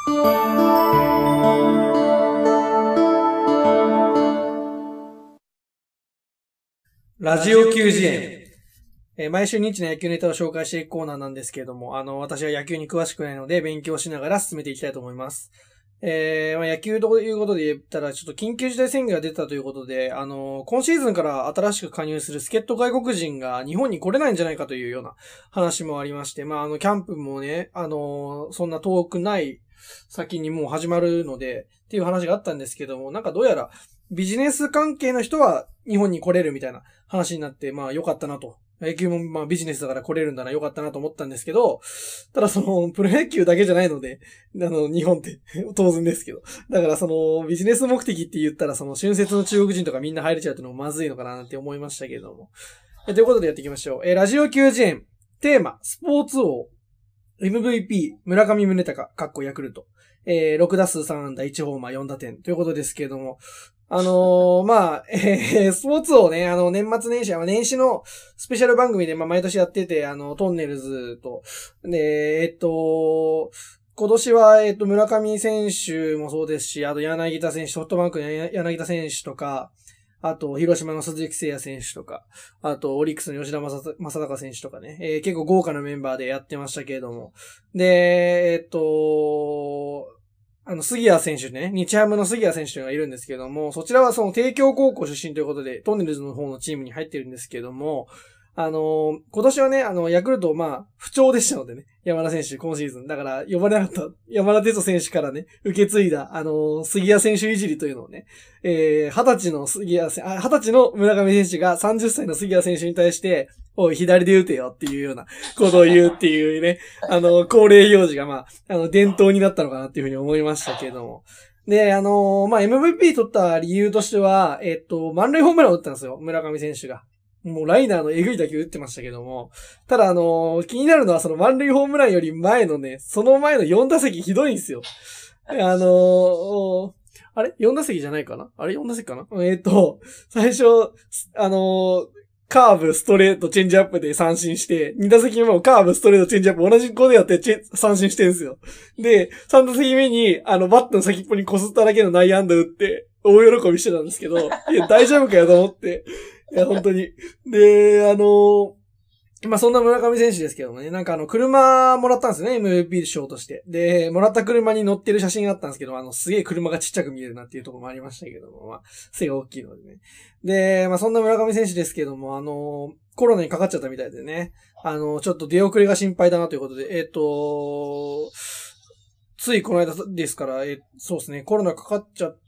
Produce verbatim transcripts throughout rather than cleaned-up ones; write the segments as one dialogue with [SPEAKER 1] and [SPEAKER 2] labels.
[SPEAKER 1] ラジオきゅうじえん。えー、毎週ニッチな野球ネタを紹介していくコーナーなんですけれども、あの、私は野球に詳しくないので、勉強しながら進めていきたいと思います。えー、まあ、野球ということで言ったら、ちょっと緊急事態宣言が出たということで、あの、今シーズンから新しく加入する助っ人外国人が日本に来れないんじゃないかというような話もありまして、まあ、あの、キャンプもね、あの、そんな遠くない先にもう始まるので、っていう話があったんですけども、なんかどうやらビジネス関係の人は日本に来れるみたいな話になって、まあ良かったなと。野球もまあビジネスだから来れるんだな、良かったなと思ったんですけど、ただその、プロ野球だけじゃないので、あの、日本って当然ですけど。だからその、ビジネス目的って言ったらその、春節の中国人とかみんな入れちゃうっていうのもまずいのかなって思いましたけれども。ということでやっていきましょう。えー、ラジオきゅうじえん。テーマ、スポーツ王。エムブイピー、村上宗隆、かっこヤクルト。えー、ろくだすうさんあんだいちホーマーよんだてんということですけれども、あのー、まあ、えー、スポーツをね、あの、年末年始、年始のスペシャル番組で、まあ、毎年やってて、あの、トンネルズと、で、えっと、今年は、えっと、村上選手もそうですし、あと柳田選手、ソフトバンクの柳田選手とか、あと、広島の鈴木誠也選手とか、あと、オリックスの吉田正尚選手とかね、えー、結構豪華なメンバーでやってましたけれども。で、えっと、あの、杉谷選手ね、日ハムの杉谷選手がいるんですけども、そちらはその帝京高校出身ということで、トンネルズの方のチームに入ってるんですけども、あの、今年はね、あの、ヤクルト、まあ、不調でしたのでね、山田選手、今シーズン。だから、呼ばれなかった、山田哲人選手からね、受け継いだ、あの、杉谷選手いじりというのをね、えー、二十歳の杉谷選手、あ、二十歳の村上選手がさんじゅっさいの杉谷選手に対して、おい、左で打てよっていうようなことを言うっていうね、あの、恒例行事が、まあ、あの、伝統になったのかなっていうふうに思いましたけれども。で、あの、まあ、エムブイピー 取った理由としては、えっと、満塁ホームランを打ったんですよ、村上選手が。もうライナーのエグい打球打ってましたけども。ただあのー、気になるのはその満塁ホームランより前のね、その前のよんだせきひどいんですよ。あのー、あれ ?よん 打席じゃないかなあれ ?よん 打席かなえっと、最初、あのー、カーブ、ストレート、チェンジアップで三振して、に打席目もカーブ、ストレート、チェンジアップ同じコーでやってチェ三振してるんですよ。で、さん打席目に、あの、バットの先っぽにこすっただけの内野安打打って、大喜びしてたんですけど、いや、大丈夫かよと思って、いや、本当に。で、あのー、まあ、そんな村上選手ですけどもね、なんかあの、車もらったんですよね、エムブイピー 賞として。で、もらった車に乗ってる写真があったんですけど、あの、すげえ車がちっちゃく見えるなっていうところもありましたけども、まあ、背が大きいのでね。で、まあ、そんな村上選手ですけども、あのー、コロナにかかっちゃったみたいでね、あのー、ちょっと出遅れが心配だなということで、えっと、ついこの間ですから、え、そうですね、コロナかかっちゃって、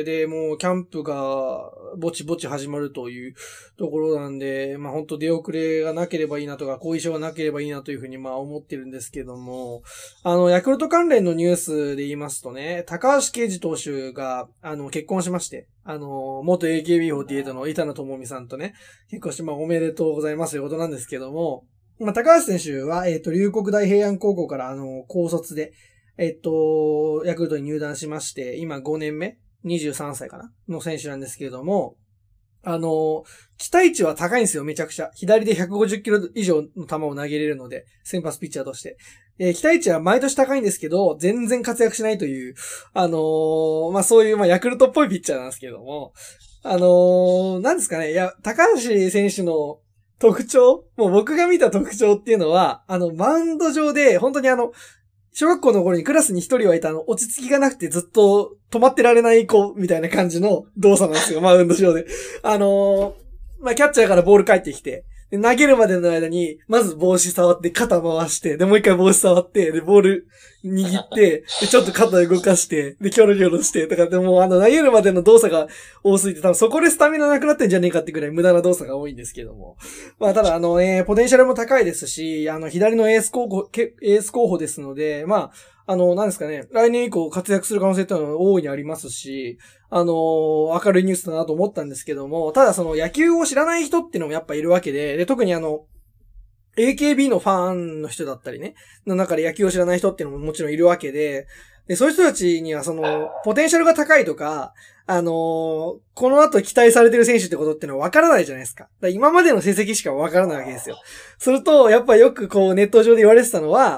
[SPEAKER 1] で、もうキャンプがぼちぼち始まるというところなんで、まあ本当出遅れがなければいいなとか、後遺症がなければいいなというふうにまあ思ってるんですけども、あの、ヤクルト関連のニュースで言いますとね、高橋奎二投手が、あの、結婚しまして、あの、元 エーケービーフォーティーエイト の板野友美さんとね、結婚して、まあおめでとうございますということなんですけども、まあ高橋選手は、えっと、龍谷大平安高校からあの、高卒で、えっと、ヤクルトに入団しまして、今ごねんめ ?にじゅうさんさいかなの選手なんですけれども、あの、期待値は高いんですよ、めちゃくちゃ。左でひゃくごじゅっキロ以上の球を投げれるので、先発ピッチャーとして。えー、期待値は毎年高いんですけど、全然活躍しないという、あのー、まあ、そういう、まあ、ヤクルトっぽいピッチャーなんですけども、あのー、なんですかね、いや、高橋選手の特徴もう僕が見た特徴っていうのは、あの、マウンド上で、本当にあの、小学校の頃にクラスに一人はいたあの、落ち着きがなくてずっと止まってられない子みたいな感じの動作なんですよ、マウンド上で。あのー、まあ、キャッチャーからボール返ってきて、で投げるまでの間に、まず帽子触って肩回して、で、もう一回帽子触って、で、ボール握って、で、ちょっと肩動かして、で、キョロキョロして、とかでもうあの、投げるまでの動作が多すぎて、多分そこでスタミナなくなってんじゃねえかってくらい無駄な動作が多いんですけども。まあ、ただあの、えー、ポテンシャルも高いですし、あの、左のエース候補、エース候補ですので、まあ、あの、なんですかね、来年以降活躍する可能性っていうのは大いにありますし、あのー、明るいニュースだなと思ったんですけども、ただその野球を知らない人っていうのもやっぱいるわけで、で、特にあの、エーケービー のファンの人だったりね、の中で野球を知らない人っていうのももちろんいるわけで、で、そういう人たちにはその、ポテンシャルが高いとか、あのー、この後期待されてる選手ってことってのは分からないじゃないですか。だから今までの成績しか分からないわけですよ。すると、やっぱよくこうネット上で言われてたのは、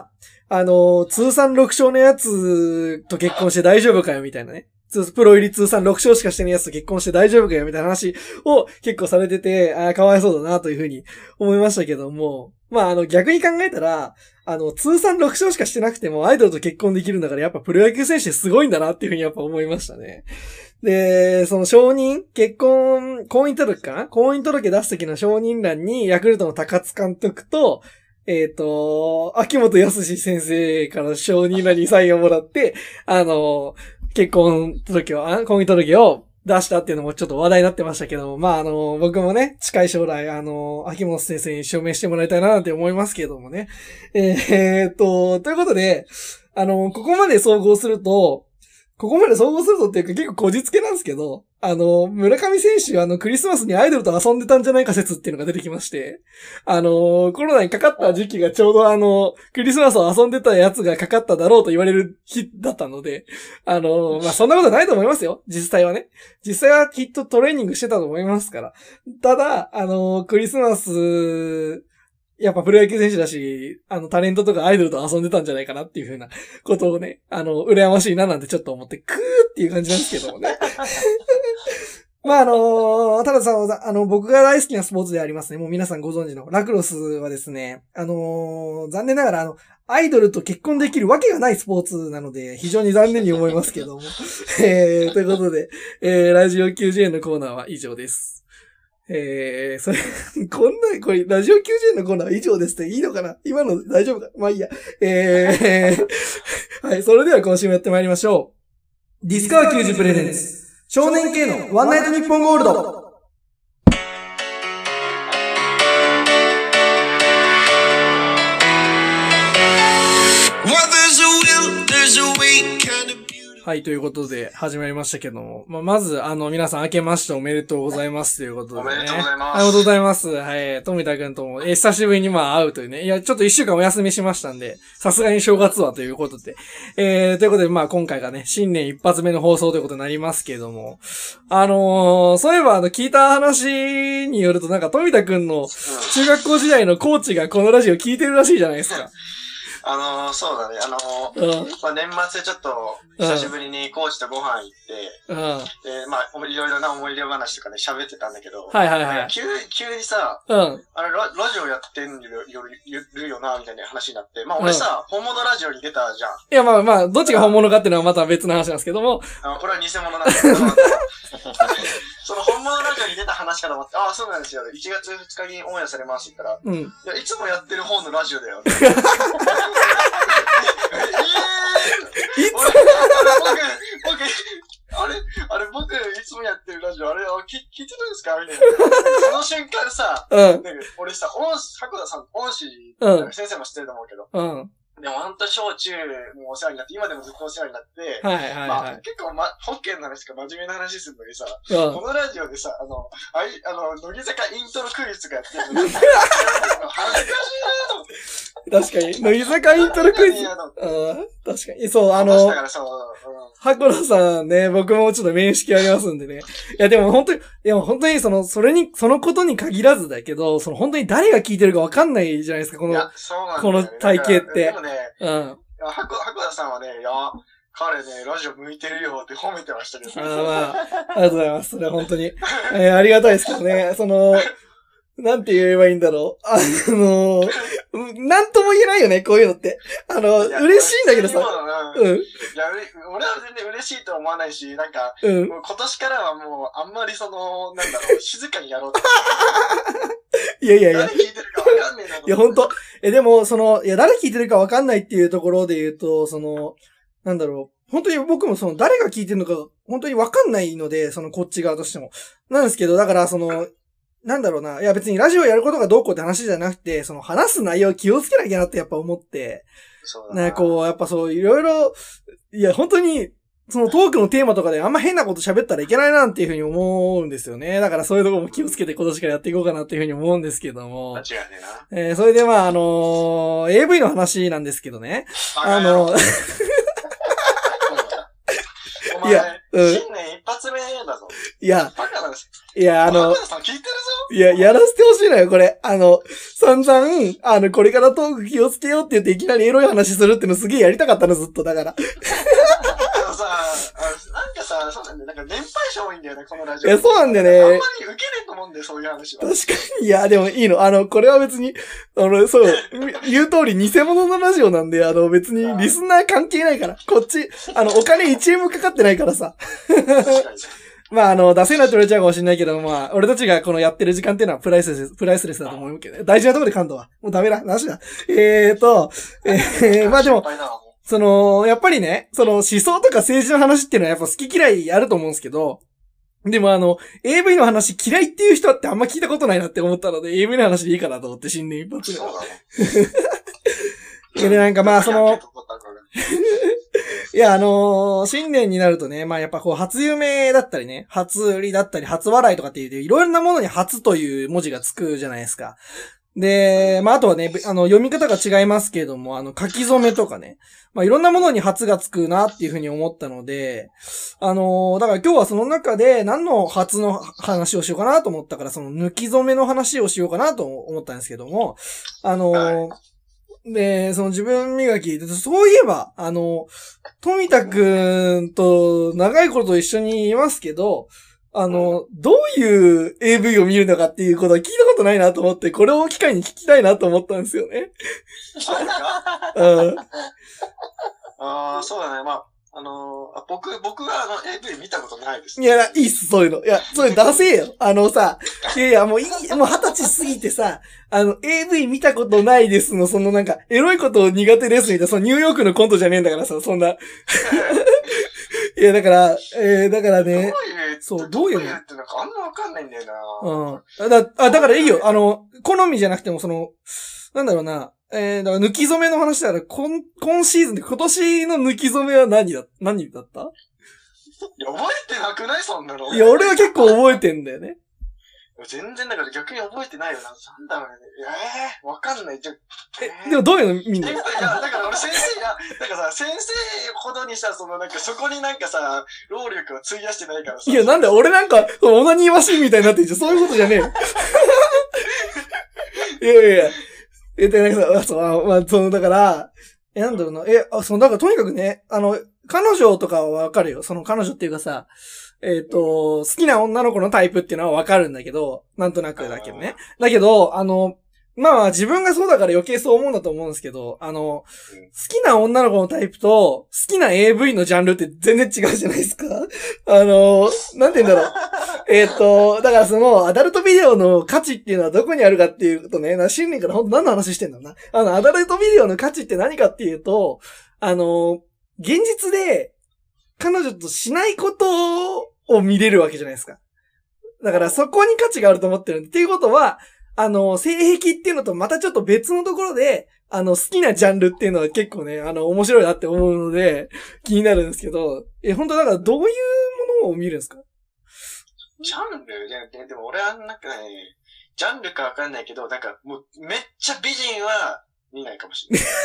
[SPEAKER 1] あの、通算ろく勝のやつと結婚して大丈夫かよみたいなね。プロ入り通算ろく勝しかしてないやつと結婚して大丈夫かよみたいな話を結構されてて、ああ、かわいそうだなというふうに思いましたけども、まあ、あの、逆に考えたら、あの、通算ろく勝しかしてなくてもアイドルと結婚できるんだからやっぱプロ野球選手すごいんだなっていうふうにやっぱ思いましたね。で、その承認、結婚、婚姻届かな婚姻届出す時の承認欄にヤクルトの高津監督と、えっと、秋元康先生から承認欄にサインをもらって、あの、結婚届を、婚姻届を出したっていうのもちょっと話題になってましたけども、まあ、あの、僕もね、近い将来、あの、秋元先生に署名してもらいたいななんて思いますけどもね。えー、っと、ということで、あの、ここまで総合すると、ここまで総合するとっていうか結構こじつけなんですけど、あの、村上選手あのクリスマスにアイドルと遊んでたんじゃないか説っていうのが出てきまして、あの、コロナにかかった時期がちょうどあの、クリスマスを遊んでたやつがかかっただろうと言われる日だったので、あの、まあ、そんなことないと思いますよ。実際はね。実際はきっとトレーニングしてたと思いますから。ただ、あの、クリスマス、やっぱプロ野球選手だし、あの、タレントとかアイドルと遊んでたんじゃないかなっていう風なことをね、あの、羨ましいななんてちょっと思って、クーっていう感じなんですけどもね。まあ、あの、たださ、あの、僕が大好きなスポーツでありますね。もう皆さんご存知のラクロスはですね、あの、残念ながら、あの、アイドルと結婚できるわけがないスポーツなので、非常に残念に思いますけども。えー、ということで、えー、ラジオ キュージェー のコーナーは以上です。えー、それ、こんな、これ、ラジオ キュージェー のコーナーは以上ですっていいのかな今の大丈夫かまあいいや。えー、はい、それでは今週もやってまいりましょう。ディスカーきゅうじゅうプレゼンツ。少年系のワンナイトニッポンゴールド。はい、ということで始まりましたけども、まあ、まず、あの、皆さん明けましておめでとうございますということで、ね。
[SPEAKER 2] おめでとうございます。
[SPEAKER 1] ありがとうございます。はい、富田くんとも、えー、久しぶりにまあ会うというね。いや、ちょっと一週間お休みしましたんで、さすがに正月はということで。えー、ということで、まあ今回がね、新年一発目の放送ということになりますけども、あのー、そういえばあの、聞いた話によるとなんか富田くんの中学校時代のコーチがこのラジオ聞いてるらしいじゃないですか。
[SPEAKER 2] あのー、そうだね。あのー、うん、まあ、年末ちょっと、久しぶりにコーチとご飯行って、うん、で、まあ、いろいろな思い出話とかね、喋ってたんだけど、
[SPEAKER 1] はいはいはい。
[SPEAKER 2] 急、急にさ、うん、あれラ、ラジオやってるよ、るよな、みたいな話になって、まあ、俺さ、うん、本物ラジオに出たじゃん。
[SPEAKER 1] いや、まあまあ、どっちが本物かっていうのはまた別の話なんですけども。
[SPEAKER 2] あこれは偽物なんだけど、その本物ラジオに出た話から思って、ああ、そうなんですよ。いちがつふつかにオンエアされますって言ったら、うん、いや、いつもやってる方のラジオだよ。えー、いつも僕、僕、あれあれ僕、いつもやってるラジオ、あれ、聞いてるんですかみたいな。その瞬間さ、うん、俺さ、恩師、箱田さん、恩師、うん、先生も知ってると思うけど、うんでも、ほんと小中もお世話になって、今でもずっとお世話になって、はいはいはい。まあ、結構、ま、ホッケーの話か真面目な話するのにさ、うん、このラジオでさ、あの、あい、あの、乃木坂イントロクイズとかやってるのに、恥ずかしいなと思って。
[SPEAKER 1] 確かに、乃木坂イントロクイズ。うん、確かに。そう、あの、だからそう、うん、箱田さんね、僕もちょっと面識ありますんでね。いや、でも本当に、いや、本当にその、それに、そのことに限らずだけど、その本当に誰が聞いてるかわかんないじゃないですか、この、この体型って。ね、うん。
[SPEAKER 2] 箱田さんはね、いや、彼ね、ラジオ向いてるよって褒めてましたけど。
[SPEAKER 1] あまあ、ありがとうございます。それは本当に、えー、ありがたいですけどね。その、なんて言えばいいんだろう。あの、なんとも言えないよね、こういうのって。あの、嬉しいんだけどさ。
[SPEAKER 2] うん。いや、俺は全然嬉しいと思わないし、なんか、うん、もう今年からはもう、あんまりその、なんだろう、静かにやろうと。
[SPEAKER 1] いやいやいや。
[SPEAKER 2] 誰聞いてるかわかんねえな。い
[SPEAKER 1] や、ほんと。え、でも、その、いや、誰聞いてるかわかんないっていうところで言うと、その、なんだろう。本当に僕もその、誰が聞いてるのか、本当にわかんないので、その、こっち側としても。なんですけど、だから、その、なんだろうな。いや別にラジオやることがどうこうって話じゃなくて、その話す内容を気をつけなきゃなってやっぱ思って。
[SPEAKER 2] そうだな。
[SPEAKER 1] ね、こう、やっぱそう、いろいろ、いや本当に、そのトークのテーマとかであんま変なこと喋ったらいけないなっていうふうに思うんですよね。だからそういうところも気をつけて今年からやっていこうかなっていうふうに思うんですけども。
[SPEAKER 2] 間違いね
[SPEAKER 1] えな。えー、それでまああのー、エーブイ の話なんですけどね。あの、
[SPEAKER 2] いや、うん、新年一発目だぞ。
[SPEAKER 1] いや、
[SPEAKER 2] バカなんです。
[SPEAKER 1] いや、あの、
[SPEAKER 2] さん聞いてるぞ。
[SPEAKER 1] いや、やらせてほしいのよ、これ。あの、 散々、あの、これからトーク気をつけようって言っていきなりエロい話するってのすげえやりたかったの、ずっと。だから。
[SPEAKER 2] あのさ、なんかさ、そうなんだよ。なんか年配者多いんだよね、このラジオ。
[SPEAKER 1] いや、そうなんだよね。
[SPEAKER 2] あんまり受けねえと思うんだよ、そういう話は。
[SPEAKER 1] 確かに。いや、でもいいの。あの、これは別に、あの、そう、言う通り偽物のラジオなんで、あの、別にリスナー関係ないから。こっち、あの、お金いちえんもかかってないからさ。確かに。まあ、あの、出せないと言われちゃうかもしれないけど、まあ、俺たちがこのやってる時間っていうのはプライスレス、プライスレスだと思うけど、大事なところで噛んだわ。もうダメだ。なしだ。えーと、えー、まあでも、その、やっぱりね、その思想とか政治の話っていうのはやっぱ好き嫌いあると思うんですけど、でもあの、エーブイ の話嫌いっていう人ってあんま聞いたことないなって思ったので、エーブイ の話でいいかなと思って、新年一発で。そうだね。で、なんかまあ、その、いや、あのー、新年になるとね、まあやっぱこう、初夢だったりね、初売りだったり、初笑いとかっていう、いろんなものに初という文字がつくじゃないですか。で、まああとはね、あの、読み方が違いますけれども、あの、書き初めとかね、まあいろんなものに初がつくなっていうふうに思ったので、あのー、だから今日はその中で何の初の話をしようかなと思ったから、その抜き初めの話をしようかなと思ったんですけども、あのー、はいで、その自分磨き、そういえば、あの、富田くんと長いこと一緒にいますけど、あの、どういう エーブイ を見るのかっていうことは聞いたことないなと思って、これを機会に聞きたいなと思ったんですよね。
[SPEAKER 2] そうか
[SPEAKER 1] うん。
[SPEAKER 2] ああ、そうだね。まあ、あのー、僕、僕はあの エーブイ 見たことないです、
[SPEAKER 1] ね。いや、いいっす、そういうの。いや、それ出せよ。あのさ、いやいや、もういい、もう二十歳過ぎてさ、あの、エーブイ 見たことないですの、そのなんか、エロいこと苦手ですみたいな、そのニューヨークのコントじゃねえんだからさ、そんな。いや、だから、えー、だからね。
[SPEAKER 2] どういう、
[SPEAKER 1] そう、どういうの
[SPEAKER 2] ってなんかあんまわかんないんだよな。
[SPEAKER 1] うん。だ、あ、だからいいよ。あの、好みじゃなくても、その、なんだろうな。えー、だから抜き初めの話だから、今、今シーズンで今年の抜き初めは何だ、何だった
[SPEAKER 2] いや、覚えてなくないそんなの。
[SPEAKER 1] いや、俺は結構覚えてんだよね。
[SPEAKER 2] 全然だから逆に覚えてないよな。なんだろうね。えー、わかんない。じゃ、
[SPEAKER 1] えー、でもどういうの見んの？
[SPEAKER 2] いや、だから俺先生が、なんかさ、先生ほどにさ、そのなんかそこになんかさ、労力を費やしてないからさ。
[SPEAKER 1] いや、なんだ俺なんか、オナニーマシンみたいになってんじゃん。そういうことじゃねえよ。いやいやいや。え、で、なんかさ、そう、まあ、その、だから、え、なんだろうな。え、あ、その、だからとにかくね、あの、彼女とかはわかるよ。その彼女っていうかさ、えっと、好きな女の子のタイプっていうのはわかるんだけど、なんとなくだけどね。だけど、あの、まあまあ自分がそうだから余計そう思うんだと思うんですけど、あの、好きな女の子のタイプと好きな エーブイ のジャンルって全然違うじゃないですか。あの、なんて言うんだろう。えっと、だからそのアダルトビデオの価値っていうのはどこにあるかっていうとね、新年から本当何の話してんだろうな。あの、アダルトビデオの価値って何かっていうと、あの、現実で彼女としないことを見れるわけじゃないですか。だからそこに価値があると思ってるんで。っていうことは、あの、性癖っていうのとまたちょっと別のところで、あの、好きなジャンルっていうのは結構ね、あの、面白いなって思うので、気になるんですけど、え、本当だからどういうものを見るんですか？
[SPEAKER 2] ジャンルで、でも俺はなんかね、ジャンルかわかんないけど、なんかもうめっちゃ美人は見ないかもしれない。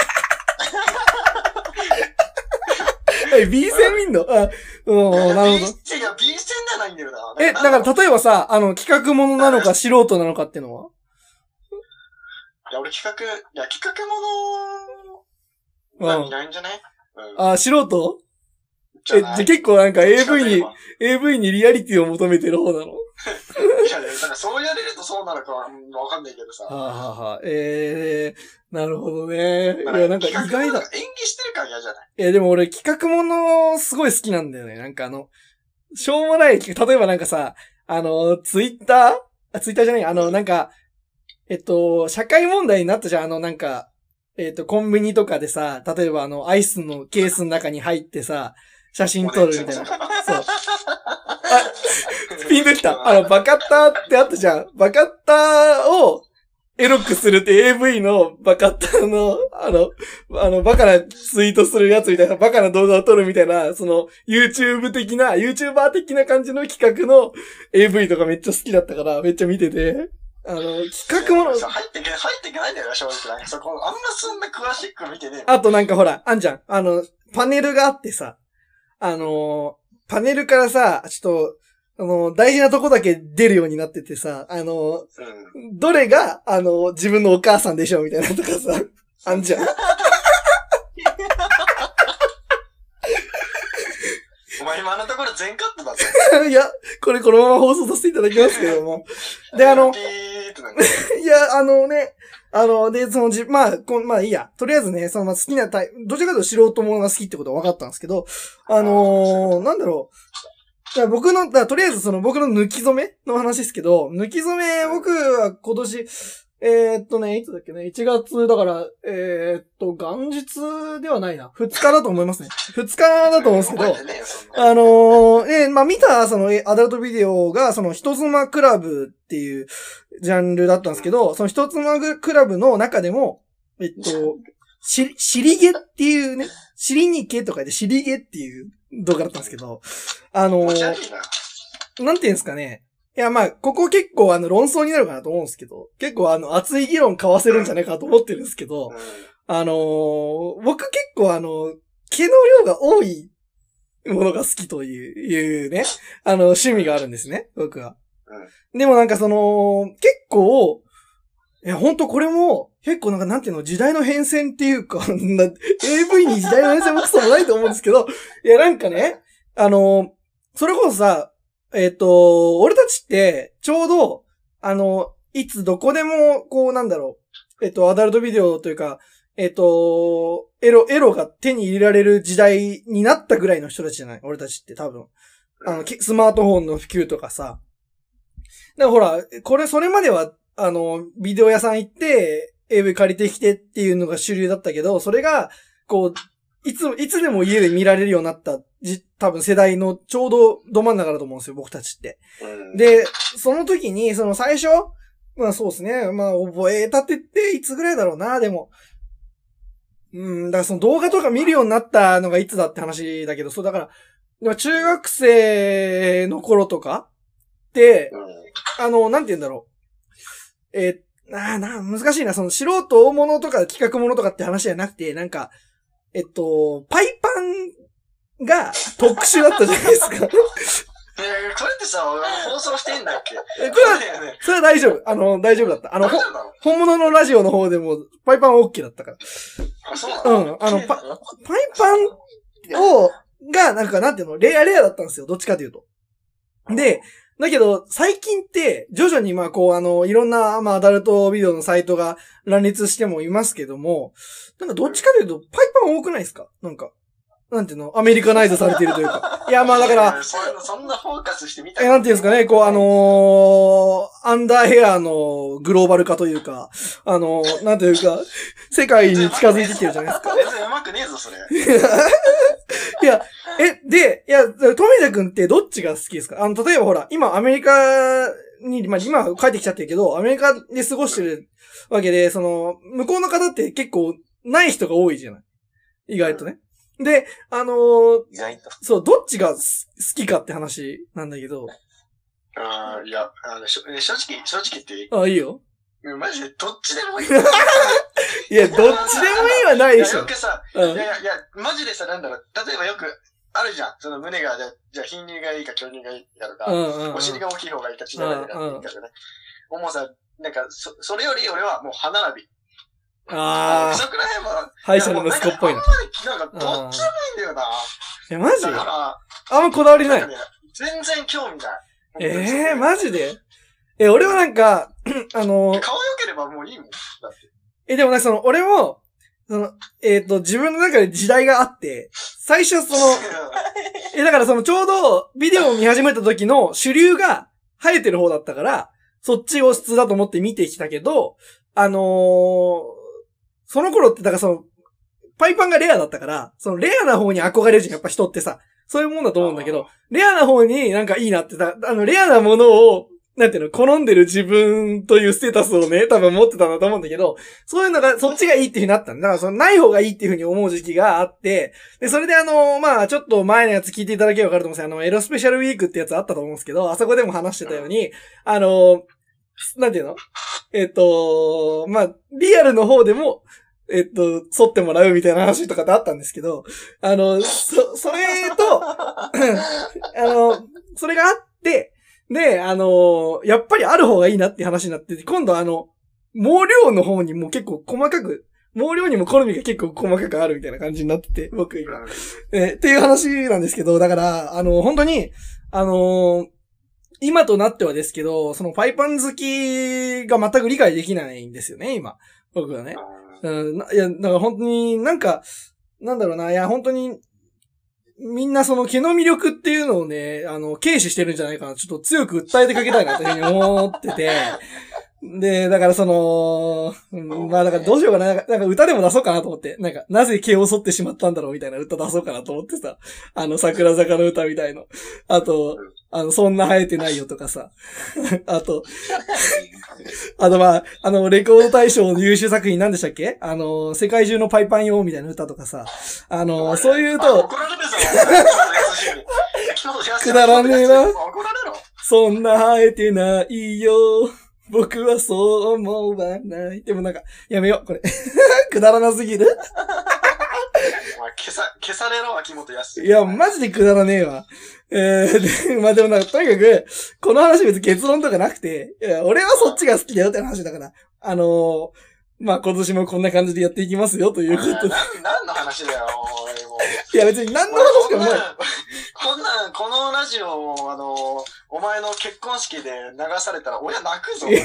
[SPEAKER 1] え、B 線見んの？あ、うん、なるほど。
[SPEAKER 2] いや、B 線じゃないんだよな。
[SPEAKER 1] え、だから例えばさ、あの、企画ものなのか素人なのかっていうのは？
[SPEAKER 2] いや、俺企画、いや、企画ものは見ないんじゃない？
[SPEAKER 1] うん。あ、素人？え、じゃ結構なんか エーブイ に、エーブイ にリアリティを求めてる方なの？い
[SPEAKER 2] やいや、だからそう言われるとそうなのかはわかんないけどさ。
[SPEAKER 1] はあ、はあはあ、ええー、なるほどね。いや、なんか意外だ。演
[SPEAKER 2] 技してるから嫌じゃない？
[SPEAKER 1] いや、でも俺企画ものすごい好きなんだよね。なんかあの、しょうもない、例えばなんかさ、あの、ツイッターあ、ツイッターじゃない、あの、なんか、えっと、社会問題になったじゃん。あの、なんか、えっと、コンビニとかでさ、例えばあの、アイスのケースの中に入ってさ、写真撮るみたいな。そう。あ、ピンときた。あの、バカッターってあったじゃん。バカッターをエロくするって エーブイ のバカッターの、あの、あの、バカなツイートするやつみたいな、バカな動画を撮るみたいな、その、YouTube 的な、YouTuber 的な感じの企画の エーブイ とかめっちゃ好きだったから、めっちゃ見てて。あの、企画もの。
[SPEAKER 2] 入ってけ、入ってけないんだよ、正直。なんかそこ、あんまそんな詳しく見てねえ。
[SPEAKER 1] あとなんかほら、あんじゃん。あの、パネルがあってさ、あの、パネルからさ、ちょっと、 あの、大事なとこだけ出るようになっててさ、あの、うん、どれが、あの、自分のお母さんでしょみたいなとかさ、あんじゃん。
[SPEAKER 2] お前今のところ全カットだ
[SPEAKER 1] ぞ。いや、これこのまま放送させていただきますけども。で、あの、いや、あのね、あの、で、そのじ、まあ、こまあいいや。とりあえずね、その、まあ、好きなタイプ、どちらかというと素人ものが好きってことは分かったんですけど、あのー、なんだろう。だ僕の、だとりあえずその僕の抜き染めの話ですけど、抜き染め、僕は今年、えー、っとね、いつだっけね、いちがつだから、えー、っと、元日ではないな。ふつかだと思いますね。ふつかだと思うんですけど、あのー、えー、まあ、見た、その、アダルトビデオが、その、人妻クラブっていうジャンルだったんですけど、その人妻クラブの中でも、えっと、し、しりげっていうね、しりにけとか言ってしりげっていう動画だったんですけど、あのー、なんていうんですかね。いや、まあ、ここ結構あの論争になるかなと思うんですけど、結構あの熱い議論交わせるんじゃないかなと思ってるんですけど、あのー、僕結構あの、毛の量が多いものが好きという、いうね、あの、趣味があるんですね、僕は。でもなんかその、結構、いや、ほんとこれも、結構なんかなんていうの、時代の変遷っていうか、エーブイ に時代の変遷もクソもないと思うんですけど、いや、なんかね、あの、それこそさ、えっと、俺たちって、ちょうど、あの、いつどこでも、こうなんだろう、えっと、アダルトビデオというか、えっと、エロ、エロが手に入れられる時代になったぐらいの人たちじゃない？俺たちって多分。あの、スマートフォンの普及とかさ。だからほら、これ、それまでは、あの、ビデオ屋さん行って、エーブイ 借りてきてっていうのが主流だったけど、それが、こう、いつ、いつでも家で見られるようになった、じ、多分世代のちょうどど真ん中だと思うんですよ、僕たちって。で、その時に、その最初、まあそうですね、まあ覚えたてっていつぐらいだろうな、でも。うん、だからその動画とか見るようになったのがいつだって話だけど、そうだから、中学生の頃とかって、あの、なんて言うんだろう。えー、なあ、な難しいな、その素人大物とか企画物とかって話じゃなくて、なんか、えっと、パイパンが特殊だったじゃないですか。
[SPEAKER 2] えー、これってさ、放送してんだっけ？
[SPEAKER 1] え、これは、ね、それは大丈夫。あの、大丈夫だった。あの、本物のラジオの方でも、パイパンは OK だったから。
[SPEAKER 2] あ、そうなの？
[SPEAKER 1] うん。あの、パ、パイパンを、が、なんか、なんていうの、レアレアだったんですよ。どっちかというと。で、だけど、最近って、徐々にまあ、こう、あの、いろんな、まあ、アダルトビデオのサイトが乱立してもいますけども、なんか、どっちかというと、パイパン多くないですか？なんか。なんていうのアメリカナイズされているというか。いや、まあだから、
[SPEAKER 2] そ, そんなフォーカスしてみたい
[SPEAKER 1] な。なんていうんですかね、こうあのー、アンダーヘアのグローバル化というか、あのー、なんていうか、世界に近づいてきてるじゃないですか。
[SPEAKER 2] 全然うまくねえぞ、それ。
[SPEAKER 1] いや、え、で、いや、富田くんってどっちが好きですか？あの、例えばほら、今アメリカに、まあ今帰ってきちゃってるけど、アメリカで過ごしてるわけで、その、向こうの方って結構ない人が多いじゃない？意外とね。で、あのー、
[SPEAKER 2] 意外と。
[SPEAKER 1] そう、どっちが好きかって話なんだけど。
[SPEAKER 2] ああ、いや、あの、正直、正直言っていい？
[SPEAKER 1] ああ、いいよ。
[SPEAKER 2] マジでどっちでもいい。
[SPEAKER 1] いや、どっちでもいいはないでしょ。
[SPEAKER 2] いや、よくさ、うん、いやいや、いや、マジでさ、なんだろう、例えばよく、あるじゃん。その胸が、じゃあ、じゃあ貧乳がいいか、巨乳がいいかとか、うんうんうん、お尻が大きい方がいいか、小さい方がいいかとかね。うんうん、もうさ、なんか、そ、それより俺はもう歯並び。
[SPEAKER 1] ああ。
[SPEAKER 2] そこら辺も。
[SPEAKER 1] 歯医者の息子っぽいな。
[SPEAKER 2] なんか、どっちでもいいんだよな。
[SPEAKER 1] え、マジ？あんまこだわりない。
[SPEAKER 2] ね、全然興味ない。
[SPEAKER 1] ええー、マジで？え、俺はなんか、あのー、
[SPEAKER 2] 顔良ければもういいもん。だって。
[SPEAKER 1] え、でもね、その、俺も、その、えっと、自分の中で時代があって、最初その、え、だからその、ちょうど、ビデオを見始めた時の主流が生えてる方だったから、そっちを質だと思って見てきたけど、あのー、その頃って、だからその、パイパンがレアだったから、そのレアな方に憧れるじゃん、やっぱ人ってさ。そういうもんだと思うんだけど、レアな方になんかいいなってた、あの、レアなものを、なんていうの、好んでる自分というステータスをね、多分持ってたんだと思うんだけど、そういうのが、そっちがいいっていう風になったんだ。だから、その、ない方がいいっていう風に思う時期があって、で、それであの、まあちょっと前のやつ聞いていただければわかると思うんですけど、あの、エロスペシャルウィークってやつあったと思うんですけど、あそこでも話してたように、あの、なんていうの？えっと、まあ、リアルの方でも、えっと、剃ってもらうみたいな話とかってあったんですけど、あの、そ、それと、あの、それがあっ 、で、あのー、やっぱりある方がいいなって話になってて、今度あの、毛量の方にも結構細かく、毛量にも好みが結構細かくあるみたいな感じになってて、僕今。えー、っていう話なんですけど、だから、あの、本当に、あのー、今となってはですけど、そのパイパン好きが全く理解できないんですよね、今。僕はね。うん、いや、だから本当になんか、なんだろうな、いや、本当に、みんなその毛の魅力っていうのをね、あの、軽視してるんじゃないかな、ちょっと強く訴えてかけたいなというふうに思ってて、で、だからその、まあだからどうしようかな、なんか歌でも出そうかなと思って、なんか、なぜ毛を剃ってしまったんだろうみたいな歌出そうかなと思ってさ、あの、桜坂の歌みたいの。あと、あの、そんな生えてないよとかさ。あと、あとまあ、あの、レコード大賞の優秀作品何でしたっけ？あの、世界中のパイパン用みたいな歌とかさ。あの、そういうと、くだらねえな。そんな生えてないよ。僕はそう思わない。でもなんか、やめよう、これ。くだらなすぎる
[SPEAKER 2] 消さ、消されろ、秋元康。
[SPEAKER 1] いや、マジでくだらねえわ。えー、で、まあでもなんか、とにかく、この話別に結論とかなくて、いや、俺はそっちが好きだよって話だから、あのー、まあ今年もこんな感じでやっていきますよということで。
[SPEAKER 2] 何の話だよ、俺も。
[SPEAKER 1] いや別に何の話でもない。
[SPEAKER 2] こんなん、このラジオを、あの、お前の結婚式で流されたら親泣くぞ。ビー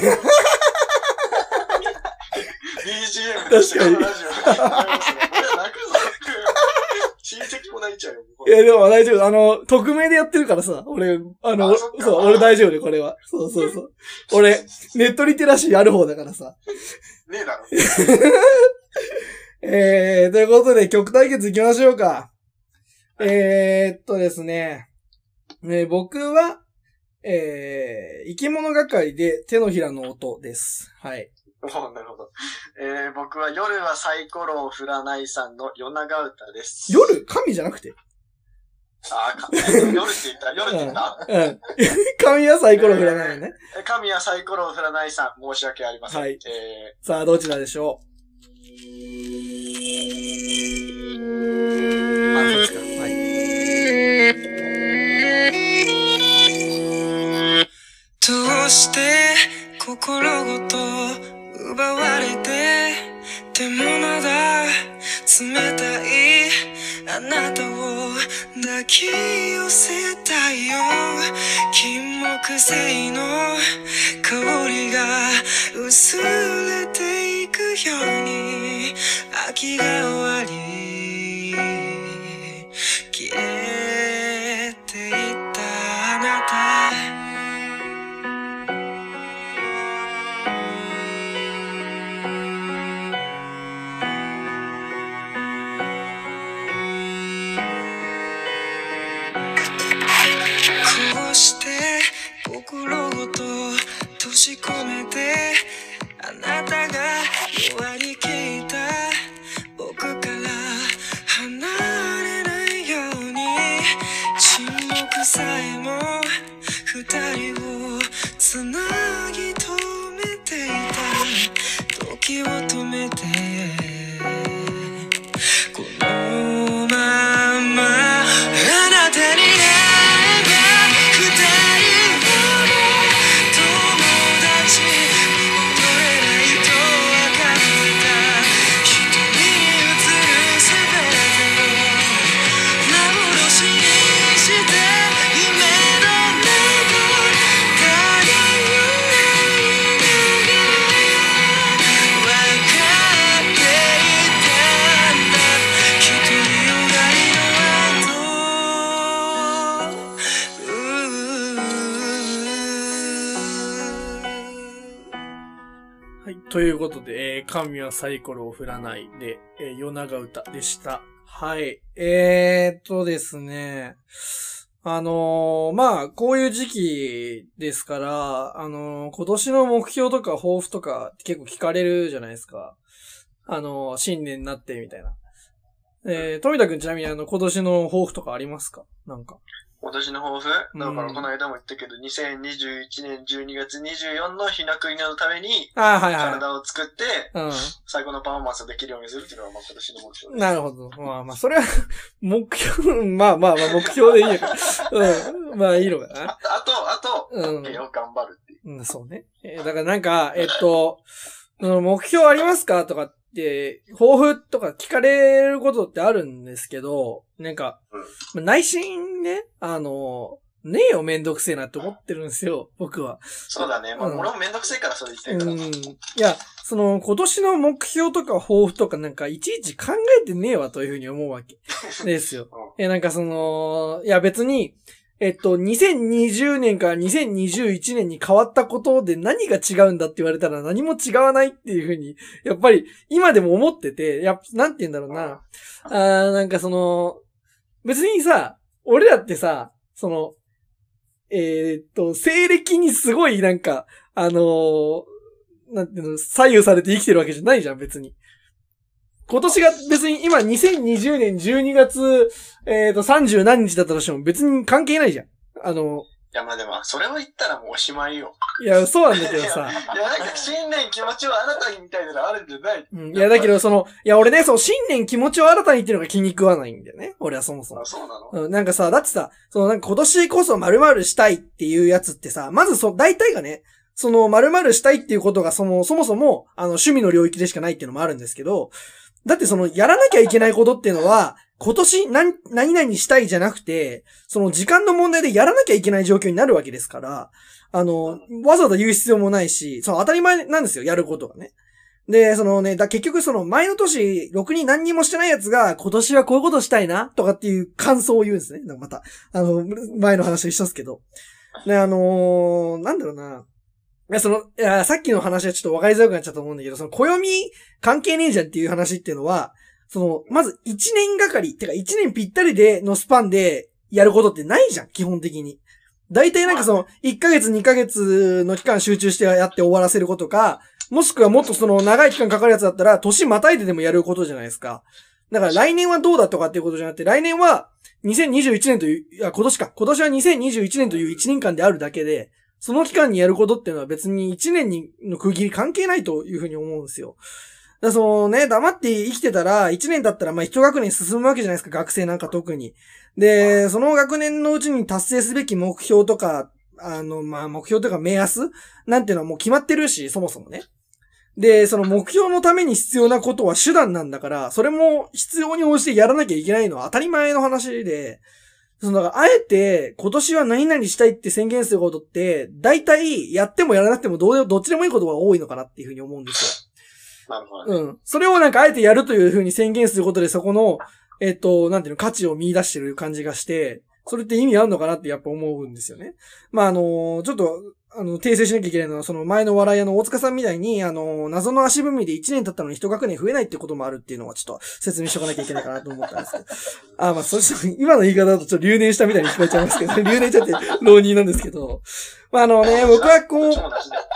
[SPEAKER 2] ジーエム としてこのラジオ。親泣くぞ。親戚も泣いちゃうよ。
[SPEAKER 1] いやでも大丈夫。あの、匿名でやってるからさ、俺、あの、あそう、俺大丈夫で、これは。そうそうそう。俺、ネットリテラシーある方だからさ。
[SPEAKER 2] ねえだろ。
[SPEAKER 1] えー、ということで曲対決いきましょうか。えーっとですね、えー、僕は、えー、生き物係で手のひらの音です。はい。
[SPEAKER 2] おなるほど。えー、僕は夜はサイコロを振らないさんの夜長歌です。
[SPEAKER 1] 夜？神じゃなくて？
[SPEAKER 2] あー、か夜って言った夜って言った、
[SPEAKER 1] うん、うん。神はサイコロを振らないね、
[SPEAKER 2] えー。神はサイコロを振らないさん、申し訳ありません。はい。え
[SPEAKER 1] ー、さあ、どちらでしょう？あ、そっちか。はい。
[SPEAKER 3] どうして心ごと奪われて、でもまだ冷たいあなたを抱き寄せたいよ。金木犀の香りが薄れていくように、秋が終わり消えていったあなた。こうして心ごと閉じ込めて、あなたが弱り切った僕から離れないように、沈黙さえも二人をつなぎ止めていた。時を止めてこのままあなたに
[SPEAKER 1] ということで、えー、神はサイコロを振らないで、えー、夜長歌でした。はい。えーっとですね。あのー、まあ、こういう時期ですから、あのー、今年の目標とか抱負とか結構聞かれるじゃないですか。あのー、新年になってみたいな。えー、富田くんちなみにあの、今年の抱負とかありますか？なんか。
[SPEAKER 2] 今年の抱負、だからこの間も言ったけど、にせんにじゅういちねんじゅうにがつにじゅうよっかのひなくりのために、
[SPEAKER 1] あはいはい、
[SPEAKER 2] 体を作って、うん、最高のパフォーマンスをできるようにするっていうのがまあ今年の目標です。
[SPEAKER 1] なるほど。まあまあ、それは、目標、まあまあまあ目標でいいよ。うん。まあいいのかな。
[SPEAKER 2] あと、あと、うん。を頑張るっていう。
[SPEAKER 1] うん、そうね。えー、だからなんか、えっと、目標ありますかとかって、抱負とか聞かれることってあるんですけど、なんか、うん、内心ね、あの、ねえよめんどくせえなって思ってるんですよ、僕は。
[SPEAKER 2] そうだね。まあ、うん、俺もめんどくせえからそれ言ってるから。うん。い
[SPEAKER 1] や、その、今年の目標とか抱負とかなんか、いちいち考えてねえわというふうに思うわけですよ。うん、え、なんかその、いや別に、えっと、にせんにじゅうねんからにせんにじゅういちねんに変わったことで何が違うんだって言われたら何も違わないっていうふうに、やっぱり今でも思ってて、やっぱ、なんて言うんだろうな。あー、なんかその、別にさ、俺らってさ、その、えー、っと、西暦にすごいなんか、あのー、なんていうの、左右されて生きてるわけじゃないじゃん、別に。今年が別に今にせんにじゅうねんじゅうにがつ、えーと、さんじゅう何日だったとしても別に関係ないじゃん。あの、
[SPEAKER 2] いや、まあでも、それを言ったらもうおしまいよ。
[SPEAKER 1] いや、そうなんだけどさ。
[SPEAKER 2] いや、なんか新年気持ちを新たにみたいなのあるんじゃない、
[SPEAKER 1] うん、いや、だけどその、いや、俺ね、そう、新年気持ちを新たにっていうのが気に食わないんだよね。俺はそもそも。
[SPEAKER 2] あ、そうなの？
[SPEAKER 1] うん、なんかさ、だってさ、そのなんか今年こそ〇〇したいっていうやつってさ、まずそ、大体がね、その〇〇したいっていうことがその、そもそも、あの、趣味の領域でしかないっていうのもあるんですけど、だってその、やらなきゃいけないことっていうのは、今年何、何々したいじゃなくて、その時間の問題でやらなきゃいけない状況になるわけですから、あの、わざわざ言う必要もないし、その当たり前なんですよ、やることがね。で、そのね、だ結局その前の年、ろくに何にもしてないやつが、今年はこういうことしたいな、とかっていう感想を言うんですね。また、あの、前の話と一緒ですけど。で、あのー、なんだろうな。いや、その、いや、さっきの話はちょっと分かりづらくなっちゃったと思うんだけど、その、暦関係ねえじゃんっていう話っていうのは、その、まずいちねんがかり、てかいちねんぴったりでのスパンでやることってないじゃん、基本的に。大体なんかその、いっかげつにかげつの期間集中してやって終わらせることか、もしくはもっとその長い期間かかるやつだったら、年またいででもやることじゃないですか。だから来年はどうだとかっていうことじゃなくて、来年はにせんにじゅういちねんという、いや、今年か。今年はにせんにじゅういちねんといういちねんかんであるだけで、その期間にやることっていうのは別にいちねんにの区切り関係ないというふうに思うんですよ。だそのね、黙って生きてたら、いちねん経ったらまあ一学年進むわけじゃないですか、学生なんか特に。で、その学年のうちに達成すべき目標とか、あの、まあ目標というか目安なんていうのはもう決まってるし、そもそもね。で、その目標のために必要なことは手段なんだから、それも必要に応じてやらなきゃいけないのは当たり前の話で、その、だからあえて今年は何々したいって宣言することって、大体やってもやらなくてもどうで、どっちでもいいことが多いのかなっていうふうに思うんです
[SPEAKER 2] よ。なるほど、ね。
[SPEAKER 1] うん。それをなんかあえてやるというふうに宣言することでそこの、えっと、なんていうの、価値を見出してる感じがして、それって意味あるのかなってやっぱ思うんですよね。まあ、あの、ちょっと、あの、訂正しなきゃいけないのは、その前の笑い屋の大塚さんみたいに、あの、謎の足踏みでいちねん経ったのに一学年増えないってこともあるっていうのはちょっと説明しとかなきゃいけないかなと思ったんですけど。あ、まあ、そして、今の言い方だとちょっと留年したみたいに聞こえちゃいますけど、留年しちゃって浪人なんですけど。まあ、あのね、僕はこう、い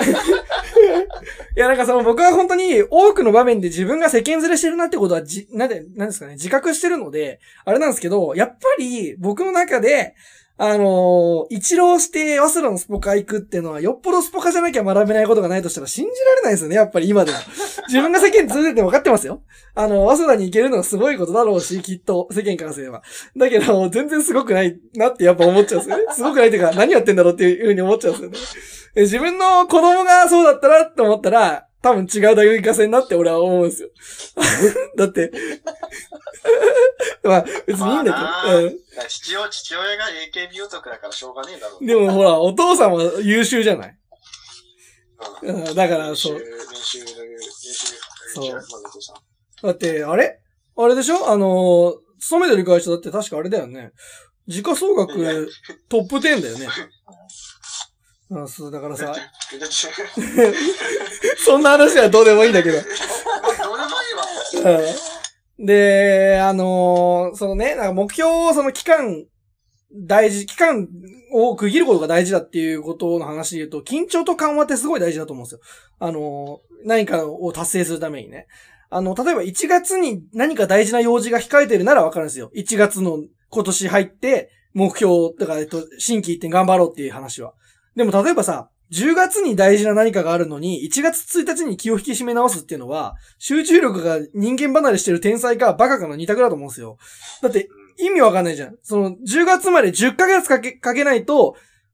[SPEAKER 1] や、なんかその僕は本当に多くの場面で自分が世間ずれしてるなってことはじ、なんで、なんですかね、自覚してるので、あれなんですけど、やっぱり僕の中で、あのー、一浪して早稲田のスポカ行くっていうのはよっぽどスポカじゃなきゃ学べないことがないとしたら信じられないですよね、やっぱり今でも。自分が世間に通じてて分かってますよ。あの、早稲田に行けるのはすごいことだろうし、きっと、世間からすれば。だけど、全然すごくないなってやっぱ思っちゃうんですよね。すごくないっていうか、何やってんだろうっていう風に思っちゃうんですよね。自分の子供がそうだったらって思ったら、多分違う大学行かせになって俺は思うんですよ。だって、まあ別にいいんだけど。
[SPEAKER 2] まあうん、父親、父親が エーケービー 男だからしょうがねえだろう。
[SPEAKER 1] でもほら、お父さんは優秀じゃない、うん、だからそう。練
[SPEAKER 2] 習、練習、
[SPEAKER 1] そう。だって、あれあれでしょあのー、勤めてる会社だって確かあれだよね。時価総額トップじゅうだよね。あ、そう、だからさ。そんな話はどうでもいいんだけど。どう
[SPEAKER 2] でもいいわ。
[SPEAKER 1] で、あのー、そのね、なんか目標をその期間、大事、期間を区切ることが大事だっていうことの話で言うと、緊張と緩和ってすごい大事だと思うんですよ。あのー、何かを達成するためにね。あの、例えばいちがつに何か大事な用事が控えてるならわかるんですよ。いちがつの今年入って目標とか、えっと、新規一点頑張ろうっていう話は。でも例えばさ、じゅうがつに大事な何かがあるのに、いちがつついたちに気を引き締め直すっていうのは、集中力が人間離れしてる天才かバカかの二択だと思うんですよ。だって、意味わかんないじゃん。その、じゅうがつまでじゅっかげつかけ、かけないと、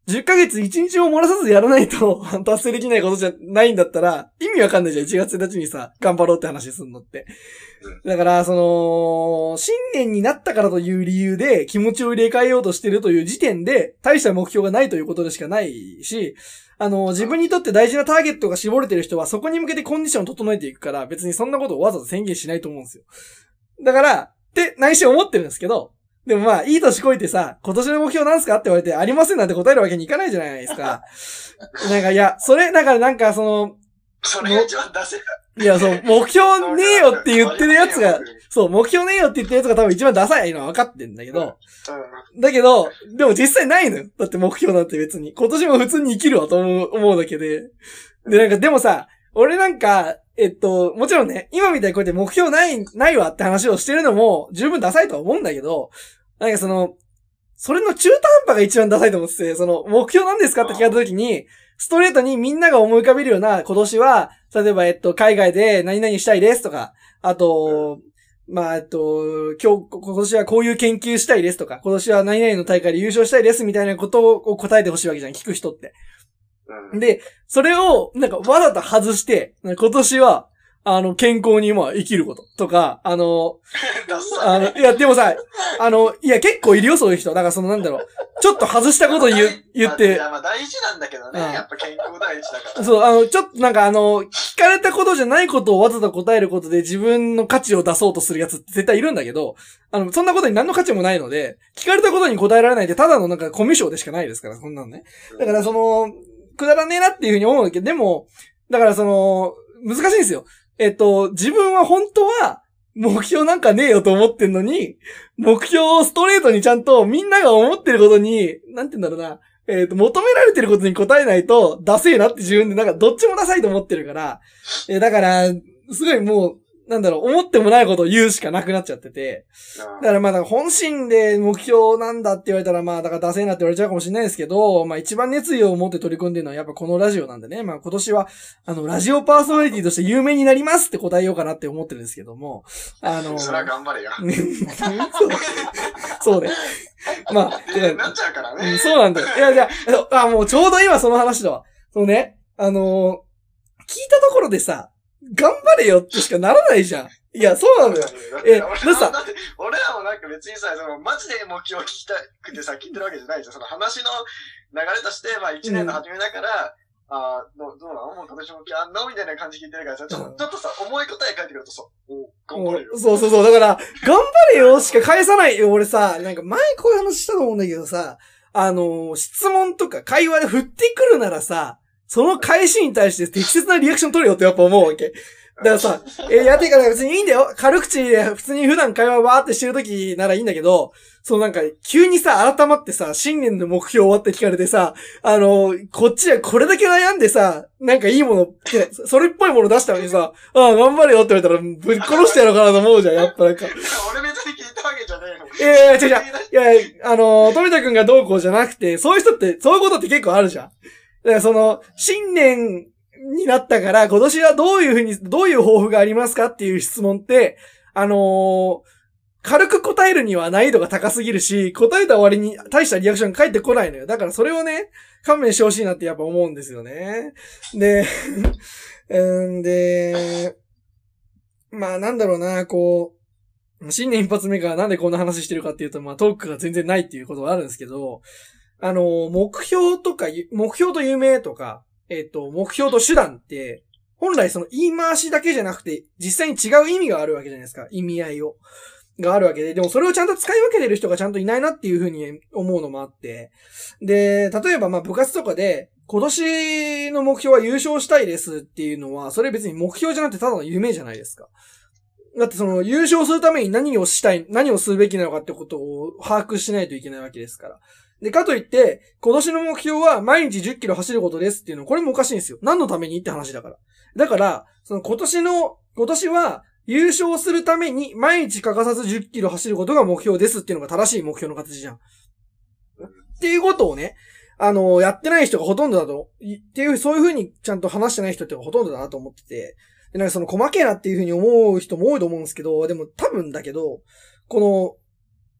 [SPEAKER 1] じゅっかげついちにちも漏らさずやらないと達成できないことじゃないんだったら、意味わかんないじゃん。いちがつついたちにさ、頑張ろうって話すんのって。だから、その、新年になったからという理由で気持ちを入れ替えようとしてるという時点で、大した目標がないということでしかないし、あの、自分にとって大事なターゲットが絞れてる人はそこに向けてコンディションを整えていくから、別にそんなことをわざわざ宣言しないと思うんですよ。だから、って内心思ってるんですけど、でもまあ、いい年こいてさ、今年の目標なんすかって言われて、ありませんなんて答えるわけにいかないじゃないですか。なんか、いや、それ、だからなんかその、
[SPEAKER 2] それが一番出せない。
[SPEAKER 1] いや、そう、目標ねえよって言ってるやつが、そう、目標ねえよって言ってるやつが多分一番ダサいのは分かってんだけど、うん、だけど、でも実際ないのよ。だって目標なんて別に。今年も普通に生きるわと思う、思うだけで。で、なんか、でもさ、俺なんか、えっと、もちろんね、今みたいにこうやって目標ない、ないわって話をしてるのも十分ダサいとは思うんだけど、なんかその、それの中途半端が一番ダサいと思ってて、その、目標なんですかって聞かれたときに、ストレートにみんなが思い浮かべるような、今年は、例えば、えっと、海外で何々したいですとか、あと、まあ、えっと、今日、今年はこういう研究したいですとか、今年は何々の大会で優勝したいですみたいなことを答えてほしいわけじゃん、聞く人って。で、それを、なんかわざと外して、今年は、あの、健康にまあ生きることとか、あの、あの、いや、でもさ、あの、いや、結構いるよ、そういう人。だからそのなんだろう、ちょっと外したこと言う、言って。い
[SPEAKER 2] や、まあ大事なんだけどね、うん、やっぱ健康第一だから。
[SPEAKER 1] そう、あの、ちょっとなんかあの、聞かれたことじゃないことをわざと答えることで自分の価値を出そうとするやつって絶対いるんだけど、あの、そんなことに何の価値もないので、聞かれたことに答えられないってただのなんかコミュ障でしかないですから、そんなのね。だからその、くだらねえなっていうふうに思うんだけど、でも、だからその、難しいんですよ。えっと、自分は本当は目標なんかねえよと思ってんのに、目標をストレートにちゃんとみんなが思ってることに、なんて言うんだろうな、えっと、求められてることに答えないとダセえなって自分でなんかどっちもダサいと思ってるから、えだから、すごいもう、なんだろう、思ってもないことを言うしかなくなっちゃってて。だからまあ、だから本心で目標なんだって言われたらまあ、だからダセえなって言われちゃうかもしれないですけど、まあ一番熱意を持って取り組んでるのはやっぱこのラジオなんでね。まあ今年は、あの、ラジオパーソナリティとして有名になりますって答えようかなって思ってるんですけども。あの、
[SPEAKER 2] それは頑張れよ。
[SPEAKER 1] そうそうね。まあ、
[SPEAKER 2] えー、なっちゃうからね、
[SPEAKER 1] うん。そうなんだよ。いや、じゃあ、あ、もうちょうど今その話だわ。そうね。あのー、聞いたところでさ、頑張れよってしかならないじゃん。いや、そうなんだよ。え、ださ、
[SPEAKER 2] 俺らもなんか別にさ、その、マジで目標を聞きたくてさ、聞いてるわけじゃないじゃん。その話の流れとして、まあ一年の初めだから、うん、あどう、どうなのもう今年もあんのみたいな感じ聞いてるからさ、ちょっと、うん、ちょっとさ、重い答え書いてくるとさ、お頑張れよ。
[SPEAKER 1] そうそうそう。だから、頑張れよしか返さないよ。俺さ、なんか前こういう話したと思うんだけどさ、あのー、質問とか会話で振ってくるならさ、その返しに対して適切なリアクション取れよってやっぱ思うわけ。だからさ、え、やってから別にいいんだよ。軽口で普通に普段会話わーってしてるときならいいんだけど、そうなんか、急にさ、改まってさ、新年の目標終わって聞かれてさ、あの、こっちはこれだけ悩んでさ、なんかいいものって、それっぽいもの出したのにさ、ああ、頑張れよって言われたら、ぶっ殺してやろうかなと思うじゃん、やっぱなんか。
[SPEAKER 2] 俺別に聞いたわけじゃねえの。
[SPEAKER 1] いやいや、違う違う。いや、あの、富田くんがどうこうじゃなくて、そういう人って、そういうことって結構あるじゃん。だからその、新年、になったから、今年はどういうふうに、どういう抱負がありますかっていう質問って、あのー、軽く答えるには難易度が高すぎるし、答えた終わりに大したリアクションが返ってこないのよ。だからそれをね、勘弁してほしいなってやっぱ思うんですよね。で、うんで、まあなんだろうな、こう、新年一発目からなんでこんな話してるかっていうと、まあトークが全然ないっていうことはあるんですけど、あのー、目標とか、目標と夢とか、えっと、目標と手段って、本来その言い回しだけじゃなくて、実際に違う意味があるわけじゃないですか。意味合いを。があるわけで。でもそれをちゃんと使い分けてる人がちゃんといないなっていうふうに思うのもあって。で、例えばまあ部活とかで、今年の目標は優勝したいですっていうのは、それ別に目標じゃなくてただの夢じゃないですか。だってその優勝するために何をしたい、何をするべきなのかってことを把握しないといけないわけですから。で、かといって、今年の目標は毎日じゅっキロ走ることですっていうのは、これもおかしいんですよ。何のためにって話だから。だから、その今年の、今年は優勝するために毎日欠かさずじゅっキロ走ることが目標ですっていうのが正しい目標の形じゃん。っていうことをね、あの、やってない人がほとんどだと、っていう、そういう風にちゃんと話してない人ってほとんどだなと思ってて、で、なんかその細けえなっていう風に思う人も多いと思うんですけど、でも多分だけど、この、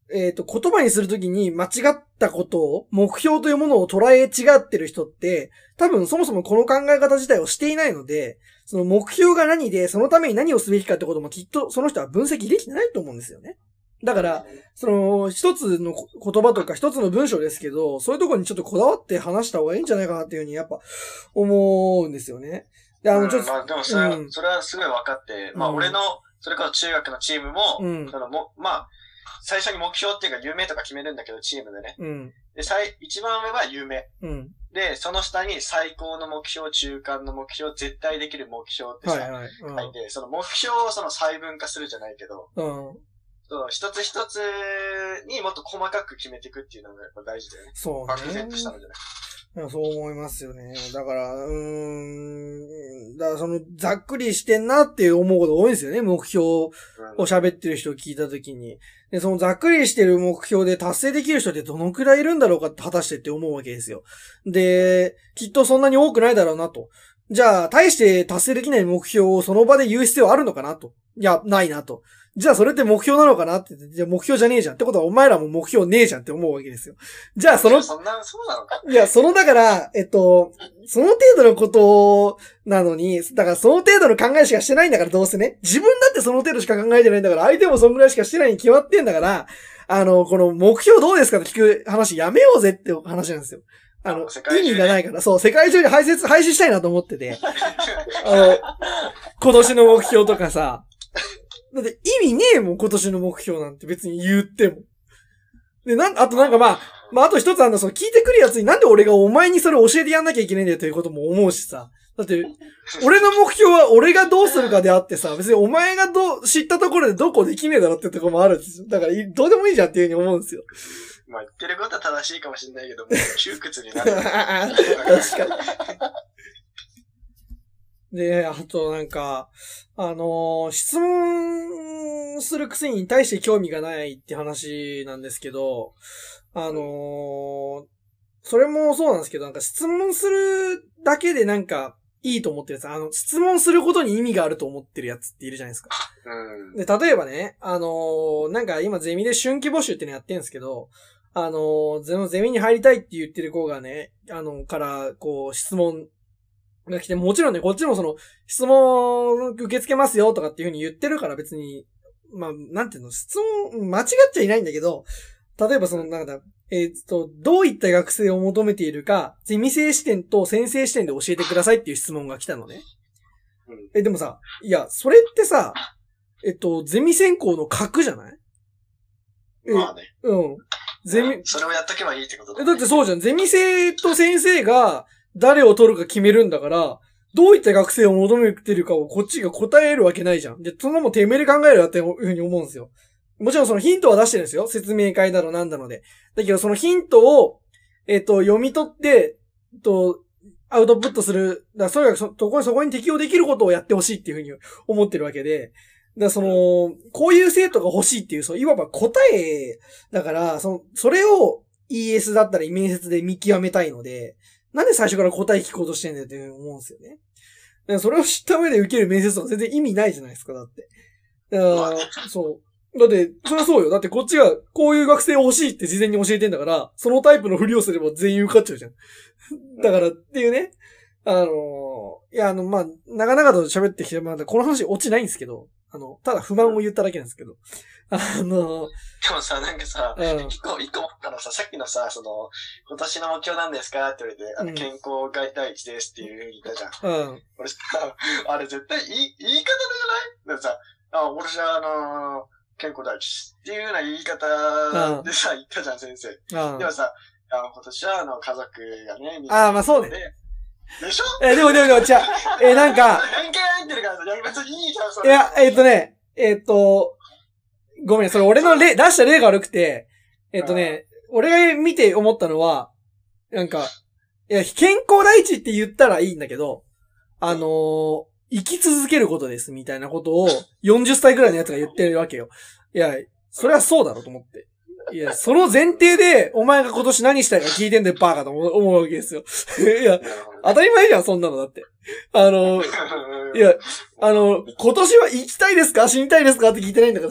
[SPEAKER 1] えっと、言葉にするときに間違ったことを、目標というものを捉え違ってる人って、多分そもそもこの考え方自体をしていないので、その目標が何で、そのために何をすべきかってこともきっとその人は分析できてないと思うんですよね。だから、その、一つの言葉とか一つの文章ですけど、そういうところにちょっとこだわって話した方がいいんじゃないかなっていうふうにやっぱ思うんですよね。
[SPEAKER 2] で、あの、ちょっと、うん、まあでもそれは、うん、それはすごい分かって、まあ俺の、それこそ中学のチームも、うん、そのも、まあ、最初に目標っていうか夢とか決めるんだけど、チームでね。うん、で、最、一番上は夢。うん、で、その下に最高の目標、中間の目標、絶対できる目標ってさ、はいはいうん、書いて、その目標をその細分化するじゃないけど、うんそう、一つ一つにもっと細かく決めていくっていうのがやっぱ大事だよね。そうね。漠然としたのじゃない。
[SPEAKER 1] そう思いますよね。だから、うーん、だからその、ざっくりしてんなって思うこと多いんですよね。目標を喋ってる人を聞いたときに。で、そのざっくりしてる目標で達成できる人ってどのくらいいるんだろうかって果たしてって思うわけですよ。で、きっとそんなに多くないだろうなと。じゃあ、大して達成できない目標をその場で言う必要あるのかなと。いや、ないなと。じゃあそれって目標なのかなって言って、じゃあ目標じゃねえじゃん。ってことはお前らも目標ねえじゃんって思うわけですよ。じゃあその、
[SPEAKER 2] そんな、そうなのか。
[SPEAKER 1] いや、そのだから、えっと、その程度のことなのに、だからその程度の考えしかしてないんだからどうせね。自分だってその程度しか考えてないんだから、相手もそのぐらいしかしてないに決まってんだから、あの、この目標どうですかって聞く話やめようぜって話なんですよ。あの、意味がないから、そう、世界中に廃絶、廃止したいなと思ってて。あの、今年の目標とかさ、だって意味ねえもん、今年の目標なんて別に言っても。で、なん、あとなんかまあ、まああと一つあの、その聞いてくるやつになんで俺がお前にそれ教えてやんなきゃいけないんだよということも思うしさ。だって、俺の目標は俺がどうするかであってさ、別にお前がどう、知ったところでどこできねえだろってとこもあるんですよ。だから、どうでもいいじゃんっていうふうに思うんですよ。
[SPEAKER 2] まあ言ってることは正しいかもしれないけど、もう窮屈になる。確か
[SPEAKER 1] に。で、あとなんか、あのー、質問するくせに対して興味がないって話なんですけど、あのー、それもそうなんですけど、なんか質問するだけでなんかいいと思ってるやつ、あの、質問することに意味があると思ってるやつっているじゃないですか。うん、で、例えばね、あのー、なんか今ゼミで春季募集ってのやってるんですけど、あのー、ゼミに入りたいって言ってる子がね、あの、から、こう、質問が来て、もちろんね、こっちもその、質問受け付けますよとかっていう風に言ってるから別に、まあ、なんていうの、質問、間違っちゃいないんだけど、例えばその、なんだ、えー、っと、どういった学生を求めているか、ゼミ生視点と先生視点で教えてくださいっていう質問が来たのね。え、でもさ、いや、それってさ、えっと、ゼミ専攻の核じゃない？
[SPEAKER 2] まあね。
[SPEAKER 1] うん。ゼミ、
[SPEAKER 2] それをやっとけばいいってことだ、
[SPEAKER 1] ね。だってそうじゃん。ゼミ生と先生が誰を取るか決めるんだから、どういった学生を求めてるかをこっちが答えるわけないじゃん。で、そのもてめえで考えるよっていうふうに思うんですよ。もちろんそのヒントは出してるんですよ。説明会だろなんだので。だけどそのヒントを、えっと、読み取って、えっと、アウトプットする。だからそれがそ、そこに、そこに適用できることをやってほしいっていうふうに思ってるわけで。だからその、こういう生徒が欲しいっていう、そう、いわば答え、だから、その、それを イーエス だったら面接で見極めたいので、なんで最初から答え聞こうとしてんだよって思うんですよね。だからそれを知った上で受ける面接とか全然意味ないじゃないですか、だって。だから、そう。だって、それはそうよ。だってこっちがこういう学生欲しいって事前に教えてんだから、そのタイプのふりをすれば全員受かっちゃうじゃん。だからっていうね。あのー、いや、あの、まあ、長々と喋ってきて、まだこの話落ちないんですけど、あの、ただ不満を言っただけなんですけど。あのー、
[SPEAKER 2] でもさ、なんかさ、うん、一個、一個思ったのさ、さっきのさ、その、今年の目標なんですかって言われて、あの、健康が第一ですっていう言ったじゃん。うん。俺さ、あれ絶対言い、言い方じゃない？だからさ、あ、俺じゃあ、あのー、健康第一っていうような言い方でさ、言ったじゃん、先生。うん。でもさ、あの、今年は、あの、家族がね、みたいな。
[SPEAKER 1] ああ、まあそうね。
[SPEAKER 2] でしょ？
[SPEAKER 1] え、でもでもでも、じゃあ、え、なんか。
[SPEAKER 2] 偏見入ってるからさ、いや、別にいいじゃん、それ。
[SPEAKER 1] いや、えっとね、えっと、ごめん、それ俺の例、出した例が悪くて、えっとね、俺が見て思ったのは、なんか、いや、健康第一って言ったらいいんだけど、あのー、生き続けることです、みたいなことを、よんじゅっさいぐらいのやつが言ってるわけよ。いや、それはそうだろうと思って。いや、その前提で、お前が今年何したいか聞いてんだよ、バーカと思うわけですよ。いや、当たり前じゃん、そんなのだって。あの、いや、あの、今年は行きたいですか死にたいですかって聞いてないんだからさ。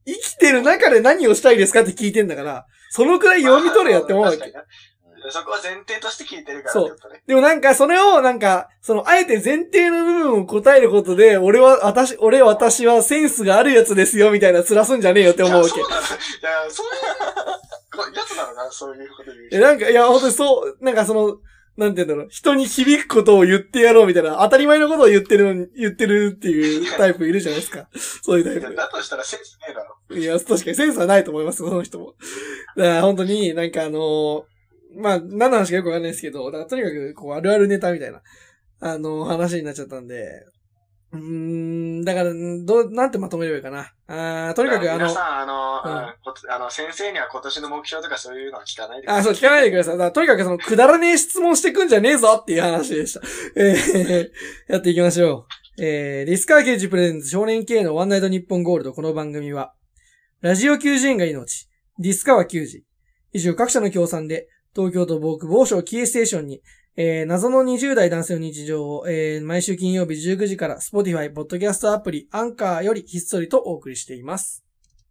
[SPEAKER 1] 生きてる中で何をしたいですかって聞いてんだから、そのくらい読み取れよって思うわけ。
[SPEAKER 2] そこは前提として聞いてるからってことね。
[SPEAKER 1] でもなんか、それを、なんか、その、あえて前提の部分を答えることで、俺は、私、俺、私はセンスがあるやつですよ、みたいな面すんじゃねえよって思うわけ。
[SPEAKER 2] いや、そうなの。いや、そういうやつなのな、そういうこと言う。
[SPEAKER 1] え、なんか、いや、ほんとにそう、なんかその、なんて言うんだろう、人に響くことを言ってやろうみたいな、当たり前のことを言ってるのに、言ってるっていうタイプいるじゃないですか。そういうタイプ。
[SPEAKER 2] だとしたらセンスねえだろ。
[SPEAKER 1] いや、確かにセンスはないと思いますよ、その人も。だから本当になんかあのー、まあ、何の話かよくわかんないですけど、だからとにかく、こう、あるあるネタみたいな、あのー、話になっちゃったんで、うーん、だから、どう、なんてまとめればいいかな。あーとにかくあの、
[SPEAKER 2] 皆さん、あの、
[SPEAKER 1] うん、
[SPEAKER 2] あの、先生には今年の目標とかそういうのは聞かないでください。
[SPEAKER 1] あ、そう、聞かないでください。だからとにかくその、くだらねえ質問してくんじゃねえぞっていう話でした。えー、やっていきましょう。えー、ディスカーケージプレゼンツ少年系のワンナイトニッポンゴールド。この番組は、ラジオきゅうじゅうえんが命、ディスカはきゅうじ。以上各社の協賛で、東京都防区某所キーステーションに、えー、謎のにじゅう代男性の日常を、えー、毎週金曜日じゅうくじから Spotify、ポッドキャストアプリ、アンカーよりひっそりとお送りしています。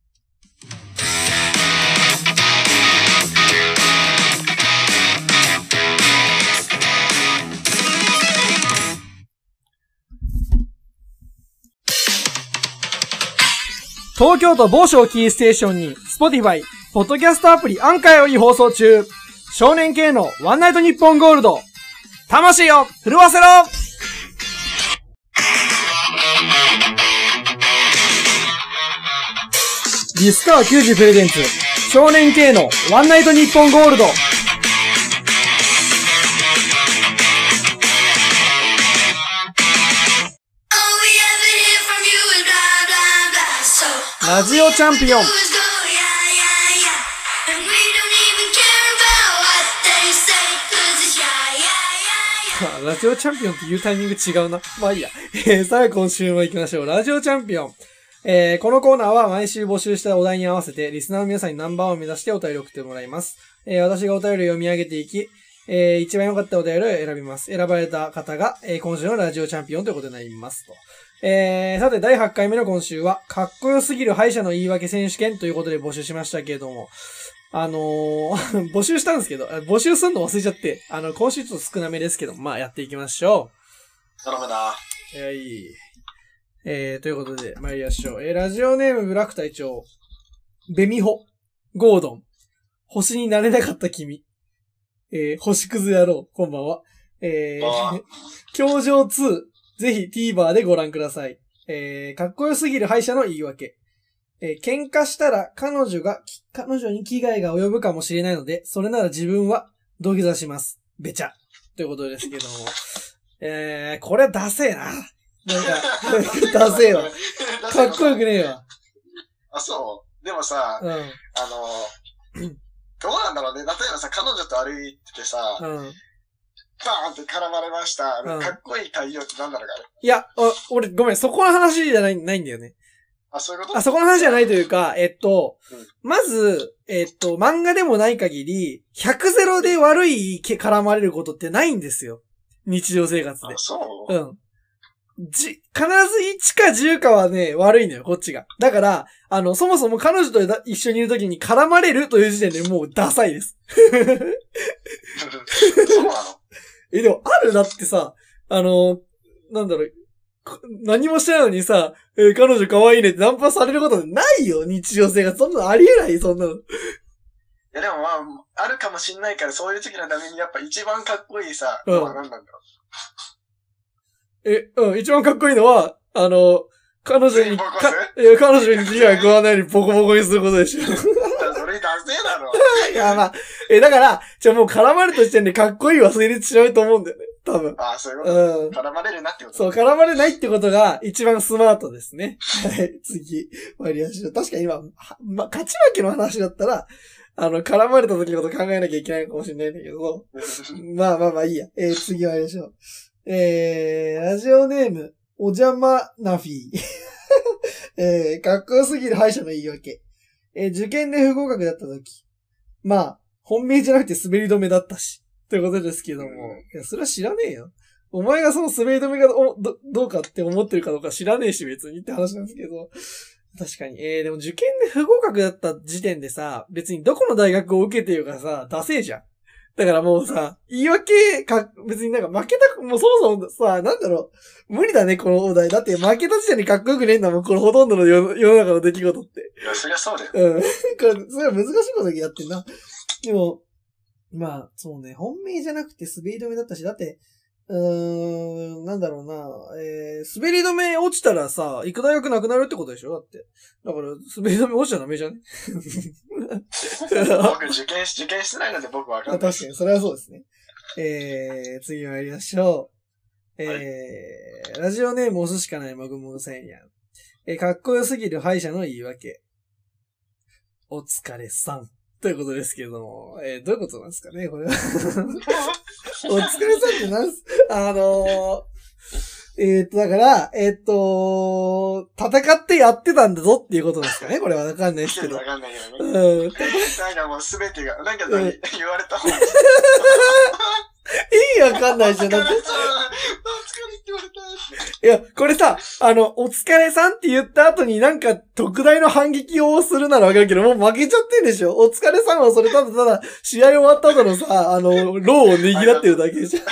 [SPEAKER 1] 東京都某所キーステーションに Spotify、ポッドキャストアプリ、アンカーより放送中。少年系のワンナイトニッポンゴールド。魂を震わせろ。ディスカーきゅうじプレゼンツ少年系のワンナイトニッポンゴールド。ラジオチャンピオン。ラジオチャンピオンっていうタイミング違うな。まあいいや。えー、さあ今週も行きましょう。ラジオチャンピオン。えー、このコーナーは毎週募集したお題に合わせて、リスナーの皆さんにナンバーを目指してお便りを送ってもらいます。えー、私がお便りを読み上げていき、えー、一番良かったお便りを選びます。選ばれた方が、えー、今週のラジオチャンピオンということになりますと。えー、さてだいはちかいめの今週は、かっこよすぎる歯医者の言い訳選手権ということで募集しましたけれども、あのー、募集したんですけど、募集するの忘れちゃって、あの、今週ちょっと少なめですけど、まあやっていきましょ
[SPEAKER 2] う。頼むな。
[SPEAKER 1] はい。えー、ということで、参りましょう。えー、ラジオネームブラック隊長、ベミホ、ゴードン、星になれなかった君、えー、星屑野郎、こんばんは。えー、教場ツー、ぜひ TVer でご覧ください。えー、かっこよすぎる歯医者の言い訳。えー、喧嘩したら彼女が、彼女に危害が及ぶかもしれないので、それなら自分は土下座します。べちゃ。ということですけども。えー、これダセーな。なんか、ダセーわ。かっこよくねえわ。
[SPEAKER 2] あ、そう。でもさ、うん、あの、どうなんだろうね。例えばさ、彼女と歩いててさ、うん、バーンって絡まれました。うん、かっこいい対応ってなんだろうかね。
[SPEAKER 1] いや、俺、ごめん、そこの話じゃない、ないんだよね。
[SPEAKER 2] あ、そういうこと？
[SPEAKER 1] あ、そこの話じゃないというか、えっと、うん、まず、えっと、漫画でもない限り、ひゃくゼロで悪い絡まれることってないんですよ。日常生活で。
[SPEAKER 2] あ、そう？
[SPEAKER 1] うん。じ、必ずいちかじゅうかはね、悪いのよ、こっちが。だから、あの、そもそも彼女と一緒にいるときに絡まれるという時点でもうダサいです。
[SPEAKER 2] そうなの？
[SPEAKER 1] え、でも、あるだってさ、あの、なんだろう、何もしてないのにさ、えー、彼女可愛いねってナンパされることないよ、日常生活。そんなのありえない、そんなの。い
[SPEAKER 2] やでもまあ、あるかもしんないから、そういう時のためにやっぱ一番かっこいいさ、うん、のは何なんだろ
[SPEAKER 1] う。え、うん、一番かっこいいのは、あの、彼女に、か、いや、彼女に危害加わらないようにボコボコにすることでしょ。
[SPEAKER 2] それダセーだろ。
[SPEAKER 1] いや、まあ、え、だから、じゃあもう絡まれた時点でかっこいいは成立しないと思うんだよね。多分。
[SPEAKER 2] ああ、そういうこと、うん、絡まれるなってこと。
[SPEAKER 1] そう、絡まれないってことが一番スマートですね。はい、次。参りましょう。確かに今、ま、勝ち負けの話だったら、あの、絡まれた時のこと考えなきゃいけないかもしれないんだけど、まあまあまあいいや。えー、次参りましょう。えー、ラジオネーム、お邪魔なフィー。えー、かっこよすぎる歯医者の言い訳。えー、受験で不合格だった時。まあ、本命じゃなくて滑り止めだったし。ということですけども。いや、それは知らねえよ。お前がその滑り止めがおど、どうかって思ってるかどうか知らねえし別にって話なんですけど。 確かに。えー、でも受験で不合格だった時点でさ、別にどこの大学を受けてようかさ、ダセーじゃん。だからもうさ、言い訳か、別になんか負けた、もうそもそもさ、なんだろう、無理だね、このお題。だって負けた時点でかっこよくねえんだもん、このほとんどの世世の中の出来事って。
[SPEAKER 2] いや、そりゃそうだよ。
[SPEAKER 1] うん。これ、それは難しいことだけやってんな。でも、まあ、そうね、本命じゃなくて滑り止めだったし、だって、うーん、なんだろうな、えー、滑り止め落ちたらさ、行く大学なくなるってことでしょだって。だから、滑り止め落ちちゃダメじゃね
[SPEAKER 2] 僕、受験し、受験してないので僕わかんない。
[SPEAKER 1] 確かに、それはそうですね。えー、次参りましょう。えー、はい、ラジオネーム押すしかないもぐもぐさんやん。えー、かっこよすぎる歯医者の言い訳。お疲れさん。ということですけども、えー、どういうことなんですかね、これは。お疲れさんってなんす、あのー、えー、っと、だから、えー、っと、戦ってやってたんだぞっていうことですかね、これはわかんないですけど。
[SPEAKER 2] わかんないよね。
[SPEAKER 1] うん。
[SPEAKER 2] なんかもうすべてが、なんか何、うん、言われた方が。
[SPEAKER 1] 意味わかんないじゃん、だって。いや、これさ、あの、お疲れさんって言った後になんか特大の反撃をするならわかるけど、もう負けちゃってんでしょ。お疲れさんはそれただただ試合終わった後のさ、あの、ローをねぎらってるだけじゃん。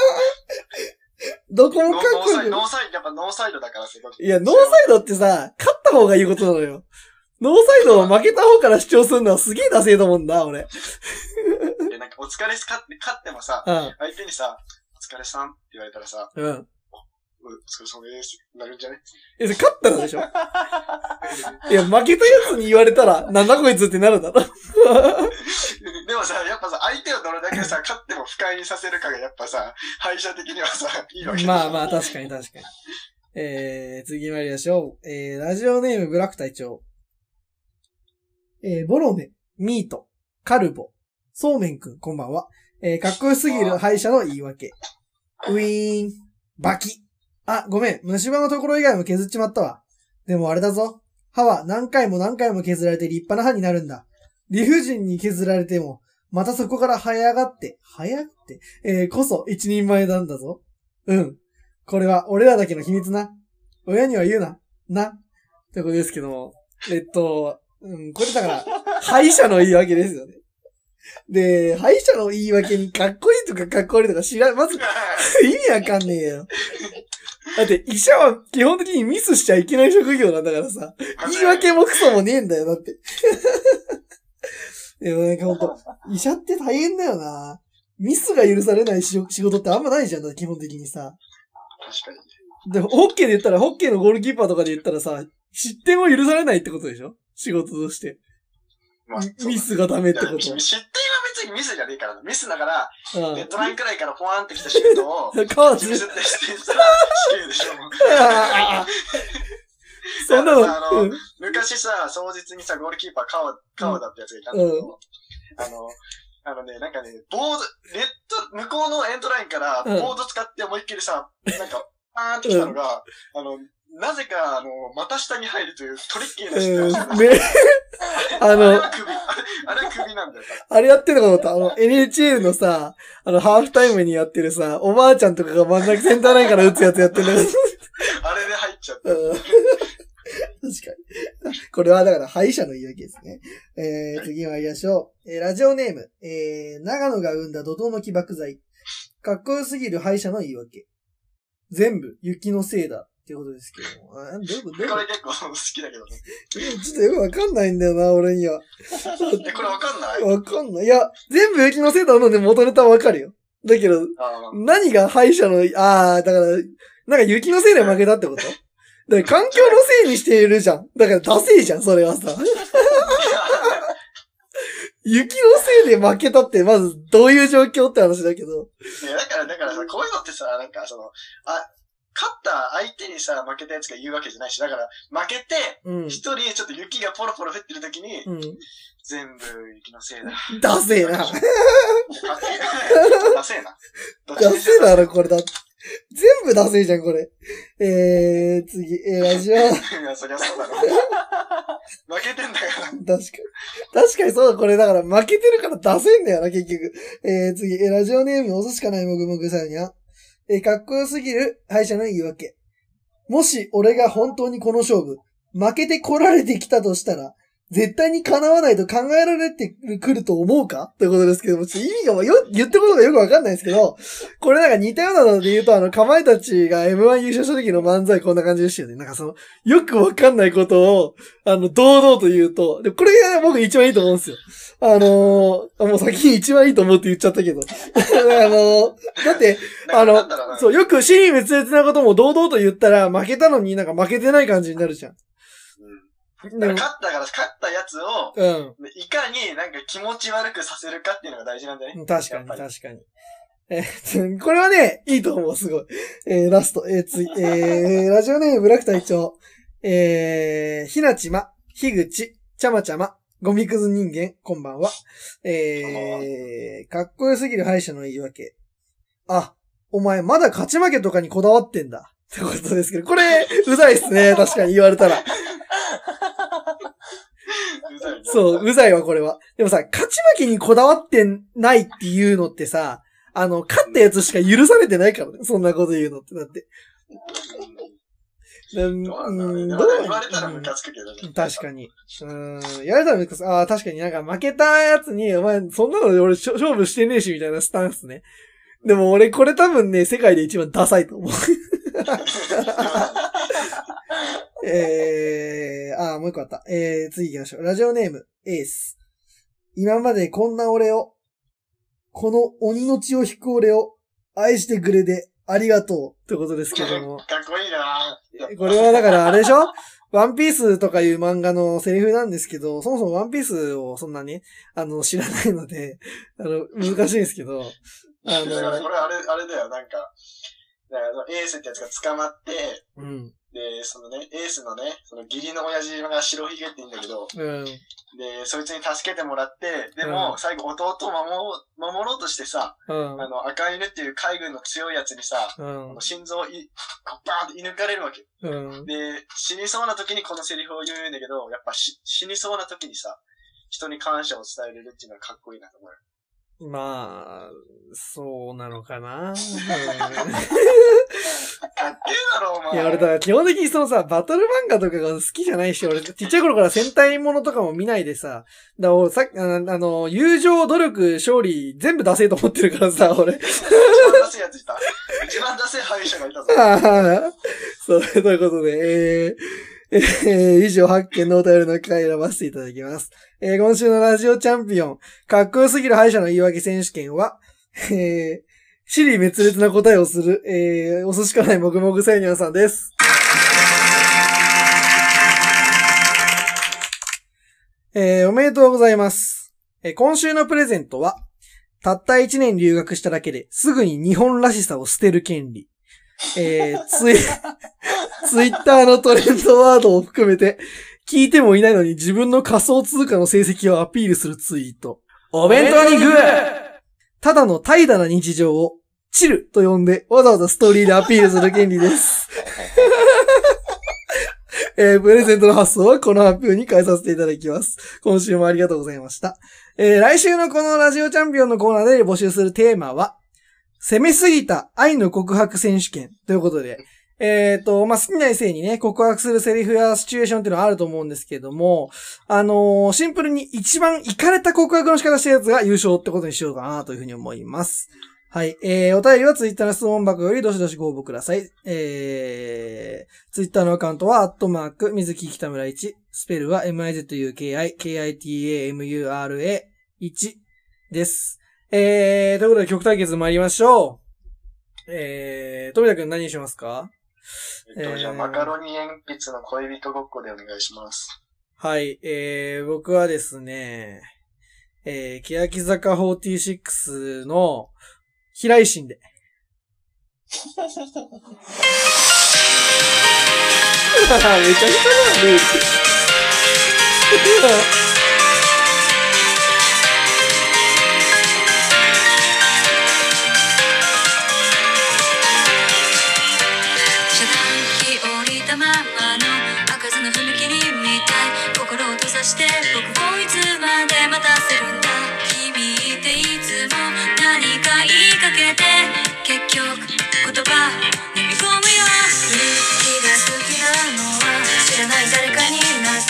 [SPEAKER 1] どこもかっこいい。
[SPEAKER 2] ノーサイド、やっぱノーサイドだからすごい。
[SPEAKER 1] いや、ノーサイドってさ、勝った方がいいことなのよ。ノーサイドを負けた方から主張するのはすげえダセえと思うんだ、俺。
[SPEAKER 2] え、なんかお疲れす、勝って、勝ってもさ、うん、相手にさ、お疲れさんって言われたらさ、
[SPEAKER 1] うん。
[SPEAKER 2] お疲れ様です。なるんじゃね？
[SPEAKER 1] え、勝ったのでしょいや、負けたやつに言われたら、なんだこいつってなるだろ。で
[SPEAKER 2] もさ、やっぱさ、相手をどれだけさ、勝っても不快にさせるかがやっぱさ、敗者的にはさ、いいわけだ。
[SPEAKER 1] まあまあ、確かに確かに。えー、次参りましょう。えー、ラジオネームブラック隊長。えー、ボロネ、ミート、カルボ、そうめんくん、こんばんは。えー、かっこよすぎる敗者の言い訳。ウィーン、バキ。あ、ごめん。虫歯のところ以外も削っちまったわ。でもあれだぞ。歯は何回も何回も削られて立派な歯になるんだ。理不尽に削られても、またそこから生え上がって、生え上がって、えー、こそ一人前なんだぞ。うん。これは俺らだけの秘密な。親には言うな。な。ってことですけども。えっと、うん、これだから、歯医者の言い訳ですよね。で、歯医者の言い訳にかっこいいとかかっこ悪いとか知らん、まず、意味わかんねえよ。だって、医者は基本的にミスしちゃいけない職業なんだからさ、言い訳もクソもねえんだよ、だって。でもなんかほんと、医者って大変だよな。ミスが許されない仕事ってあんまないじゃん、だって基本的にさ。
[SPEAKER 2] 確かに。
[SPEAKER 1] でも、ホッケーで言ったら、ホッケーのゴールキーパーとかで言ったらさ、失点を許されないってことでしょ？仕事として。まあ、ミスがダメってこと。
[SPEAKER 2] 失点は別にミスじゃねえからな。ミスだから、うん、デッドラインくらいからポワーンってきたシュートを、カーズミスって失点したら死刑でしょ。そんなの、あの、うん、昔さ、当日にさ、ゴールキーパー川、川田ってやつがいたんだけど、うん、あの、あのね、なんかね、ボード、レッド、向こうのエンドラインからボード使って思いっきりさ、うん、なんか、パーンってきたのが、うん、あの、なぜか、あの、股下に入るというトリッキーなシーン。ね。あの、あれは首。あれは首なんだよ。
[SPEAKER 1] あれやってるのかと思った。あの、エヌエイチエル のさ、あの、ハーフタイムにやってるさ、おばあちゃんとかが真ん中センターラインから打つやつやってるんだけど。
[SPEAKER 2] あれで入っちゃった。
[SPEAKER 1] 確かに。これはだから、歯医者の言い訳ですね。えー、次参りましょう。えー、ラジオネーム。えー、長野が生んだ怒涛の起爆剤。かっこよすぎる歯医者の言い訳。全部、雪のせいだ。ってことですけども。あ、どういうこと？
[SPEAKER 2] これ結構好きだけどね。
[SPEAKER 1] ちょっとよくわかんないんだよな、俺には。
[SPEAKER 2] え、これわかんない
[SPEAKER 1] わかんない。いや、全部雪のせいだので元ネタはわかるよ。だけど、何が歯医者の、あー、だから、なんか雪のせいで負けたってこと？だから環境のせいにしているじゃん。だからダセいじゃん、それはさ。雪のせいで負けたって、まずどういう状況って話だけど。
[SPEAKER 2] いや、だから、だからさ、こういうのってさ、なんかその、あ、勝った相手にさ、負けたやつが言うわけじゃないし、だから、負けて、一、うん、人ちょっと雪がポロポロ降ってる時に、うん、全部雪のせいだ。
[SPEAKER 1] ダセえな。ダ
[SPEAKER 2] セえな。
[SPEAKER 1] ダセえだろ、これだって。全部ダセえじゃん、これ。えー、次、えー、ラジオ。いや、
[SPEAKER 2] そりゃそうだろ。負けてんだから。
[SPEAKER 1] 確かに。確かにそうだ、これだから負けてるからダセえんだよな、結局。えー、次、えー、ラジオネーム押すしかないもぐもぐさんにゃ。えー、かっこよすぎる歯医者の言い訳。もし俺が本当にこの勝負、 負けて来られてきたとしたら、絶対に叶わないと考えられてくると思うかということですけども、ちょっと意味がよ、言ってることがよくわかんないですけど、これなんか似たようなので言うと、あの、かまいたちが エムワン 優勝した時の漫才こんな感じでしたよね。なんかその、よくわかんないことを、あの、堂々と言うと、で、これが僕一番いいと思うんですよ。あのー、もう先に一番いいと思って言っちゃったけど。あのー、だって、あの、そう、よく死に滅裂なことも堂々と言ったら、負けたのになんか負けてない感じになるじゃん。
[SPEAKER 2] だから勝ったから、勝ったやつを、うん。いかになんか気持ち悪くさせるかっていうのが大事なんだね。
[SPEAKER 1] 確かに、確かに。えー、これはね、いいと思う、すごい。えー、ラスト、えー、つい、えー、ラジオネームブラック隊長、えー、ひなちま、ひぐち、ちゃまちゃま、ゴミくず人間、こんばんは。えー、かっこよすぎる敗者の言い訳。あ、お前まだ勝ち負けとかにこだわってんだ。ってことですけど、これ、うざいっすね、確かに言われたら。そう、うざいわ、これは。でもさ、勝ち負けにこだわってないっていうのってさ、あの、勝ったやつしか許されてないからね。そんなこと言うのって。だって。
[SPEAKER 2] うん、どうなんだろうね。言われたらムカつくけどね。
[SPEAKER 1] 確かに。うん。言われたらムカつく。ああ、確かになんか負けたやつに、お前、そんなので俺勝負してねえし、みたいなスタンスね。でも俺、これ多分ね、世界で一番ダサいと思う。えー、あー、もう一個あった。えー、次行きましょう。ラジオネーム、エース。今までこんな俺を、この鬼の血を引く俺を愛してくれてありがとうってことですけども。
[SPEAKER 2] かっこいいな
[SPEAKER 1] ぁ。これはだからあれでしょワンピースとかいう漫画のセリフなんですけど、そもそもワンピースをそんなに、あの、知らないので、あの、難しいんですけど、
[SPEAKER 2] あの、だからこれあれ、あれだよ、なんか、だからエースってやつが捕まって、うん。で、そのね、エースのね、その義理の親父が白ひげって言うんだけど、うん。で、そいつに助けてもらって、でも、うん、最後弟を守ろう、守ろうとしてさ、うん、あの、赤犬っていう海軍の強いやつにさ、うん、心臓をい、バーンって射抜かれるわけ。うん、で、死にそうな時にこのセリフを言うんだけど、やっぱし死にそうな時にさ、人に感謝を伝えれるっていうのはかっこいいなと思う。
[SPEAKER 1] まあ、そうなのかな。かっけ
[SPEAKER 2] えだろ、お前。
[SPEAKER 1] いや、俺だから基本的にそのさ、バトル漫画とかが好きじゃないし、俺、ちっちゃい頃から戦隊ものとかも見ないでさ、だからさあの、あの、友情、努力、勝利、全部出せと思ってるからさ、俺。
[SPEAKER 2] 一番出せやついた。一番出せ敗者がいたぞ。
[SPEAKER 1] ああ、そう、ということで、えー、えー、以上、はっけんのお便りの回選ばせていただきます。えー、今週のラジオチャンピオン、かっこよすぎる敗者の言い訳選手権は、えー、支離滅裂な答えをする、えー、お寿司かないもぐもぐ青年さんです。えー、おめでとうございます。えー、今週のプレゼントは、たったいちねん留学しただけですぐに日本らしさを捨てる権利。えー、ツイ、ツイッターのトレンドワードを含めて、聞いてもいないのに自分の仮想通貨の成績をアピールするツイート。お弁当にグー！ただの怠惰な日常を、チルと呼んで、わざわざストーリーでアピールする権利です。えー、プレゼントの発送はこの発表に変えさせていただきます。今週もありがとうございました。えー、来週のこのラジオチャンピオンのコーナーで募集するテーマは、攻めすぎた愛の告白選手権ということで、えっと、まあ、好きな異性にね、告白するセリフやシチュエーションっていうのはあると思うんですけれども、あのー、シンプルに一番イカれた告白の仕方したやつが優勝ってことにしようかなというふうに思います。はい。えー、お便りはツイッターの質問箱よりどしどしご応募ください。えー、ツイッターのアカウントは、アットマーク、水木北村いち、スペルは エムアイゼットユーケーアイ、ケーアイティーエーエムユーアールエーいち です。えー、ということで曲対決参りましょう。えー、富田くん何にしますか？
[SPEAKER 2] えっと、えー、じゃあ、マカロニ鉛筆の恋人ごっこでお願いします。
[SPEAKER 1] はい、えー、僕はですね、えー、欅坂フォーティーシックスの平井心で。めちゃくちゃだね。
[SPEAKER 3] して僕をいつまで待たせるんだ君っていつも何か言いかけて結局言葉飲み込むよ気が好きなのは知らない誰かに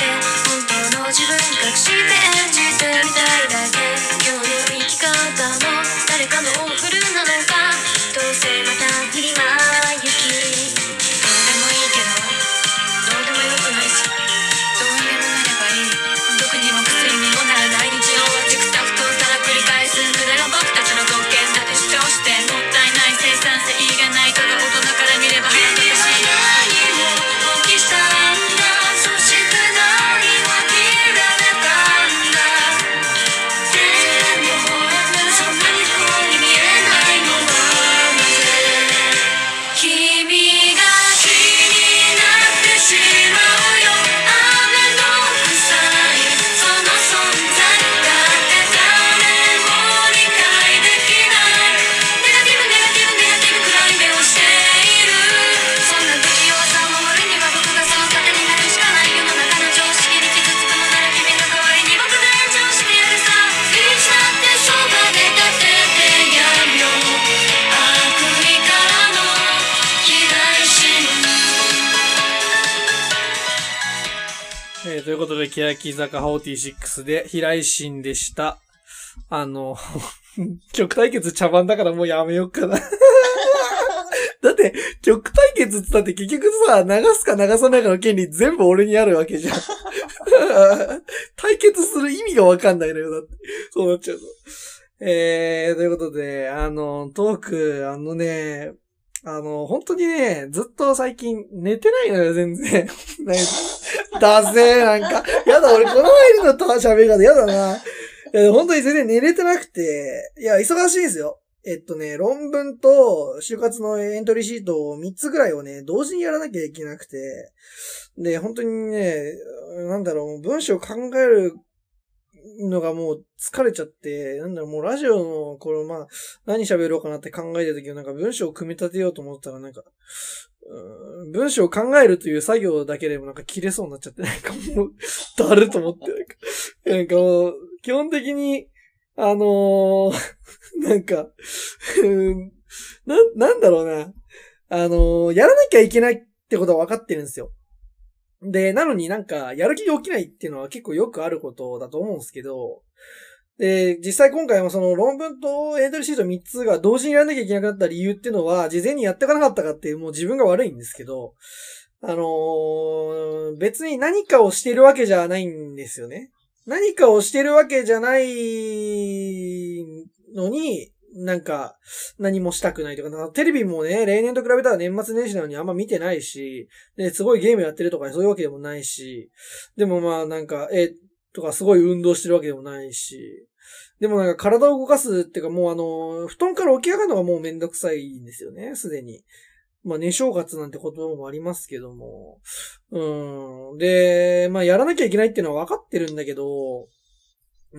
[SPEAKER 3] して本当の自分隠して演じてみたいだけ。今日の生き方も誰かのオフルなのか。どうせまた振りまゆき。どうでもいいけどどうでもよくないし、どうにでもなればいい。毒にも薬にもならない日常はチクタクとただ繰り返す。無駄が僕たちの特権だって主張して、もったいない生産性がないとが大人から見れば腹立たしい。何を放棄したんだ、そして何を諦めたんだ。でもそんなに不幸に見えないのはなぜ。君が気になってしまうよ、雨の臭いその存在だって誰も理解できない。ネガティブネガティブネガティブくらい目をしている。そんな不器用さを守るには僕がその盾になるしかない。世の中の常識に傷つくのなら君の代わりに僕が炎上してやるさ。いつだってそばで立ててやるよ、悪意からの飛来心。
[SPEAKER 1] えー、ということで、欅坂フォーティーシックスで、飛来心でした。あの、曲対決茶番だからもうやめよっかな。だって、曲対決って言ったって結局さ、流すか流さないかの権利全部俺にあるわけじゃん。対決する意味がわかんないのよ、だって。そうなっちゃうと。えー、ということで、あの、トーク、あのね、あの、本当にね、ずっと最近寝てないのよ、全然。だせー、なんか。やだ、俺この入りの喋り方やだな。いや、本当に全然寝れてなくて、いや、忙しいんですよ。えっとね、論文と就活のエントリーシートをみっつぐらいをね、同時にやらなきゃいけなくて、で、本当にね、なんだろう、文章考えるのがもう疲れちゃって、なんだろう、もうラジオの、この、まあ、何喋ろうかなって考えた時は、なんか文章を組み立てようと思ったら、なんか、うーん、文章を考えるという作業だけでもなんか切れそうになっちゃって、なんかもう、だると思って、なんか、なんかもう、基本的に、あのー、なんか、な、なんだろうな。あのー、やらなきゃいけないってことは分かってるんですよ。で、なのになんか、やる気が起きないっていうのは結構よくあることだと思うんですけど、で、実際今回もその論文とエントリーシートみっつが同時にやらなきゃいけなくなった理由っていうのは、事前にやっておかなかったかっていう、もう自分が悪いんですけど、あのー、別に何かをしてるわけじゃないんですよね。何かをしてるわけじゃないのに、なんか、何もしたくないとか、テレビもね、例年と比べたら年末年始なのにあんま見てないし、で、すごいゲームやってるとかそういうわけでもないし、でもまあなんか、え、とかすごい運動してるわけでもないし、でもなんか体を動かすっていうかもうあの、布団から起き上がるのがもうめんどくさいんですよね、すでに。まあ、寝正月なんて言葉もありますけども。うん。で、まあ、やらなきゃいけないっていうのは分かってるんだけど、うん、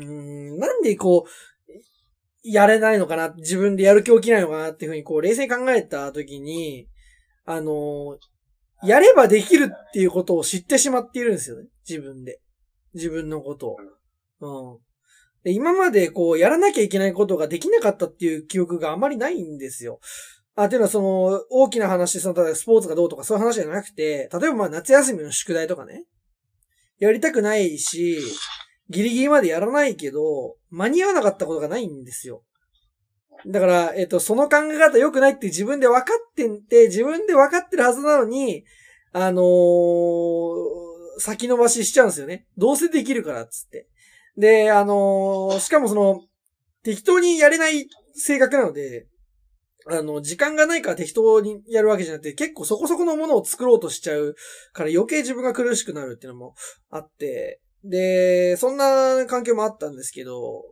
[SPEAKER 1] なんでこう、やれないのかな、自分でやる気起きないのかなっていうふうにこう、冷静に考えたときに、あの、やればできるっていうことを知ってしまっているんですよね。自分で。自分のことを。うん。で、今までこう、やらなきゃいけないことができなかったっていう記憶があまりないんですよ。あ、っていうのはその、大きな話、その、ただスポーツがどうとかそういう話じゃなくて、例えばまあ夏休みの宿題とかね、やりたくないし、ギリギリまでやらないけど、間に合わなかったことがないんですよ。だから、えっと、その考え方良くないって自分で分かってんて、自分で分かってるはずなのに、あのー、先延ばししちゃうんですよね。どうせできるからっつって。で、あのー、しかもその、適当にやれない性格なので、あの、時間がないから適当にやるわけじゃなくて、結構そこそこのものを作ろうとしちゃうから余計自分が苦しくなるっていうのもあって、で、そんな環境もあったんですけど、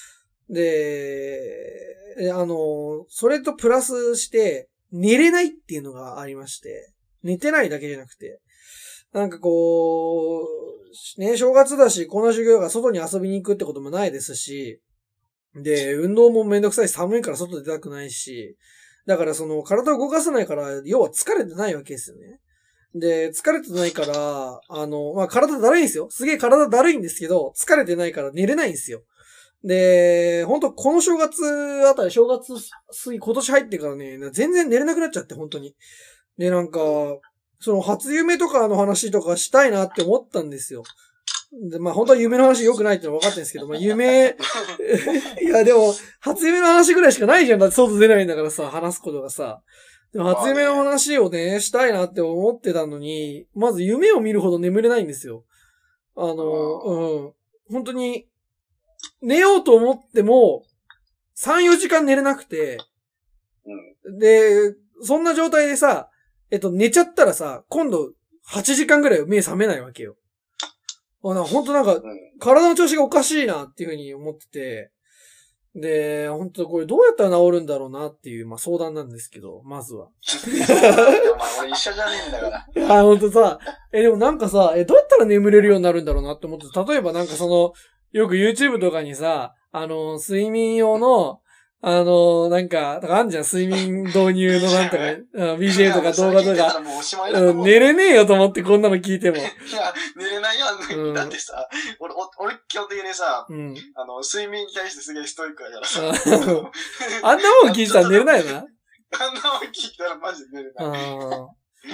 [SPEAKER 1] で、あの、それとプラスして、寝れないっていうのがありまして、寝てないだけじゃなくて、なんかこう、ね、正月だし、こんな授業が外に遊びに行くってこともないですし、で、運動もめんどくさい、寒いから外出たくないし、だからその体を動かさないから、要は疲れてないわけですよね。で、疲れてないから、あの、まあ、体だるいんですよ。すげえ体だるいんですけど、疲れてないから寝れないんですよ。で、ほんとこの正月あたり、正月過ぎ、今年入ってからね、全然寝れなくなっちゃって、本当に。で、なんか、 その初夢とかの話とかしたいなって思ったんですよ。で、まあ本当は夢の話良くないってのは分かってるんですけど、まあ夢、いやでも、初夢の話ぐらいしかないじゃん。だって外出ないんだからさ、話すことがさ。でも初夢の話をね、したいなって思ってたのに、まず夢を見るほど眠れないんですよ。あの、うん。本当に、寝ようと思っても、さん、よじかん寝れなくて、で、そんな状態でさ、えっと、寝ちゃったらさ、今度、はちじかんぐらい目覚めないわけよ。あ、な、ほんとなんか、体の調子がおかしいなっていうふうに思ってて、で、ほんとこれどうやったら治るんだろうなっていう、まあ相談なんですけど、まずは。
[SPEAKER 2] お前俺一緒じゃねえんだから。
[SPEAKER 1] あ、ほんとさ、え、でもなんかさ、え、どうやったら眠れるようになるんだろうなって思って、例えばなんかその、よく YouTube とかにさ、あの、睡眠用の、あの、なんか、なんかあんじゃん、睡眠導入のなんとか、ビージーエム とか動画とか、うん、寝れねえよと思ってこんなの聞いても。いや、
[SPEAKER 2] 寝れないよ、うん、だってさ、俺、俺基本的にさ、うん、あの、睡眠に対してすげえストイックだからさ。
[SPEAKER 1] あんなもん聞いてたら寝れないよな。
[SPEAKER 2] あんなもん聞いたらマジで寝れない。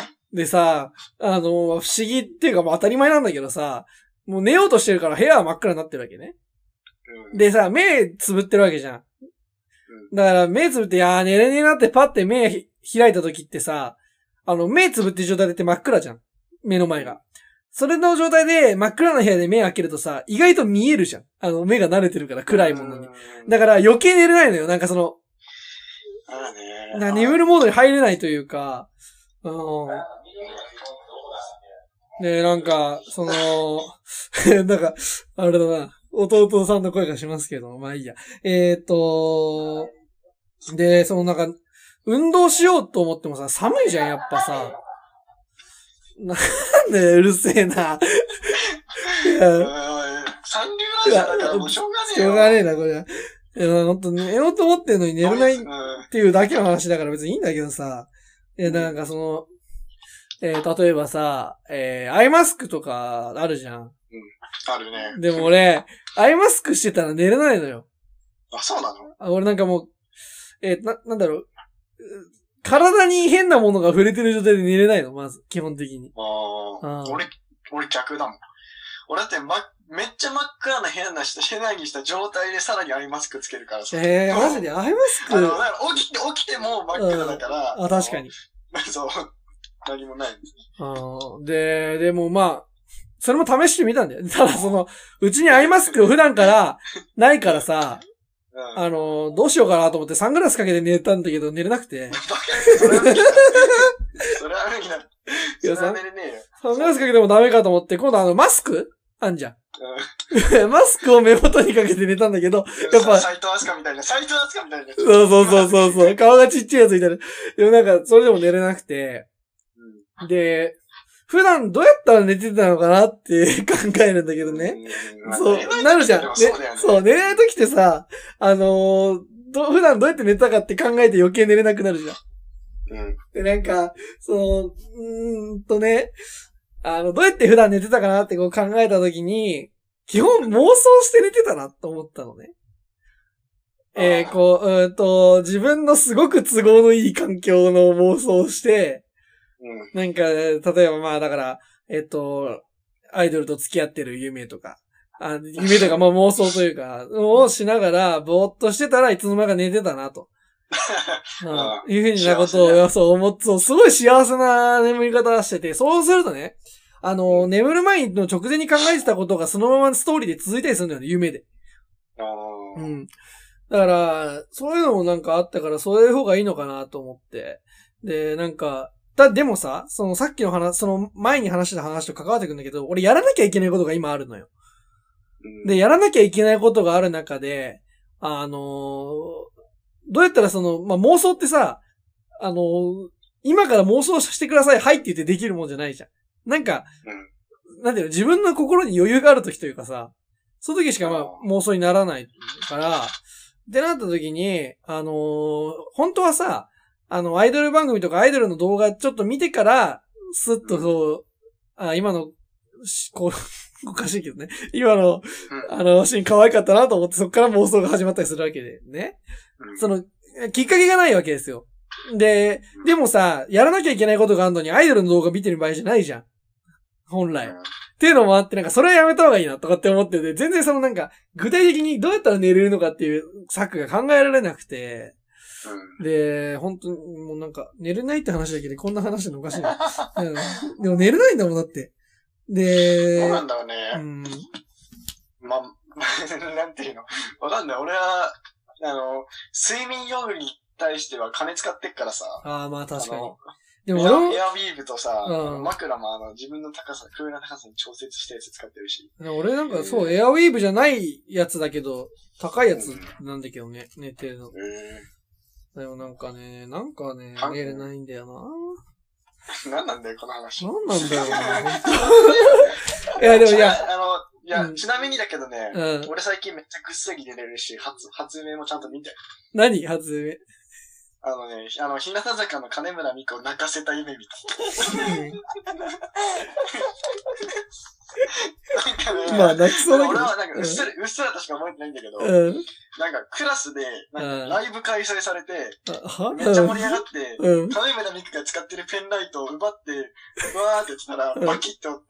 [SPEAKER 1] でさ、あの、不思議っていうかもう当たり前なんだけどさ、もう寝ようとしてるから部屋は真っ暗になってるわけね。うん、でさ、目つぶってるわけじゃん。だから、目つぶって、いやー、寝れねえなってパッて目開いた時ってさ、あの、目つぶってる状態でって真っ暗じゃん。目の前が。それの状態で真っ暗な部屋で目開けるとさ、意外と見えるじゃん。あの、目が慣れてるから暗いものに。だから余計寝れないのよ。なんかその、な眠るモードに入れないというか、うん。で、なんか、その、なんか、あれだな。弟さんの声がしますけど、まあいいや。えーと、で、そのなんか、運動しようと思ってもさ、寒いじゃん、やっぱさ。なんでうるせえな。
[SPEAKER 2] 三流ラジオだからもうしょうがねえよ。
[SPEAKER 1] しょうがねえな、これ。いや、ほんと寝ようと思ってんのに寝れないっていうだけの話だから別にいいんだけどさ。え、なんかその、えー、例えばさ、えー、アイマスクとかあるじゃん。うん、
[SPEAKER 2] あるね。
[SPEAKER 1] でも俺、アイマスクしてたら寝れないのよ。
[SPEAKER 2] あ、そうなの？
[SPEAKER 1] あ、俺なんかもう、えー、な、なんだろう。体に変なものが触れてる状態で寝れないの、まず、基本的に。
[SPEAKER 2] ああ。俺、俺逆だもん。俺だって、ま、めっちゃ真っ暗な変なした、変なにした状態でさらにアイマスクつけるからさ。
[SPEAKER 1] えー、マジでアイマスク？
[SPEAKER 2] あの、起きて、起きても真っ暗だから。
[SPEAKER 1] うん、あ、確かに。
[SPEAKER 2] そう。何もないんです。
[SPEAKER 1] あで、でもまあ、それも試してみたんだよ。ただその、うちにアイマスクを普段からないからさ、うん、あの、どうしようかなと思ってサングラスかけて寝たんだけど寝れなくて。
[SPEAKER 2] それは無理だ。それは無理だ。いや、それは寝れねえよ。
[SPEAKER 1] サングラスかけてもダメかと思って、今度あの、マスクあんじゃん。うん、マスクを目元にかけて寝たんだけど、やっぱ。
[SPEAKER 2] 斎藤飛鳥みたいな、斎藤飛鳥みたいな。
[SPEAKER 1] そうそうそうそうそう。顔がちっちゃいやつみたいな。でもなんか、それでも寝れなくて。うん、で、普段どうやったら寝てたのかなって考えるんだけどね。そう、なるじゃん。ね、そう、寝れない時ってさ、あのー、ど、普段どうやって寝たかって考えて余計寝れなくなるじゃん。うん。で、なんか、その、うーんとね、あの、どうやって普段寝てたかなってこう考えた時に、基本妄想して寝てたなと思ったのね。えー、こう、うーんと、自分のすごく都合のいい環境の妄想をして、うん、なんか、例えばまあだから、えっと、アイドルと付き合ってる夢とか、あ夢とかまあ妄想というか、をしながら、ぼーっとしてたらいつの間にか寝てたなと。うん、いうふうになことを、そう思って、そう、すごい幸せな眠り方してて、そうするとね、あの、眠る前の直前に考えてたことがそのままストーリーで続いたりするんだよね、夢で。うん。だから、そういうのもなんかあったから、そういう方がいいのかなと思って。で、なんか、だ、でもさ、そのさっきの話、その前に話した話と関わってくるんだけど、俺やらなきゃいけないことが今あるのよ。で、やらなきゃいけないことがある中で、あのー、どうやったらその、まあ、妄想ってさ、あのー、今から妄想してください、はいって言ってできるもんじゃないじゃん。なんか、なんていうの、自分の心に余裕がある時というかさ、その時しかまあ妄想にならないから、ってなった時に、あのー、本当はさ、あの、アイドル番組とかアイドルの動画ちょっと見てから、スッとそう、あ、今の、こう、おかしいけどね。今の、あの、シーン可愛かったなと思って、そっから妄想が始まったりするわけで、ね。その、きっかけがないわけですよ。 で、でもさ、やらなきゃいけないことがあるのにアイドルの動画見てる場合じゃないじゃん。本来。っていうのもあって、なんかそれはやめた方がいいなとかって思ってて、全然そのなんか、具体的にどうやったら寝れるのかっていう策が考えられなくて、で、本当にもうなんか、寝れないって話だけど、こんな話のおかしいな。でも寝れないんだもん、だって。で、
[SPEAKER 2] そうなんだろうね。
[SPEAKER 1] うん。
[SPEAKER 2] ま、なんていうのわかんない。俺は、あの、睡眠夜に対しては金使ってっからさ。
[SPEAKER 1] ああ、まあ確かに。
[SPEAKER 2] でも俺エアウィーヴとさ、うん、枕もあの自分の高さ、空の高さに調節したやつ使ってるし。
[SPEAKER 1] 俺なんかそう、エアウィーヴじゃないやつだけど、高いやつなんだけどね、うん、寝てるの。でもなんかね、なんかね、寝れないんだよな。
[SPEAKER 2] なんなんだよ、この話。
[SPEAKER 1] なんなんだよな。いや、でもいや、
[SPEAKER 2] あの、いや、うん、ちなみにだけどね、
[SPEAKER 1] うん、
[SPEAKER 2] 俺最近めっちゃぐっすり寝れるし、初、初夢もちゃんと見て。
[SPEAKER 1] 何初夢
[SPEAKER 2] あのね、あの、日向坂の金村美子を泣かせた夢見た。なんかね、まあ泣きそうだけど。俺はなんかうっすら、うん、うっすらとしか覚えてないんだけど、うん、なんかクラスで、なんかライブ開催されて、うん、めっちゃ盛り上がって、うん、金村美子が使ってるペンライトを奪って、うわーってやってたら、バキッと折って、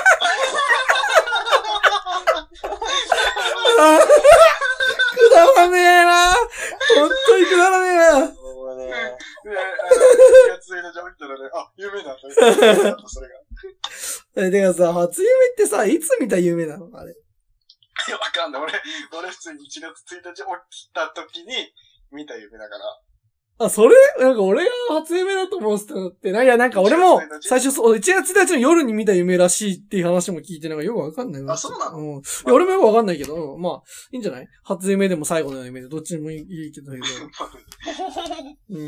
[SPEAKER 1] くだらねえな。本当にくだらねえな。
[SPEAKER 2] もうね、で、あの、気がついたじゃん見たらね、あ、夢だった。それ
[SPEAKER 1] が。え、てかさ、初夢ってさ、いつ見た夢なのあれ。
[SPEAKER 2] いや、わかんない。俺、俺普通にいちがつついたち起きた時に見た夢だから。
[SPEAKER 1] あ、それなんか俺が初夢だと思ってたのって、いやなんか俺も最初そう、いちがつついたちの夜に見た夢らしいっていう話も聞いてなんかよくわかんない。
[SPEAKER 2] あ、そうなの？
[SPEAKER 1] うん。いや、俺もよくわかんないけど、まあ、いいんじゃない初夢でも最後の夢でどっちでもいいけど。うん。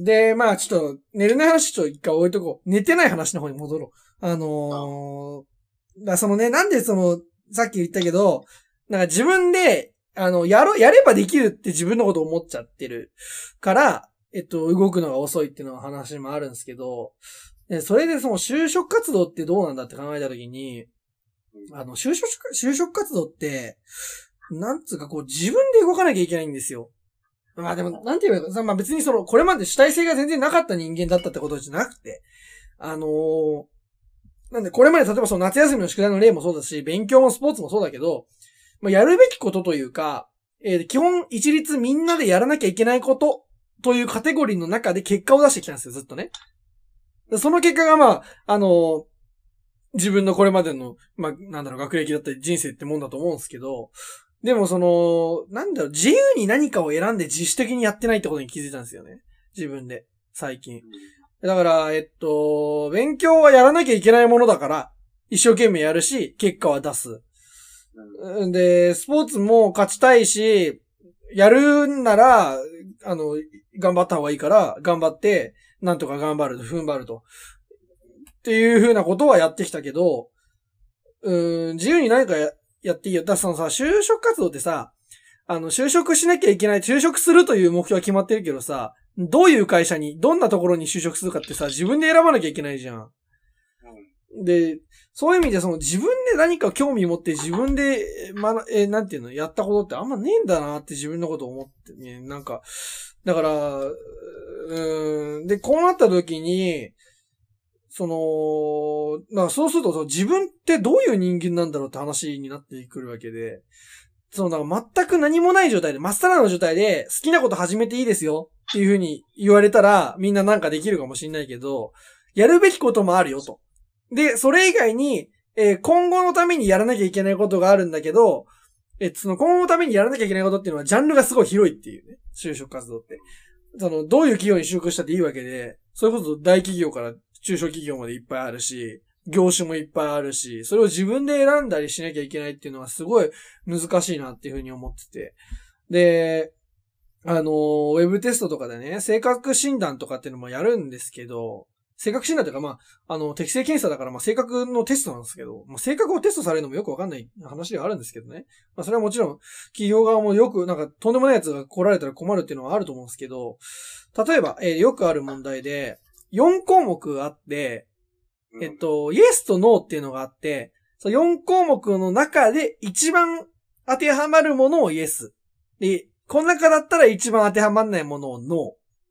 [SPEAKER 1] で、まあちょっと、寝れない話ちょっと一回置いとこう。寝てない話の方に戻ろう。あのー、だそのね、なんでその、さっき言ったけど、なんか自分で、あの、やろ、やればできるって自分のこと思っちゃってるから、えっと、動くのが遅いっていうのは話もあるんですけど、それでその就職活動ってどうなんだって考えたときに、あの、就職、就職活動って、なんつうかこう自分で動かなきゃいけないんですよ。まあでも、なんて言えばいいか、まあ別にその、これまで主体性が全然なかった人間だったってことじゃなくて、あのー、なんでこれまで例えばその夏休みの宿題の例もそうだし、勉強もスポーツもそうだけど、まあやるべきことというか、えー、基本一律みんなでやらなきゃいけないこと、というカテゴリーの中で結果を出してきたんですよ、ずっとね。その結果がまあ、あの、自分のこれまでの、まあ、なんだろう、学歴だったり人生ってもんだと思うんですけど、でもその、なんだろう、自由に何かを選んで自主的にやってないってことに気づいたんですよね。自分で、最近。だから、えっと、勉強はやらなきゃいけないものだから、一生懸命やるし、結果は出す。で、スポーツも勝ちたいし、やるんなら、あの、頑張った方がいいから、頑張って、なんとか頑張る、踏ん張ると。っていう風なことはやってきたけど、うーん、自由に何か や, やっていいよ。だからそのさ、就職活動ってさ、あの、就職しなきゃいけない、就職するという目標は決まってるけどさ、どういう会社に、どんなところに就職するかってさ、自分で選ばなきゃいけないじゃん。で、そういう意味でその自分で何か興味持って自分で、まな、え、なんていうの、やったことってあんまねえんだなって自分のこと思ってね、なんか、だから、うーん、で、こうなった時に、その、まあそうすると自分ってどういう人間なんだろうって話になってくるわけで、その、なんか全く何もない状態で、真っさらな状態で好きなこと始めていいですよっていう風に言われたらみんななんかできるかもしれないけど、やるべきこともあるよと。で、それ以外に、えー、今後のためにやらなきゃいけないことがあるんだけど、え、その今後のためにやらなきゃいけないことっていうのはジャンルがすごい広いっていうね。就職活動って。その、どういう企業に就職したっていいわけで、それこそ大企業から中小企業までいっぱいあるし、業種もいっぱいあるし、それを自分で選んだりしなきゃいけないっていうのはすごい難しいなっていうふうに思ってて。で、あの、ウェブテストとかでね、性格診断とかっていうのもやるんですけど、性格診断というか、まあ、あの、適性検査だから、まあ、性格のテストなんですけど、まあ、性格をテストされるのもよくわかんない話ではあるんですけどね。まあ、それはもちろん、企業側もよく、なんか、とんでもないやつが来られたら困るっていうのはあると思うんですけど、例えば、えー、よくある問題で、よん項目あって、えっと、イエスとノーっていうのがあって、そのよん項目の中で一番当てはまるものをイエス。で、この中だったら一番当てはまらないものをノー。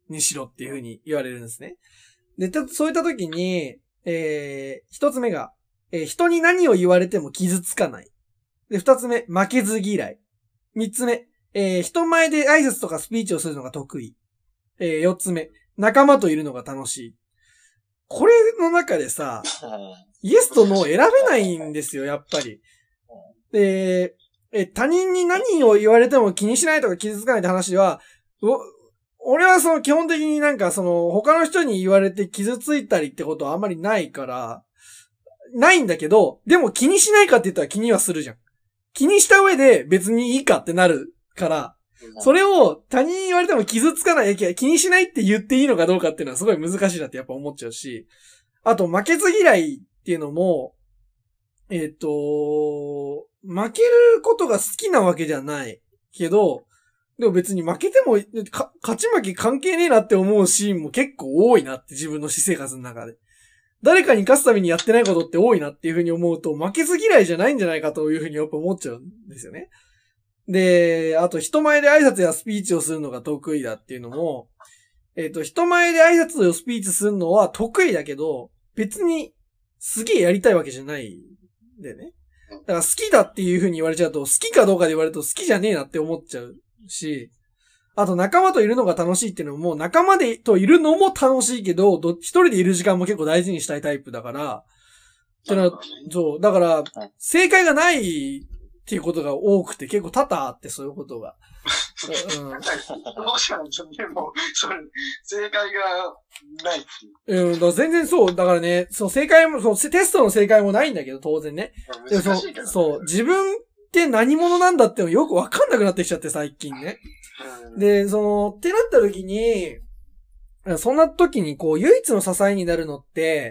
[SPEAKER 1] にしろっていうふうに言われるんですね。で、そういった時に、えー、一つ目が、えー、人に何を言われても傷つかない。で、二つ目、負けず嫌い。三つ目、えー、人前で挨拶とかスピーチをするのが得意。えー、四つ目、仲間といるのが楽しい。これの中でさ、イエスとノー選べないんですよ、やっぱり。で、え、他人に何を言われても気にしないとか傷つかないって話は、俺はその基本的になんかその他の人に言われて傷ついたりってことはあんまりないから、ないんだけど、でも気にしないかって言ったら気にはするじゃん。気にした上で別にいいかってなるから、それを他人に言われても傷つかない、気にしないって言っていいのかどうかっていうのはすごい難しいなってやっぱ思っちゃうし、あと負けず嫌いっていうのも、えっと、負けることが好きなわけじゃないけど、でも別に負けてもか勝ち負け関係ねえなって思うシーンも結構多いなって自分の私生活の中で。誰かに勝つためにやってないことって多いなっていうふうに思うと負けず嫌いじゃないんじゃないかというふうにやっぱ思っちゃうんですよね。で、あと人前で挨拶やスピーチをするのが得意だっていうのも、えっと、人前で挨拶やスピーチするのは得意だけど、別にすげえやりたいわけじゃないんだよね。だから好きだっていう風に言われちゃうと、好きかどうかで言われると好きじゃねえなって思っちゃうし、あと仲間といるのが楽しいっていうのも、仲間でといるのも楽しいけど、ど一人でいる時間も結構大事にしたいタイプだから、ってな、そう、だから、正解がないっていうことが多くて結構多々あってそういうことが。
[SPEAKER 2] うん。どうしたんでも、それ、正解がないっていう。
[SPEAKER 1] うん、だから全然そう。だからね、そう、正解も、そう、テストの正解もないんだけど、当然ね。
[SPEAKER 2] 難しいけどね。
[SPEAKER 1] そう、自分って何者なんだってのよくわかんなくなってきちゃって、最近ね。で、その、ってなった時に、そんな時にこう、唯一の支えになるのって、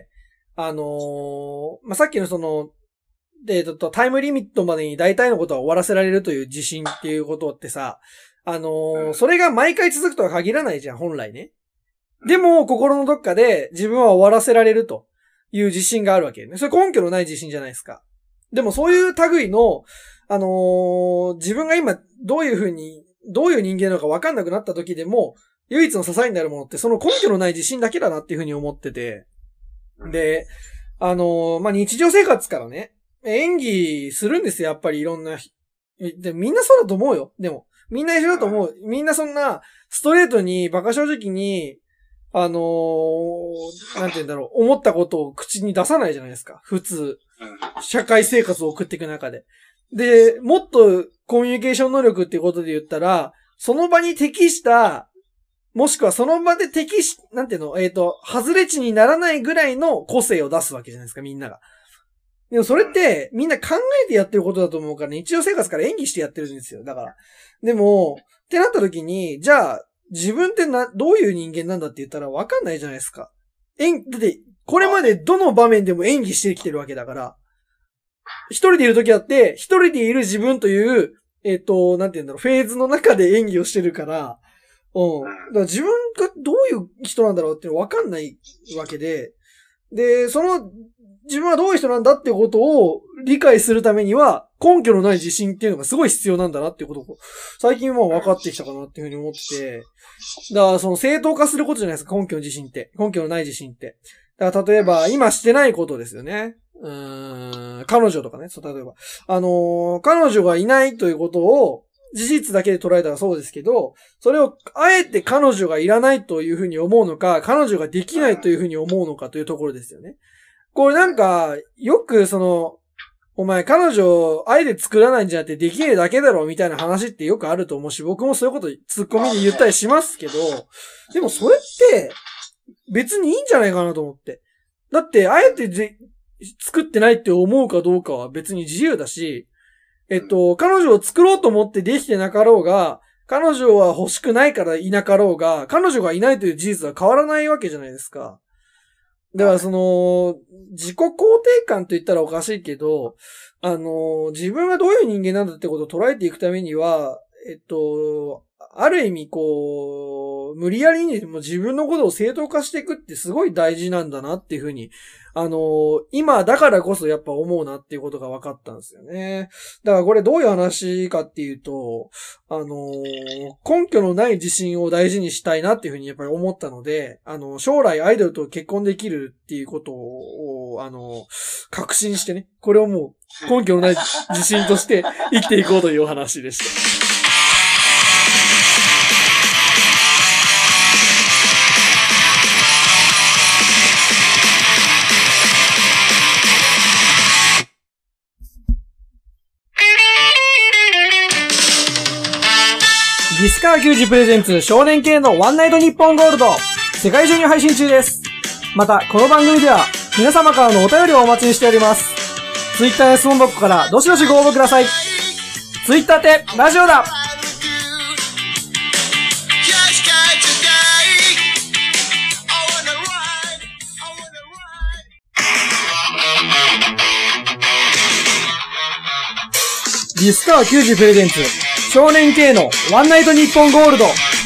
[SPEAKER 1] あのー、まあ、さっきのその、で、タイムリミットまでに大体のことは終わらせられるという自信っていうことってさ、あのー、それが毎回続くとは限らないじゃん、本来ね。でも、心のどっかで自分は終わらせられるという自信があるわけね。それ根拠のない自信じゃないですか。でも、そういう類の、あのー、自分が今どういうふうに、どういう人間なのか分かんなくなった時でも、唯一の支えになるものってその根拠のない自信だけだなっていうふうに思ってて。で、あのー、まあ、日常生活からね、演技するんですよ、やっぱりいろんな。で、みんなそうだと思うよ。でも、みんな一緒だと思う。みんなそんな、ストレートに、馬鹿正直に、あのー、なんて言うんだろう、思ったことを口に出さないじゃないですか。普通。社会生活を送っていく中で。で、もっとコミュニケーション能力っていうことで言ったら、その場に適した、もしくはその場で適し、なんていうの、えっと、外れ値にならないぐらいの個性を出すわけじゃないですか、みんなが。でもそれってみんな考えてやってることだと思うから、日常生活から演技してやってるんですよ。だから。でも、ってなった時に、じゃあ、自分ってな、どういう人間なんだって言ったら分かんないじゃないですか。演、だって、これまでどの場面でも演技してきてるわけだから、一人でいる時だって、一人でいる自分という、えっと、なんて言うんだろう、フェーズの中で演技をしてるから、うん。だから自分がどういう人なんだろうって分かんないわけで、で、その、自分はどういう人なんだっていうことを理解するためには、根拠のない自信っていうのがすごい必要なんだなっていうことを、最近もう分かってきたかなっていうふうに思ってて、だからその正当化することじゃないですか、根拠の自信って。根拠のない自信って。だから例えば、今してないことですよね。うーん、彼女とかね、そう、例えば。あのー、彼女がいないということを、事実だけで捉えたらそうですけど、それをあえて彼女がいらないというふうに思うのか、彼女ができないというふうに思うのかというところですよね。これなんか、よくその、お前彼女あえて作らないんじゃなくてできねえだけだろみたいな話ってよくあると思うし、僕もそういうことツッコミで言ったりしますけど、でもそれって別にいいんじゃないかなと思って。だってあえてぜ作ってないって思うかどうかは別に自由だし、えっと、彼女を作ろうと思ってできてなかろうが、彼女は欲しくないからいなかろうが、彼女がいないという事実は変わらないわけじゃないですか。だからその、自己肯定感と言ったらおかしいけど、あの、自分がどういう人間なんだってことを捉えていくためには、えっと、ある意味この、無理やりにも自分のことを正当化していくってすごい大事なんだなっていうふうに、あの、今だからこそやっぱ思うなっていうことが分かったんですよね。だからこれどういう話かっていうと、あの、根拠のない自信を大事にしたいなっていうふうにやっぱり思ったので、あの、将来アイドルと結婚できるっていうことを、あの、確信してね、これをもう根拠のない自信として生きていこうというお話でした。ディスカー球児プレゼンツ少年系のワンナイトニッポンゴールド世界中に配信中です。またこの番組では皆様からのお便りをお待ちしております。ツイッターや質問箱からどしどしご応募ください。ツイッターってラジオだ。ディスカー球児プレゼンツ少年系のワンナイトニッポンゴールド。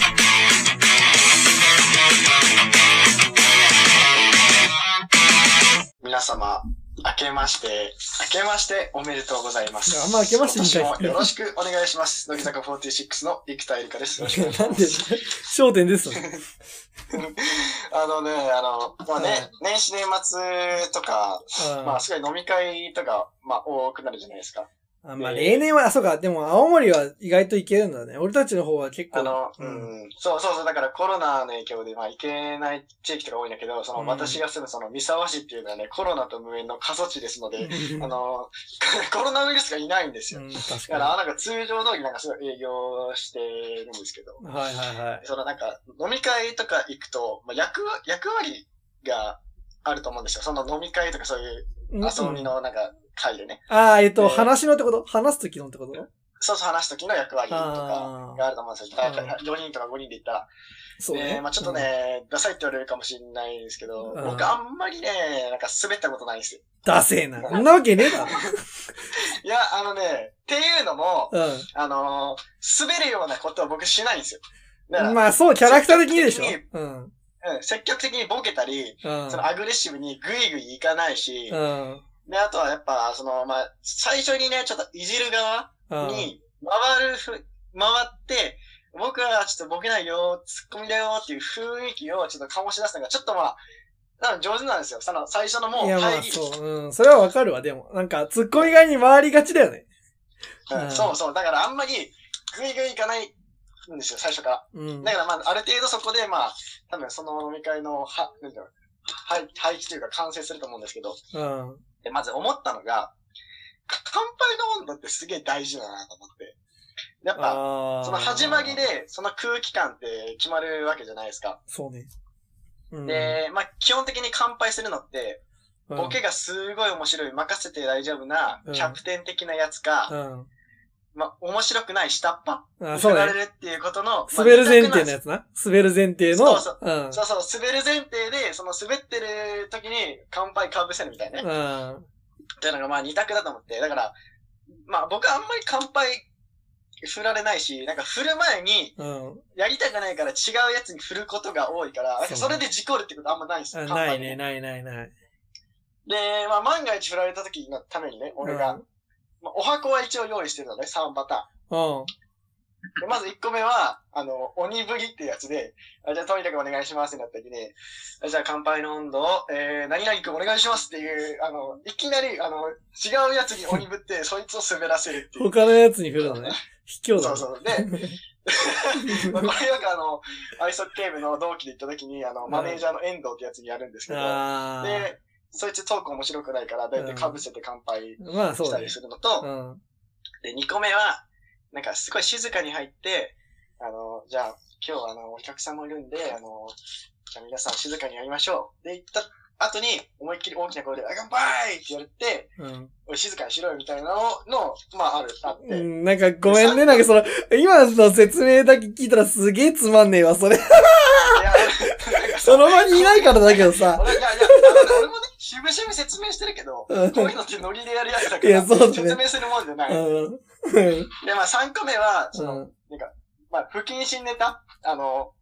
[SPEAKER 2] 皆様明けまして明けましておめでとうございます。
[SPEAKER 1] あんま明けましてみたい。
[SPEAKER 2] 今年もよろしくお願いします。乃木坂フォーティーシックスの生田絵梨花です。よろしくお願いします。
[SPEAKER 1] なんで焦点ですね。
[SPEAKER 2] あのね、あの、まあね、年始年末とか、まあすごい飲み会とか、まあ多くなるじゃないですか。
[SPEAKER 1] あまあ、例年は、あ、そうか、でも、青森は意外と行けるんだね。俺たちの方は結構。
[SPEAKER 2] あの、うん、うん、そうそうそう、だからコロナの影響で、まあ、行けない地域とか多いんだけど、その、うん、私が住むその、三沢市っていうのはね、コロナと無縁の過疎地ですので、あの、コロナウイルスがいないんですよ。うん、確かに。だから、なんか通常通りなんかすごい営業してるんですけど。
[SPEAKER 1] はいはいはい。
[SPEAKER 2] そのなんか、飲み会とか行くと、まあ、役、役割があると思うんですよ。その飲み会とかそういう遊びのなんか、会でね。
[SPEAKER 1] ああ、えっと、話のってこと話すときのってこと
[SPEAKER 2] そうそう、話すときの役割とかがあると思うんですよ。だからよにんとかごにんで言ったら。そうね。まあちょっとね、ダサいって言われるかもしれないんですけど、僕あんまりね、なんか滑ったことないんですよ。
[SPEAKER 1] ダセーな。そんなわけねえだろ。
[SPEAKER 2] いや、あのね、っていうのも、あの、滑るようなことは僕しないんですよ。
[SPEAKER 1] まあそう、キャラクター的にでしょ。
[SPEAKER 2] うん。積極的にボケたり、そのアグレッシブにグイグイいかないし、で、あとはやっぱ、その、まあ、最初にね、ちょっといじる側に回るふ、回って、僕はちょっとボケないよ、ツッコミだよっていう雰囲気をちょっと醸し出すのが、ちょっとまあ、多分上手なんですよ。その、最初のもう、
[SPEAKER 1] いや、まあ、そう、うん。それはわかるわ、でも。なんか、ツッコミ側に回りがちだよね。
[SPEAKER 2] うん、そうそう。だからあんまり、グイグイいかないんですよ、最初から。うん、だからまあ、ある程度そこで、まあ、多分その飲み会の、は、なんていうの、配置というか完成すると思うんですけど。うん。で、まず思ったのが、乾杯の温度ってすげえ大事だなと思って。やっぱ、その始まりで、その空気感って決まるわけじゃないですか。
[SPEAKER 1] そうね。
[SPEAKER 2] うん、で、まあ、基本的に乾杯するのって、うん、ボケがすごい面白い、任せて大丈夫な、キャプテン的なやつか、うん、まあ、面白くない下っ端に振られるっていうことの、
[SPEAKER 1] 滑る前提のやつな。滑る前提の。
[SPEAKER 2] そうそう。うん、そうそう、滑る前提で、その滑ってる時に乾杯かぶせるみたいなね。うん。っていうのがまあ二択だと思って。だから、まあ僕はあんまり乾杯振られないし、なんか振る前に、やりたくないから違うやつに振ることが多いから、うん、それで事故るってことあんまないんですよ。
[SPEAKER 1] ないね、ないないない。
[SPEAKER 2] で、まあ万が一振られた時のためにね、俺が、うんまあ、お箱は一応用意してるのね、さんパターン。うん。でまずいっこめは、あの、鬼ぶりっていうやつで、あじゃあとにかくお願いしますってなった時に、じゃあ乾杯の温度を、えー、何々くんお願いしますっていう、あの、いきなり、あの、違うやつに鬼ぶって、そいつを滑らせるっていう。
[SPEAKER 1] 他のやつに振るのね。卑怯だ、
[SPEAKER 2] ね。そうそう。で、まあ、これよくあの、アイソッケー部の同期で行った時に、あの、マネージャーの遠藤ってやつにやるんですけど、で、そいつトーク面白くないから、だいたい被せて乾杯したりするのと、うんまあで、にこめは、なんかすごい静かに入って、あの、じゃあ今日あの、お客さんもいるんで、あの、じゃあ皆さん静かにやりましょう。で、言った後に、思いっきり大きな声で、あ、乾杯って言われて、うん、おい静かにしろよみたいなのの、まあある、あって。
[SPEAKER 1] うん、なんかごめんね、なんかその、今の説明だけ聞いたらすげえつまんねえわ、それ。いや、その場にいないからだけどさ。
[SPEAKER 2] 俺、いやいや、俺もね、しぶしぶ説明してるけど、こういうのってノリでやるやつだから、
[SPEAKER 1] いやそうね、
[SPEAKER 2] 説明するもんじゃない。うん、で、まあさんこめは、その、うん、なんか、まあ不謹慎ネタあの、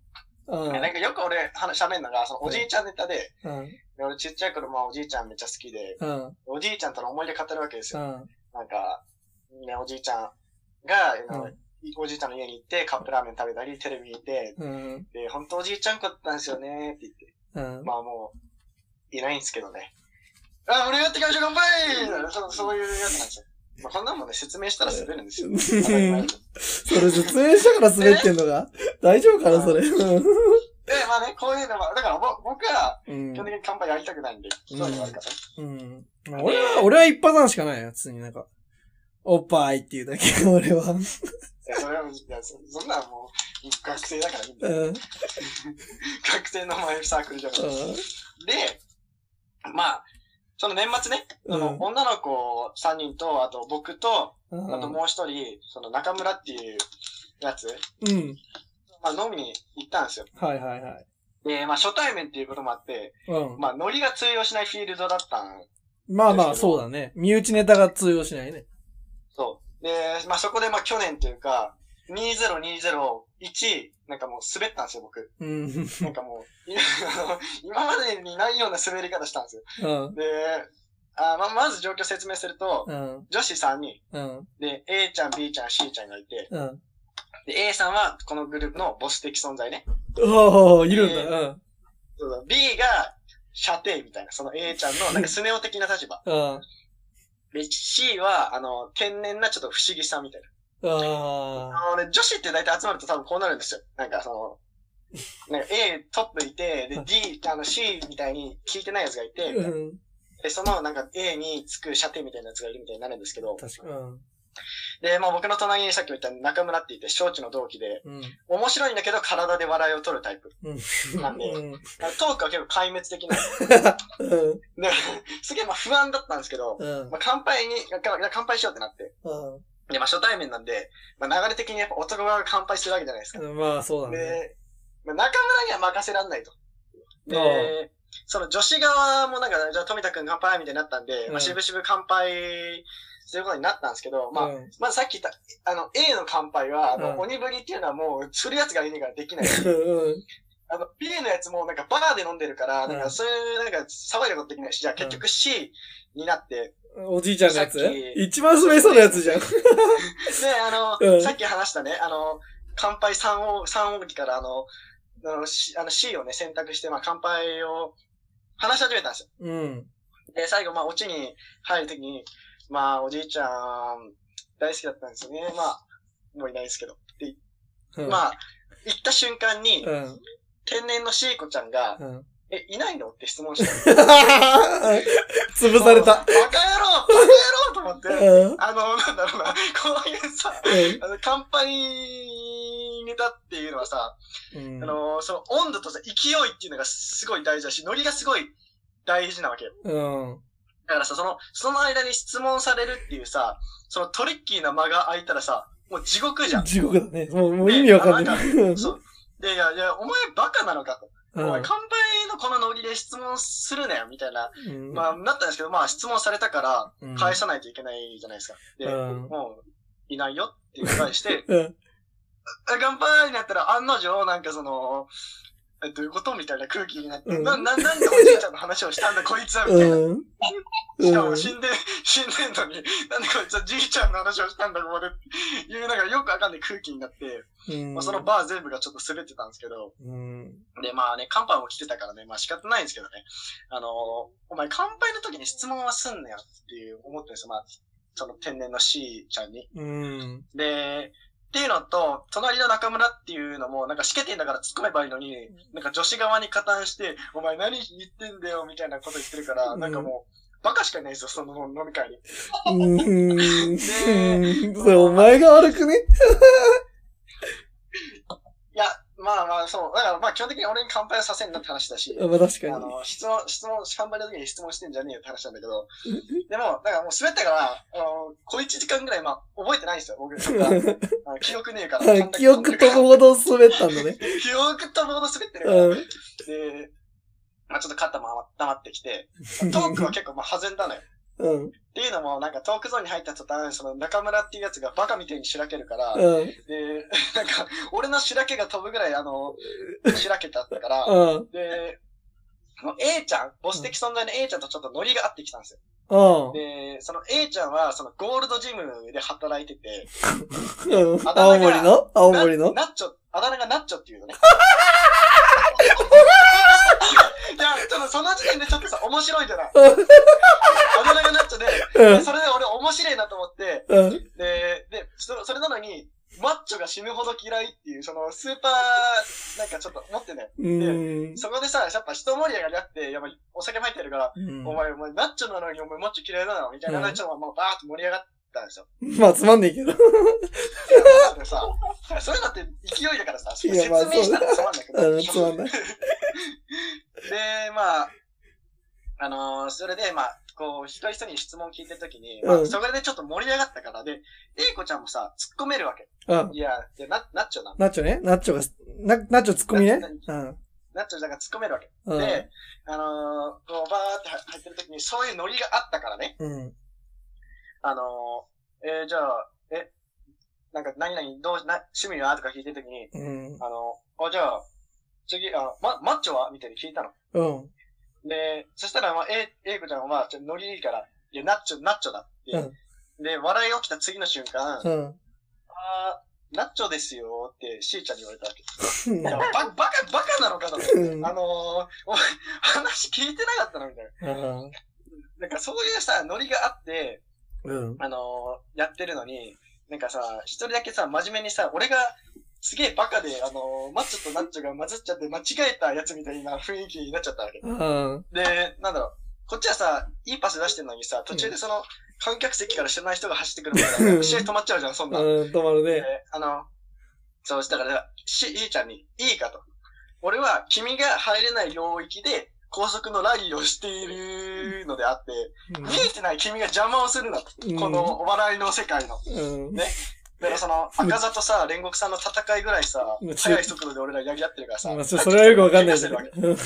[SPEAKER 1] うん、
[SPEAKER 2] なんかよく俺話喋るのが、そのおじいちゃんネタで、
[SPEAKER 1] うん、
[SPEAKER 2] 俺ちっちゃい頃まあおじいちゃんめっちゃ好きで、
[SPEAKER 1] うん、
[SPEAKER 2] おじいちゃんとの思い出語るわけですよ。
[SPEAKER 1] うん、
[SPEAKER 2] なんか、ね、おじいちゃんが、
[SPEAKER 1] うん、
[SPEAKER 2] おじいちゃんの家に行ってカップラーメン食べたり、テレビ見て、
[SPEAKER 1] うん、
[SPEAKER 2] で、本当おじいちゃん子だったんですよねって言って、
[SPEAKER 1] うん、
[SPEAKER 2] まあもう、いないんですけどね。あ、俺やってきましょう、乾杯そうそういうやつなんですよ。まあ、こんなもんね、説明したら滑るんですよ。そ
[SPEAKER 1] れ説明したから滑ってんのが大丈夫かな、それ。で、
[SPEAKER 2] まあね、こういうのは、だから僕は、基本的に乾杯やりたくないんで、うん、そういうのがあるから。
[SPEAKER 1] うん。俺は、俺は一発案しかないよ、普通になんか。おっぱいっていうだけ、俺は。
[SPEAKER 2] いや、それは、いや、そ, そんなんもう、学生だからいいんだよ。うん、学生の前サークルじゃない。うん、で、まあ、その年末ね、うん、その女の子さんにんと、あと僕と、うん、あともう一人、その中村っていうやつ、うん、まあ飲みに行ったんですよ。
[SPEAKER 1] はいはいはい。
[SPEAKER 2] で、まあ初対面っていうこともあって、うん、まあノリが通用しないフィールドだったん。
[SPEAKER 1] まあまあそうだね。身内ネタが通用しないね。
[SPEAKER 2] そう。で、まあそこでまあ去年というか、にせんにじゅういち、なんかもう滑ったんですよ、僕。うん、なんかもう、今までにないような滑り方したんですよ。うん、で、あま、まず状況説明すると、うん、女子さんにん、うん、で、A ちゃん、B ちゃん、C ちゃんがいて、うん、で、A さんはこのグループのボス的存在ね。
[SPEAKER 1] おー、いるんだ。うん、
[SPEAKER 2] そうだ B が射程みたいな、その A ちゃんのなんかスネ夫的な立場。うん、で、C は、あの、天然なちょっと不思議さみたいな。ああのね、女子って大体集まると多分こうなるんですよ。なんかその、なんか A トップいて、で D、あの C みたいに聞いてないやつがいて、うん、で、そのなんか A につく射程みたいなやつがいるみたいになるんですけど、確かに。うん、で、まあ僕の隣にさっきも言った中村って言って小中の同期で、うん、面白いんだけど体で笑いを取るタイプ。なんで、うん、トークは結構壊滅的なんですよ。で、すげえまあ不安だったんですけど、うん、まあ乾杯に、乾杯しようってなって、うんで、まあ初対面なんで、まあ流れ的にやっぱ男側が乾杯するわけじゃないですか。
[SPEAKER 1] まあそうだね。
[SPEAKER 2] で、まあ、中村には任せらんないと。で、その女子側もなんか、じゃあ富田くん乾杯みたいになったんで、うん、まあ渋々乾杯することになったんですけど、まあ、うん、まずさっき言った、あの A の乾杯は、あの、うん、鬼ぶりっていうのはもう、するやつがいねえからできない。うん、あの、B のやつもなんかバーで飲んでるから、なんかそういうなんか騒いだことできないし、じゃあ結局 C になって、
[SPEAKER 1] おじいちゃんのやつ一番滑りそうなやつじゃん。で、
[SPEAKER 2] あの、うん、さっき話したね、あの、乾杯さん王、さん王機からあの、あの C, あの C をね、選択して、まあ乾杯を話し始めたんですよ。うん。で、最後、まあオチに入るときに、まあおじいちゃん大好きだったんですよね。まあ、もういないですけど。で、うん、まあ、行った瞬間に、うん、天然の C 子ちゃんが、うんえ、いないのって質問した。
[SPEAKER 1] 潰された。
[SPEAKER 2] バカ野郎バカ野郎と思って、うん、あの、なんだろうな、こういうさ、うん、あの乾杯ネタっていうのはさ、うん、あの、その温度とさ、勢いっていうのがすごい大事だし、ノリがすごい大事なわけよ。うん、だからさ、その、その間に質問されるっていうさ、そのトリッキーな間が空いたらさ、もう地獄じゃん。
[SPEAKER 1] 地獄だね。もう、もう意味わかんない。
[SPEAKER 2] そう。で、いや、いや、お前バカなのかと。お前、乾杯のこのノリで質問するなよ、みたいな。うん、まあ、なったんですけど、まあ、質問されたから、返さないといけないじゃないですか。で、うん、もう、いないよっていう返して、うん、乾杯になったら、案の定、なんかその、え、どういうことみたいな空気になって、うん、な、な、なんでおじいちゃんの話をしたんだ、こいつは、みたいな。うん、しかも、死んで、死んでんのに、なんでこいつはじいちゃんの話をしたんだ、ここでっていう、なんかよくわかんない空気になって、うん、まあ、そのバー全部がちょっと滑ってたんですけど、うん、で、まあね、乾杯も来てたからね、まあ仕方ないんですけどね、あのー、お前乾杯の時に質問はすんなよっていう思ってるんですよ、まあ、その天然の C ちゃんに。うん、で、っていうのと、隣の中村っていうのも、なんかしけてんだから突っ込めばいいのに、なんか女子側に加担して、お前何言ってんだよみたいなこと言ってるから、うん、なんかもう、バカしかいないですよ、その飲み会に。う
[SPEAKER 1] ーん。で、それお前が悪くね
[SPEAKER 2] いや、まあまあ、そう。だからまあ基本的に俺に乾杯をさせんなって話だし。
[SPEAKER 1] まあ確かに。
[SPEAKER 2] あの、質問、質問、乾杯の時に質問してんじゃねえよって話なんだけど。でも、だからもう滑ったから、あの、小一時間ぐらいまあ覚えてないんですよ、僕。あの記憶ねえから。
[SPEAKER 1] 記憶飛ぶほど滑ったんだね。
[SPEAKER 2] 記憶飛ぶほど滑ってるから。うん、で、まあちょっと肩も温まってきて、トークは結構まあ弾んだのよ。
[SPEAKER 1] うん。
[SPEAKER 2] っていうのも、なんかトークゾーンに入った途端、その中村っていうやつがバカみたいにしらけるから、
[SPEAKER 1] うん。
[SPEAKER 2] で、なんか、俺のしらけが飛ぶぐらい、あの、しらけたったから、
[SPEAKER 1] うん。
[SPEAKER 2] で、A ちゃん、ボス的存在の A ちゃんとちょっとノリが合ってきたんですよ。
[SPEAKER 1] うん。
[SPEAKER 2] で、その A ちゃんは、そのゴールドジムで働いてて、
[SPEAKER 1] うん。青森の青森の
[SPEAKER 2] ナッチョ、あだ名がナッチョっていうのね。いや、ちょっとその時点でちょっとさ、面白いじゃない。あだ名がナッチョで、でそれで俺面白いなと思って、
[SPEAKER 1] うん、
[SPEAKER 2] で、で、それなのに、マッチョが死ぬほど嫌いっていう、そのスーパー、なんかちょっと持ってね。で、そこでさ、やっぱ人盛り上がりあって、やっぱお酒も入ってるから、うん、お前、お前、ナッチョなのにお前マッチョ嫌いなのみたいな話がもうバーッと盛り上がったんですよ。
[SPEAKER 1] まあ、つまんねえけど。いや、
[SPEAKER 2] それさ、そういうのって勢いだからさ、説明したらつまんないけど。
[SPEAKER 1] うん、つまんない。で、
[SPEAKER 2] まあ、あのー、それで、まあ、こう、一人一人に質問聞いてるときに、まあ、それでちょっと盛り上がったからで、A 子ちゃんもさ、突っ込めるわけ。うん。いや、いや、な、ナッチョなの。
[SPEAKER 1] ナッチョね。ナッチョが、な、ナッチョ突っ込みね。うん。
[SPEAKER 2] ナッチョだから突っ込めるわけ。うん、で、あのー、こう、バーって入ってるときに、そういうノリがあったからね。うん。あのー、えー、じゃあ、え、なんか、何々、どう、な、趣味はとか聞いてるときに、うん。あの、あ、じゃあ、次、あ、ま、マッチョはみたいに聞いたの。うん。で、そしたら、まあ、え、えいこちゃんは、ちょっとノリいいから、いや、ナッチョ、ナッチョだって。うん、で、笑い起きた次の瞬間、うん、あー、ナッチョですよって、しーちゃんに言われたわけ。いや、ば、バカ、バカなのかと。うん、あのー、お前、話聞いてなかったのみたいな。うん、なんかそういうさ、ノリがあって、うん、あのー、やってるのに、なんかさ、一人だけさ、真面目にさ、俺が、すげえバカで、あのー、マッチョとナッチョが混ざっちゃって間違えたやつみたいな雰囲気になっちゃったわけ。うん、で、なんだろう、こっちはさ、いいパス出してるのにさ、途中でその、観客席から知らない人が走ってくるから、試合止まっちゃうじゃん、そんな。うん、
[SPEAKER 1] 止まるね。
[SPEAKER 2] あの、そうしたから、し、いいちゃんに、いいかと。俺は、君が入れない領域で、高速のラリーをしているのであって、うん、見えてない君が邪魔をするな、うん、このお笑いの世界の。うん、ね。だからその、赤座とさ、煉獄さんの戦いぐらいさ、速い速度で俺らやり合ってるからさ。
[SPEAKER 1] まあ、それはよくわかんないけど。あ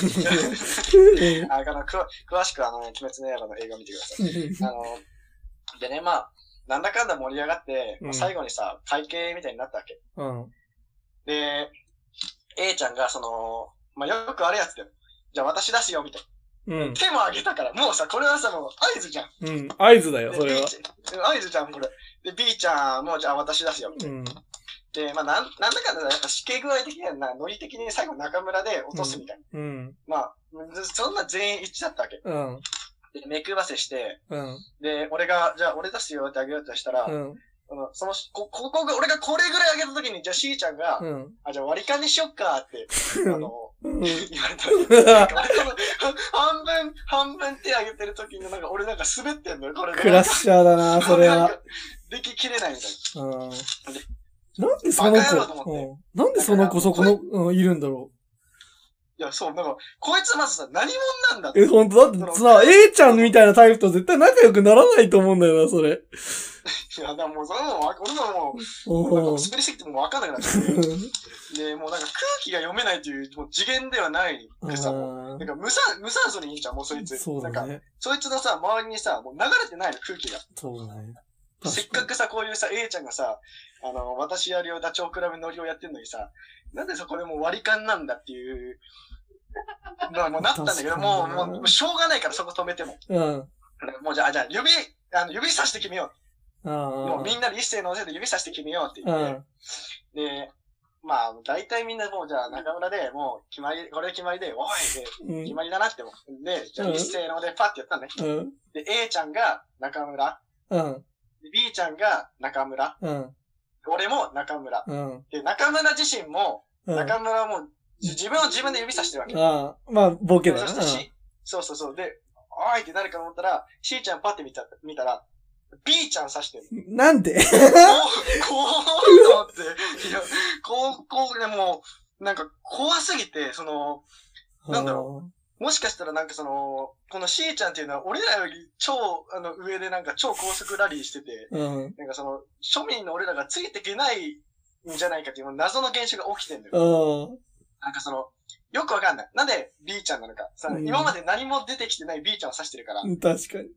[SPEAKER 2] の、くわ、詳しくあの、鬼滅の刃の映画見てください。あの、でね、まあ、なんだかんだ盛り上がって、うん、最後にさ、会計みたいになったわけ。うん、で、A ちゃんがその、まあ、よくあるやつだよ。じゃあ私出すよ、みたいな。うん、手も上げたから、もうさ、これはさ、もう合図じゃん。
[SPEAKER 1] うん、合図だよ、それは。
[SPEAKER 2] 合図じゃん、これ。で、B ちゃんも、じゃあ私出すよ、みたいな。うん、で、まあ、なん、なんだかんだ、やっぱ死刑具合的にはな、ノリ的に最後中村で落とすみたいな。うん。まあ、そんな全員一致だったわけ。うん。で、目配せして、うん。で、俺が、じゃあ俺出すよってあげようとしたら、うん。あの、その、こ、ここが、俺がこれぐらいあげたときに、じゃあ C ちゃんが、うん。あ、じゃあ割り勘にしよっかって、あの、うん、言われたわけ。俺の、半分、半分手あげてるときになんか俺なんか滑ってんのよ、これで。
[SPEAKER 1] クラッシャーだな、それは。
[SPEAKER 2] でききれないみたいな。うん。
[SPEAKER 1] なんでその子、うん、なんでその子そこの、うん、いるんだろう。
[SPEAKER 2] いや、そう、なんか、こいつまずさ、何者なんだって。
[SPEAKER 1] え、ほんとだってさ、A ちゃんみたいなタイプと絶対仲良くならないと思うんだよな、それ。
[SPEAKER 2] いや、だからもう、それもう、俺ももう、なんか滑りすぎてもわかんなくなっちゃって。で、もうなんか空気が読めないという、もう次元ではないでさ、もう、なんか無酸、無酸素にいいじゃん、もうそいつ。
[SPEAKER 1] そうだね。
[SPEAKER 2] なんか、そいつのさ、周りにさ、もう流れてないの、空気が。
[SPEAKER 1] そうだね。
[SPEAKER 2] せっかくさ、こういうさ、A ちゃんがさ、あの、私やるよ、ダチョウ倶楽部乗りをやってんのにさ、なんでそこでもう割り勘なんだっていう、まあもうなったんだけど、もう、もう、しょうがないからそこ止めても。うん。もうじゃあ、じゃあ、指、あの、指さして決めよう。もうみんなで一斉のせいで指さして決めようって言って、で、まあ、大体みんなもうじゃあ中村でもう決まり、これ決まりで、おいで、決まりだなっても。で、じゃあ一斉のでパッてやったんだね。うん、で、A ちゃんが中村。うん、B ちゃんが中村。うん、俺も中村。うん、で、中村自身も、中村も自分を自分で指さしてるわけ。
[SPEAKER 1] ああ、まあ、ボケだな。
[SPEAKER 2] そうそうそう。で、おいって誰か思ったら、C ちゃんパッて見た、見たら、B ちゃん刺してる。
[SPEAKER 1] なんでこう、
[SPEAKER 2] こう思って、いや、こう、こうでもう、なんか怖すぎて、その、なんだろう。もしかしたらなんかその、この C ちゃんっていうのは俺らより超、あの、上でなんか超高速ラリーしてて、うん、なんかその、庶民の俺らがついていけないんじゃないかっていう謎の現象が起きてんだよ。うん、なんかその、よくわかんない。なんで B ちゃんなのか。うん、今まで何も出てきてない B ちゃんを刺してるから。
[SPEAKER 1] 確かに。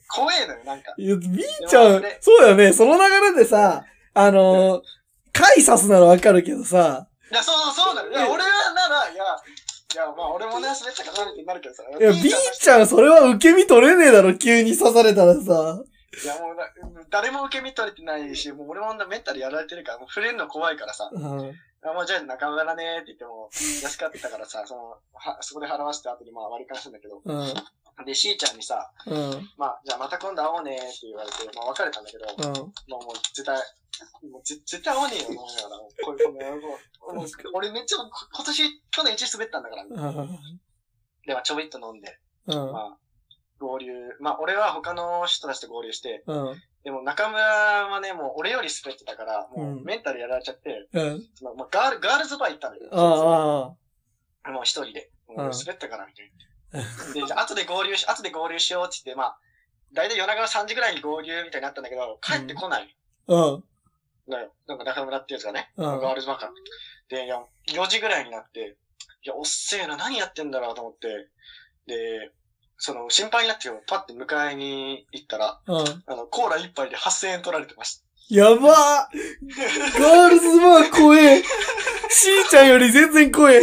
[SPEAKER 2] 怖えのよ、なんか。
[SPEAKER 1] いや、B ちゃん、そうだよね。その流れでさ、あのー、貝刺すならわかるけどさ。
[SPEAKER 2] いや、そうそうそうだよ。いや、俺はなら、いや、いや、まあ俺もね、滑ったから何ってなるけどさ。
[SPEAKER 1] いや、B ちゃん、それは受け身取れねえだろ、急に刺されたらさ。
[SPEAKER 2] いや、もうな、誰も受け身取れてないし、もう俺もメンタルやられてるから、もう触れるの怖いからさ。うん。あ、もうじゃあ中村だねって言っても、安かったからさ、その、は、そこで払わせて後にまあ割り返すんだけど。うん。で、しーちゃんにさ、うん。まあ、じゃあまた今度会おうねって言われて、まあ別れたんだけど、うん。もう、もう絶対、もう絶対会わねえよ、思いながら。こういう、もう、もう俺めっちゃ、今年、去年一滑ったんだから、ね。うん。で、まあちょびっと飲んで、うん。まあ、合流、まあ俺は他の人たちと合流して、うん。でも中村はね、もう俺より滑ってたから、もうメンタルやられちゃって、うん。まあ、まあ、ガール、ガールズバー行ったんだよ。ああ。もう一人で。もう滑ったから、みたいな。で、じゃあ後で合流し、後で合流しようって言って、まあ、だいたい夜中のさんじぐらいに合流みたいになったんだけど、帰ってこない。うん。だよ。なんか中村ってやつがね、うん、ガールズバーから。で、いや、よじぐらいになって、いや、おっせえな、何やってんだろうと思って、で、その、心配になってよ、パッて迎えに行ったら、うん、あの、コーラ一杯ではっせんえん取られてました。
[SPEAKER 1] やばーガールズバー怖えしーちゃんより全然怖え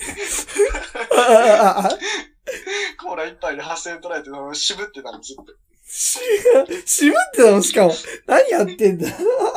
[SPEAKER 2] コーラ一杯ではっせんえん取られて、渋ってたの、ずっと。
[SPEAKER 1] し、渋ってたのしかも。何やってんだ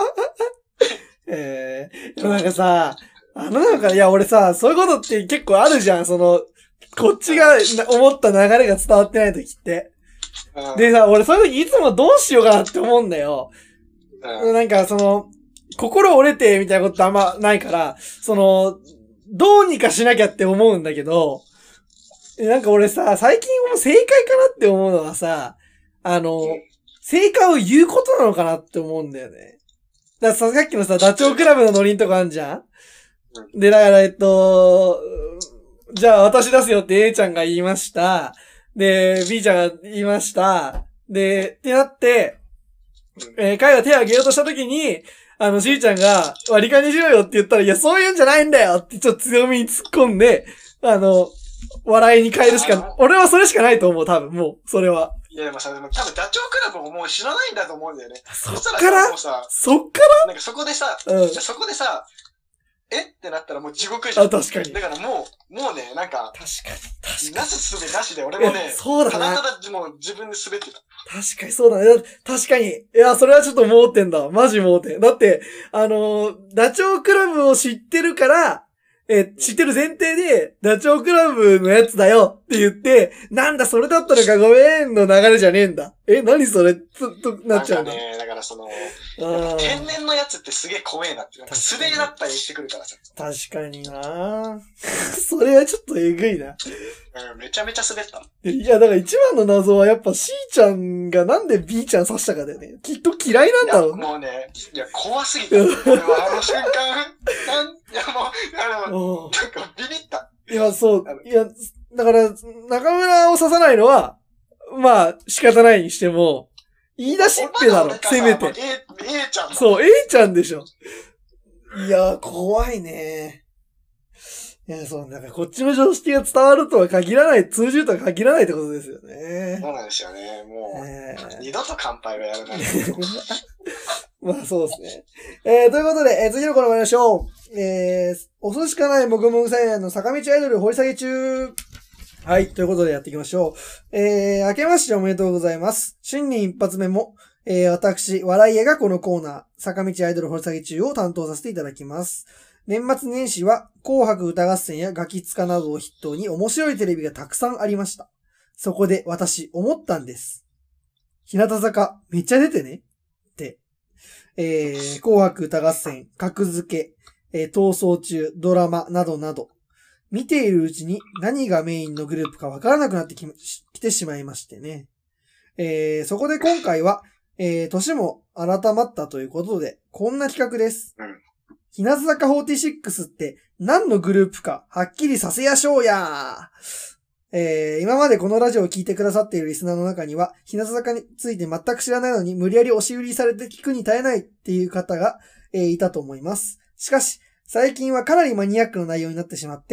[SPEAKER 1] えー、なんかさ、あのなんか、いや俺さ、そういうことって結構あるじゃん、その、こっちが思った流れが伝わってない時って。うん、でさ、俺そういう時いつもどうしようかなって思うんだよ。うん、なんかその、心折れてみたいなことあんまないから、その、どうにかしなきゃって思うんだけど、なんか俺さ、最近もう正解かなって思うのはさ、あの、正解を言うことなのかなって思うんだよね。だからさ、さっきのさ、ダチョウ倶楽部のノリんとこあんじゃん？で、だからえっと、じゃあ私出すよって A ちゃんが言いました。で、B ちゃんが言いました。で、ってなって、えー、彼が手を挙げようとしたときに、あの、C ちゃんが割り勘にしろよって言ったら、いや、そういうんじゃないんだよってちょっと強みに突っ込んで、あの、笑いに変えるしか、俺はそれしかないと思う、多分、もう、それは。
[SPEAKER 2] いや、でもさ、でも多分ダチョウ倶楽部ももう知らないんだと思うんだよね。
[SPEAKER 1] そっからそっか
[SPEAKER 2] らなんかそこでさ、うん、そこでさ、えってなったらもう地獄じ
[SPEAKER 1] ゃん。あ、確かに。
[SPEAKER 2] だからもう、もうね、なんか、
[SPEAKER 1] 確かに、確かに。
[SPEAKER 2] なすすべなしで、俺もね、
[SPEAKER 1] そうだな。
[SPEAKER 2] ただただもう自分で滑ってた。
[SPEAKER 1] 確かにそうだね。確かに。いや、それはちょっと盲点だ。マジ盲点。だって、あのー、ダチョウ倶楽部を知ってるから、え、知ってる前提で、ダチョウ倶楽部のやつだよって言って、なんだそれだったのかごめんの流れじゃねえんだ。え、何それと、となっちゃうんだ。
[SPEAKER 2] なんかね、だからその、天然のやつってすげえ怖えなって。なんか素でだったりしてくるからさ。
[SPEAKER 1] 確かになそれはちょっとえぐいな。
[SPEAKER 2] うん、めちゃめちゃ滑ったの。
[SPEAKER 1] いや、だから一番の謎はやっぱ C ちゃんがなんで B ちゃん刺したかだよね。きっと嫌いなんだろう。
[SPEAKER 2] いやもうね、いや、怖すぎた。俺はあの瞬間、なん、いやもう、あの、なんかビビった。
[SPEAKER 1] いや、そう。いや、だから、中村を刺さないのは、まあ、仕方ないにしても、言い出しっぺだろ、せめて。
[SPEAKER 2] A、A ちゃん。
[SPEAKER 1] そう、A ちゃんでしょ。いや、怖いね。いや、そう、なんかこっちの常識が伝わるとは限らない、通じるとは限らないってことですよね。
[SPEAKER 2] そうなんですよね。もう、えー、二度と乾杯はやらない。
[SPEAKER 1] まあそうですね。えー、ということで、えー、次のコーナー参りましょう。えー、おそしかないもぐもぐサイヤンの坂道アイドル掘り下げ中。はい、ということでやっていきましょう。えー、明けましておめでとうございます。新年一発目も、えー、私、笑い屋がこのコーナー、坂道アイドル掘り下げ中を担当させていただきます。年末年始は紅白歌合戦やガキツカなどを筆頭に面白いテレビがたくさんありました。そこで私思ったんです。日向坂めっちゃ出てねって。えー、紅白歌合戦、格付け、えー、逃走中、ドラマなどなど。見ているうちに何がメインのグループかわからなくなってき、きてしまいましてね。えー、そこで今回は、えー、年も改まったということで、こんな企画です。うん日向坂フォーティーシックスって何のグループかはっきりさせやしょうやえー、今までこのラジオを聞いてくださっているリスナーの中には、日向坂について全く知らないのに無理やり押し売りされて聞くに耐えないっていう方が、えー、いたと思います。しかし、最近はかなりマニアックな内容になってしまって、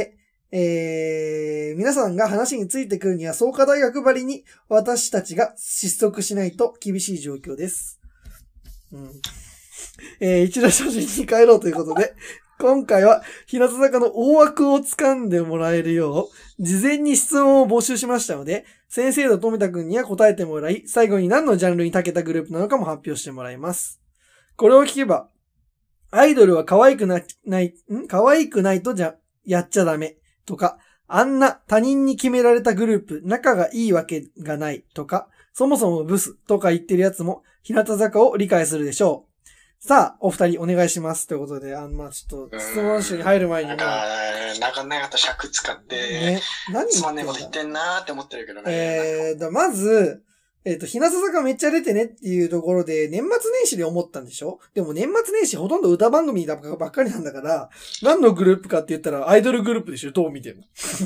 [SPEAKER 1] えー、皆さんが話についてくるには創価大学ばりに私たちが失速しないと厳しい状況です。うん。えー、一度初心に帰ろうということで、今回は日向坂の大枠を掴んでもらえるよう、事前に質問を募集しましたので、先生と富田くんには答えてもらい、最後に何のジャンルに長けたグループなのかも発表してもらいます。これを聞けば、アイドルは可愛くな、ない、ん可愛くないとじゃ、やっちゃダメ。とか、あんな他人に決められたグループ、仲がいいわけがないとか、そもそもブスとか言ってるやつも、日向坂を理解するでしょう。さあ、お二人お願いします。ということで、あの、まあちょっと、質問集に入る前にも。
[SPEAKER 2] なんか、長々と尺使って、ね、何つまんねえこと言ってんなーって思ってるけどね。
[SPEAKER 1] えー、だまず、えっと、日向坂めっちゃ出てねっていうところで、年末年始で思ったんでしょ？でも年末年始ほとんど歌番組ばっかりなんだから、何のグループかって言ったらアイドルグループでしょ？どう見ても。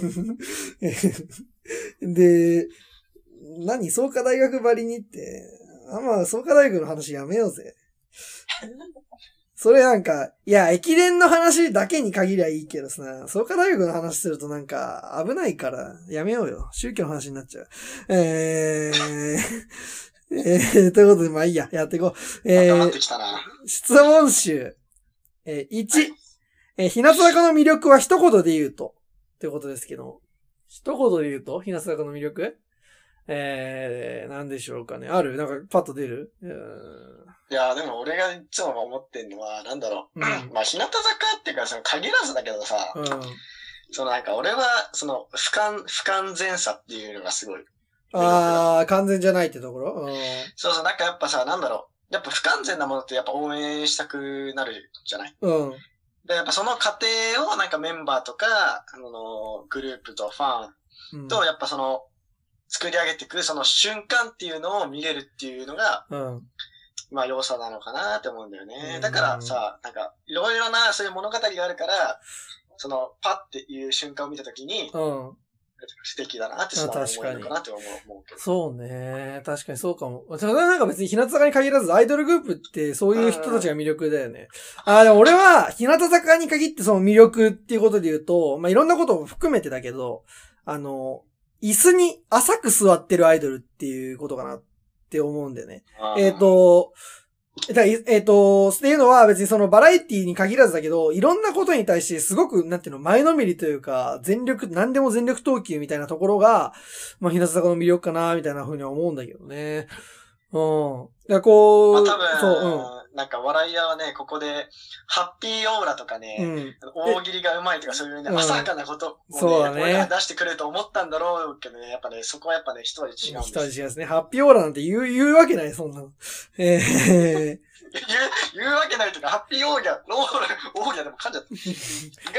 [SPEAKER 1] で、何？創価大学ばりにって、あんま創価大学の話やめようぜ。それなんか、いや、駅伝の話だけに限りゃいいけどさ、創価大学の話するとなんか危ないからやめようよ。宗教の話になっちゃう。えー、えー、ということで、まあいいや、やっていこう。えー、質問集。えー、いち、はい、えー、日向坂の魅力は一言で言うと。ということですけど、一言で言うと、日向坂の魅力えー、なんでしょうかね。ある？なんかパッと出る？うーん
[SPEAKER 2] いや、でも俺がいつも思ってんのは、なんだろう。うん、まあ、日向坂っていうか、その限らずだけどさ、うん、そのなんか俺は、その不完、不完全さっていうのがすごい。
[SPEAKER 1] ああ、完全じゃないってところ、うん、
[SPEAKER 2] そうそう、なんかやっぱさ、なんだろう。やっぱ不完全なものってやっぱ応援したくなるじゃない？うん。で、やっぱその過程をなんかメンバーとか、あの、グループとファンと、やっぱその、作り上げてくるその瞬間っていうのを見れるっていうのが、うんまあ要素なのかなって思うんだよね。だからさ、なんか、いろいろなそういう物語があるから、その、パッていう瞬間を見たときに、うん。素敵だなってその思えるのかなって思うけど。
[SPEAKER 1] そうね。確かにそうかも。それはなんか別に日向坂に限らずアイドルグループってそういう人たちが魅力だよね。ああ、でも俺は日向坂に限ってその魅力っていうことで言うと、まあいろんなことを含めてだけど、あの、椅子に浅く座ってるアイドルっていうことかな。って思うんだよね。えっ、ー、と、えっ、ー、と、っていうのは別にそのバラエティに限らずだけど、いろんなことに対してすごく、なんていうの、前のめりというか、全力、何でも全力投球みたいなところが、まあ、日向坂の魅力かな、みたいな風には思うんだけどね。うん。いや、こう、
[SPEAKER 2] まあ、多分、そう、うん。なんか、笑い屋はね、ここで、ハッピーオーラとかね、うん、大喜利がうまいとか、そういうね、浅はかなことを、ね、うん、そうだね。出してくれると思ったんだろうけどね、やっぱね、そこはやっぱね、一味違うんです。
[SPEAKER 1] 一味違うんですね。ハッピーオーラなんて言う、言うわけない、そんなの。えー、
[SPEAKER 2] 言う、言うわけないというか、ハッピーオーギャ、オーラ、オーギャでも噛んじゃった。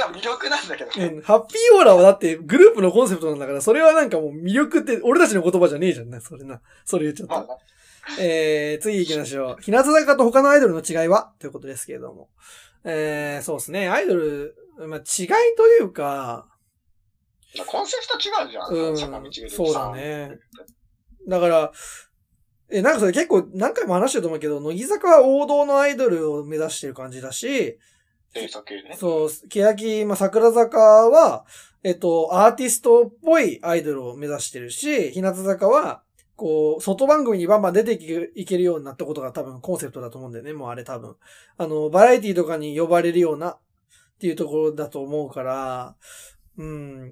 [SPEAKER 2] が魅力なんだけどね、
[SPEAKER 1] うん。ハッピーオーラはだってグループのコンセプトなんだから、それはなんかもう魅力って、俺たちの言葉じゃねえじゃんね、それな。それ言っちゃった。まあえー、次行きましょう。日向坂と他のアイドルの違いはということですけれども。えー、そうですね。アイドル、まあ、違いというか、
[SPEAKER 2] コンセプト違うじゃん。うん、坂道
[SPEAKER 1] そうだね。だから、え、なんかそれ結構何回も話してると思うけど、乃木坂は王道のアイドルを目指してる感じだし、
[SPEAKER 2] えー、系ね。
[SPEAKER 1] そう、欅、まあ、桜坂は、えっと、アーティストっぽいアイドルを目指してるし、日向坂は、こう、外番組にバンバン出ていけるようになったことが多分コンセプトだと思うんだよね、もうあれ多分。あの、バラエティとかに呼ばれるようなっていうところだと思うから、うん。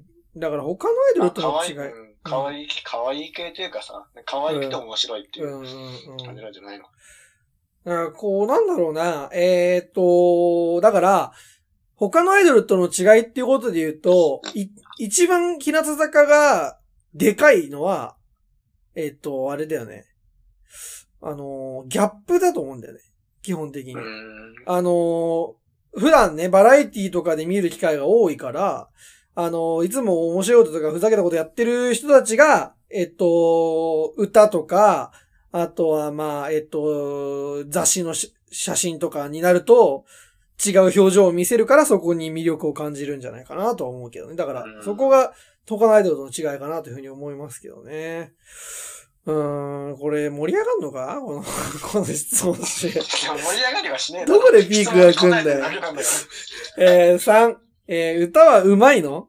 [SPEAKER 1] だから他のアイドルとの違い。
[SPEAKER 2] かわいい、かわいい系というかさ、かわいくて面白いっていう感じなんじゃないの？
[SPEAKER 1] だからこう、なんだろうな、えーっと、だから、他のアイドルとの違いっていうことで言うと、い、一番日向坂がでかいのは、えっと、あれだよね。あの、ギャップだと思うんだよね。基本的に。あの、普段ね、バラエティとかで見る機会が多いから、あの、いつも面白いこととかふざけたことやってる人たちが、えっと、歌とか、あとはまあ、えっと、雑誌の写真とかになると、違う表情を見せるからそこに魅力を感じるんじゃないかなとは思うけどね。だから、そこが他のアイドルとの違いかなというふうに思いますけどね。うーん、これ盛り上がんのかこの、この質問して。
[SPEAKER 2] いや、盛り上がりはしねえ
[SPEAKER 1] どこでピークが来るんだよ。えー、さん、えー、歌は上手いの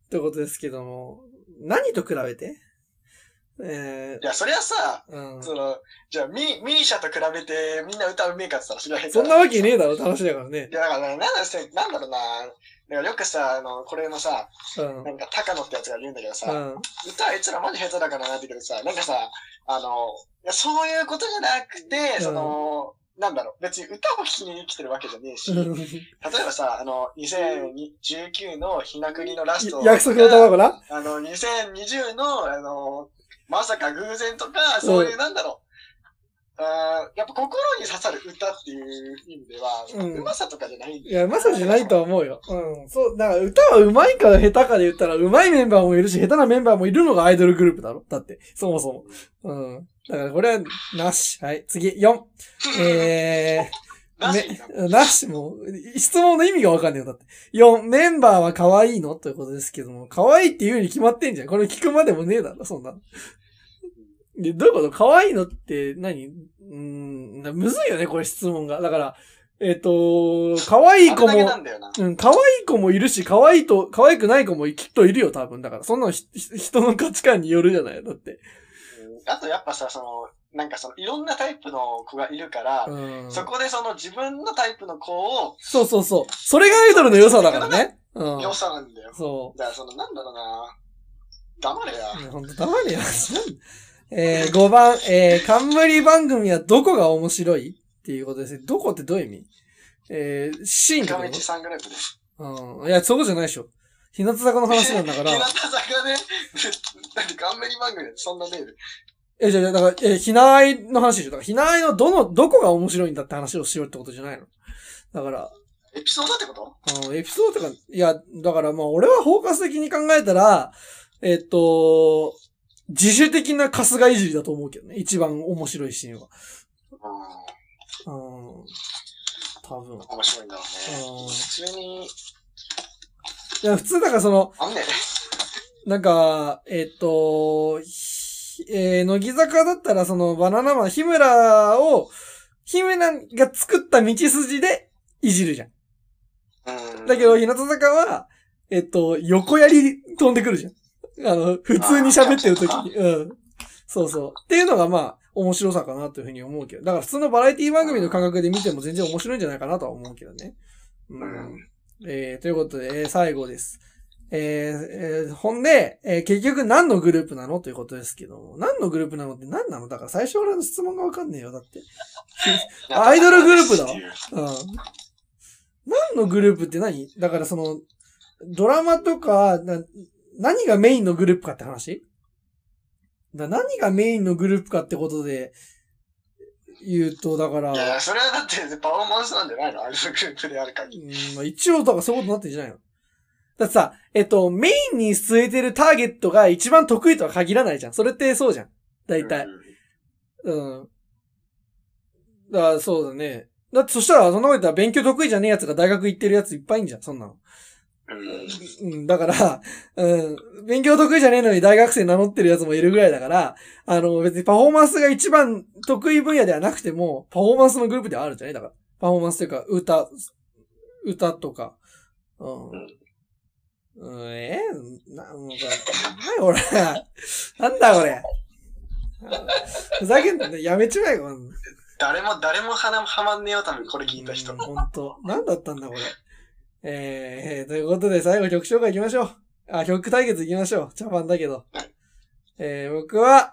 [SPEAKER 1] ということですけども、何と比べてえ
[SPEAKER 2] ー、いや、そりゃさ、
[SPEAKER 1] うん、
[SPEAKER 2] その、じゃあ、ミー、ミーシャと比べてみんな歌うめえかって言ったらそれは変だ。
[SPEAKER 1] そんなわけねえだろ、楽しいだからね。
[SPEAKER 2] いや、だからね、なんだなんだろうな、なんかよくさ、あの、これのさ、うん、なんか高野ってやつが言うんだけどさ、うん、歌あいつらマジ下手だからなって言うけどさ、なんかさ、あの、いやそういうことじゃなくて、うん、その、なんだろう、別に歌を聴きに来てるわけじゃねえし、例えばさ、あの、にせんじゅうきゅうのひなくりのラスト。
[SPEAKER 1] 約束の卵な
[SPEAKER 2] あの、にせんにじゅうの、あの、まさか偶然とか、そういう、うん、なんだろう、あ、やっぱ心に刺さる歌っていう意味では、うん、うまさとかじゃないんだよ。
[SPEAKER 1] いや、うまさじゃないとは思うよ。うん。そう、だから歌はうまいか下手かで言ったら、うまいメンバーもいるし、下手なメンバーもいるのがアイドルグループだろだって、そもそも。うん。だからこれは、なし。はい、次、よん。えー、
[SPEAKER 2] なし
[SPEAKER 1] ね、なし、もう、質問の意味がわかんないよ。だって。よん、メンバーは可愛いのということですけども、可愛いって言うに決まってんじゃん。これ聞くまでもねえだろ、そんなの。で、どういうこと可愛いのって何、うーん、むずいよね、これ質問が。だから、えっと、可愛い子も、うん、可愛い子もいるし、可愛いと、可愛くない子もきっといるよ、多分。だから、そんなの人の価値観によるじゃないだって。
[SPEAKER 2] あとやっぱさ、その、なんかその、いろんなタイプの子がいるから、うん、そこでその自分のタイプの子を、
[SPEAKER 1] そうそうそう。それがアイドルの良さだからね。
[SPEAKER 2] うん。良さなんだよ。
[SPEAKER 1] そう。
[SPEAKER 2] だからその、なんだろうな、黙れや。
[SPEAKER 1] ほんと黙れや。えー、ごばん、えー、冠番組はどこが面白いっていうことですね。どこってどういう意味？えー、シーンとか。
[SPEAKER 2] かめちさんグループです。
[SPEAKER 1] うん。いや、そうじゃないでしょ。日向坂の話なんだから。
[SPEAKER 2] 日向坂ね。だって冠番組でそんなメール。
[SPEAKER 1] え、じゃあ、だから、え、ひなあいの話でしょ。だから、ひなあいのどの、どこが面白いんだって話をしようってことじゃないの。だから。
[SPEAKER 2] エピソードってこと？
[SPEAKER 1] うん、エピソードとか、いや、だからまあ、俺は包括的に考えたら、えっと、自主的な春日いじりだと思うけどね。一番面白いシーンは。うん。うん。多分。
[SPEAKER 2] 面白いんだろうね。うん。普通に。い
[SPEAKER 1] や、普通だからその、
[SPEAKER 2] あんね。
[SPEAKER 1] なんか、えっと、えー、乃木坂だったらそのバナナマン、日村を、日村が作った道筋でいじるじゃん。うん。だけど、日向坂は、えっと、横やり飛んでくるじゃん。あの、普通に喋ってる時に。うん。そうそう。っていうのがまあ、面白さかなというふうに思うけど。だから普通のバラエティ番組の感覚で見ても全然面白いんじゃないかなとは思うけどね。うん。えー、ということで、えー、最後です。えー、えー、ほんで、えー、結局何のグループなのということですけども。何のグループなのって何なのだから最初からの質問がわかんねえよ。だって。アイドルグループだわ。うん。何のグループって何だからその、ドラマとか、な何がメインのグループかって話だ何がメインのグループかってことで言うと、だから。
[SPEAKER 2] いや、それはだってパフォーマンスなんじゃないのアイドルグループである限り。
[SPEAKER 1] うん、まあ、一応、だからそういうことになってんじゃないのだってさ、えっと、メインに据えてるターゲットが一番得意とは限らないじゃん。それってそうじゃん。大体。うん。うん、だからそうだね。だってそしたら、そんなこと言ったら勉強得意じゃねえやつが大学行ってるやついっぱいいんじゃん、そんなの。うん、だから、うん、勉強得意じゃねえのに大学生名乗ってるやつもいるぐらいだから、あの、別にパフォーマンスが一番得意分野ではなくても、パフォーマンスのグループではあるんじゃないだから。パフォーマンスというか、歌、歌とか。うん。うん、えー、な、もうか、なにこれ。なんだこれ。ふざけんな、やめちまえよ。
[SPEAKER 2] 誰も、誰もははまんねえよ、多分これ聞いた人。
[SPEAKER 1] ほんと。なんだったんだこれ。えー、ということで最後曲紹介行きましょう。あ、曲対決行きましょう。茶番だけど。えー、僕は、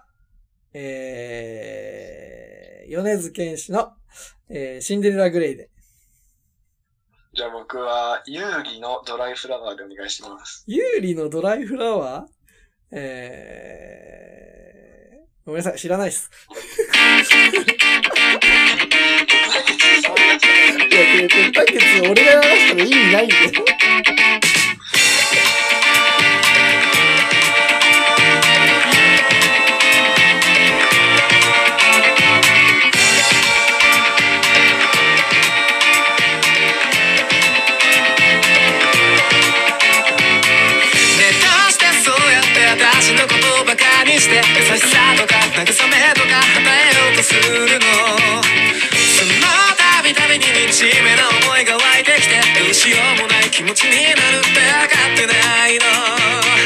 [SPEAKER 1] えー、米津玄師の、えー、シンデレラグレイで。
[SPEAKER 2] じゃあ僕は、ユーリのドライフラワーでお願いします。
[SPEAKER 1] ユーリのドライフラワーえー、ごめんなさい、知らないっす。いや、曲対決俺が流したら意味ないんだよ。
[SPEAKER 3] 私のことをバカにして優しさとか慰めとか与えようとするのそのたびたびに惨めな思いが湧いてきてどうしようもない気持ちになるって分かってないの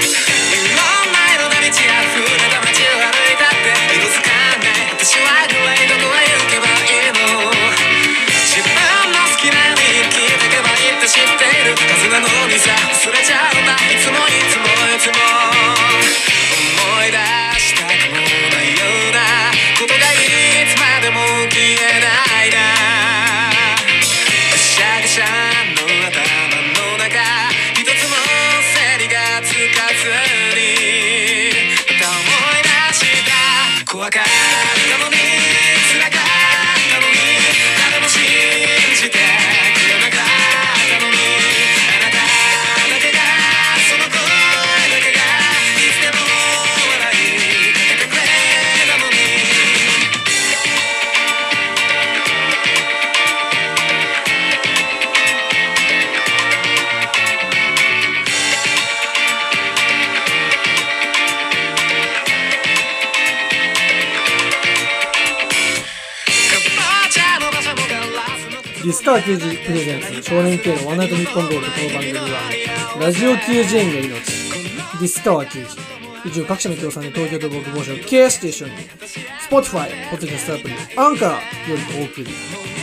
[SPEAKER 1] ディスター球児プレゼンツ少年系のワンナイト日本ゴールド。この番組はラジオ球児園が命、ディスタワー球児、以上各社の協賛で東京都僕帽子の K ステーションに Spotify、ポッドキャストアプリ、アンカーよりお送り。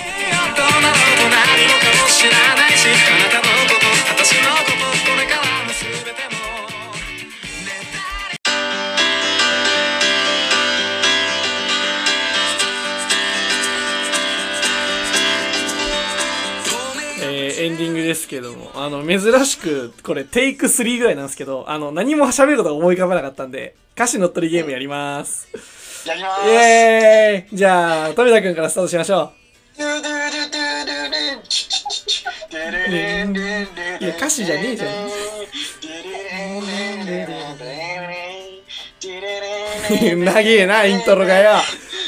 [SPEAKER 1] エンディングですけども、あの珍しくこれテイクスリーぐらいなんですけど、あの何も喋ることが思い浮かばなかったんで歌詞乗っ取りゲームやります。
[SPEAKER 2] やります。
[SPEAKER 1] イエーイ。じゃあ富田くんからスタートしましょう。いや歌詞じゃねえじゃん。長えなイントロがよ。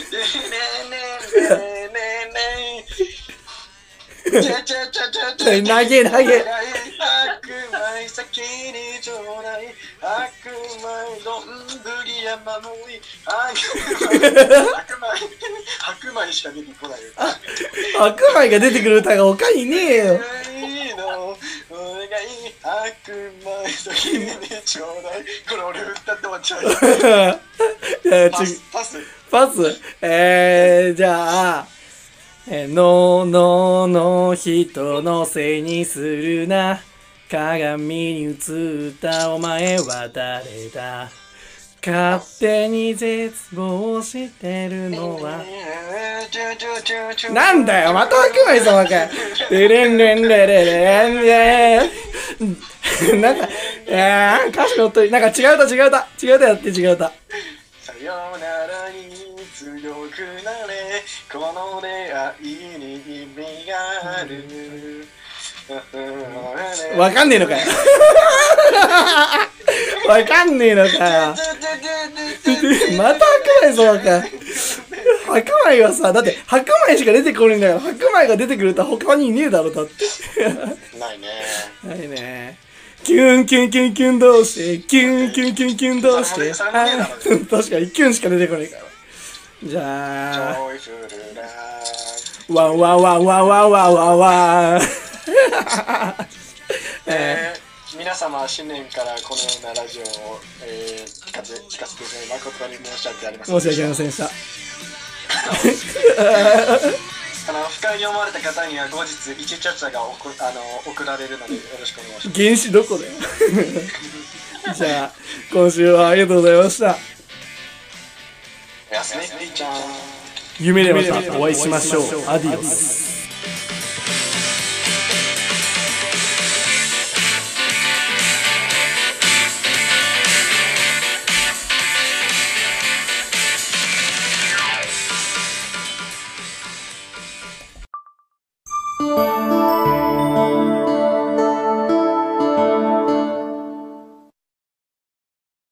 [SPEAKER 1] 投げ投げ白米先にちょうだい白米どんぶり山盛り白米白米しか出てこない。白米が出てくる歌が他にねえよ。白米先にちょうだい。これ俺歌って終わっちゃう。パスパスパス。えー、じゃあののの人のせいにするな。鏡に映ったお前は誰だ。勝手に絶望してるのはなんだよ、また白米様か。レレンレンレレレンレンなんか、いや歌詞の音なんか違う歌違う歌違う歌やって違う歌。さよならに強くなれ、この出会いに意味がある。わかんねえのかよ。わかんねえのかよ。また白米そうか。白米はさ、だって白米しか出てこないんだから、白米が出てくると他にいねえだろだって。
[SPEAKER 2] ないね。
[SPEAKER 1] ないね。キュンキュンキュンキュンどうしてキュンキュンキュンキュンどうして確かにキュンしか出てこないから。じゃあワンワンワンワンワンワンワンワン。
[SPEAKER 2] えー、皆様新年からこのようなラジオを、えー、聞かせ聞かせていただき誠に申し訳ありません。
[SPEAKER 1] 申し訳ありませんでした。
[SPEAKER 2] あの不快に思われた方には後日イチチャチャがおこあの送られるのでよろしくお願いします。
[SPEAKER 1] 原子どこだよ。じゃあ今週はありがとうございました。
[SPEAKER 2] おやすみピーちゃん。
[SPEAKER 1] 夢でまたお会いしましょう。アディオス。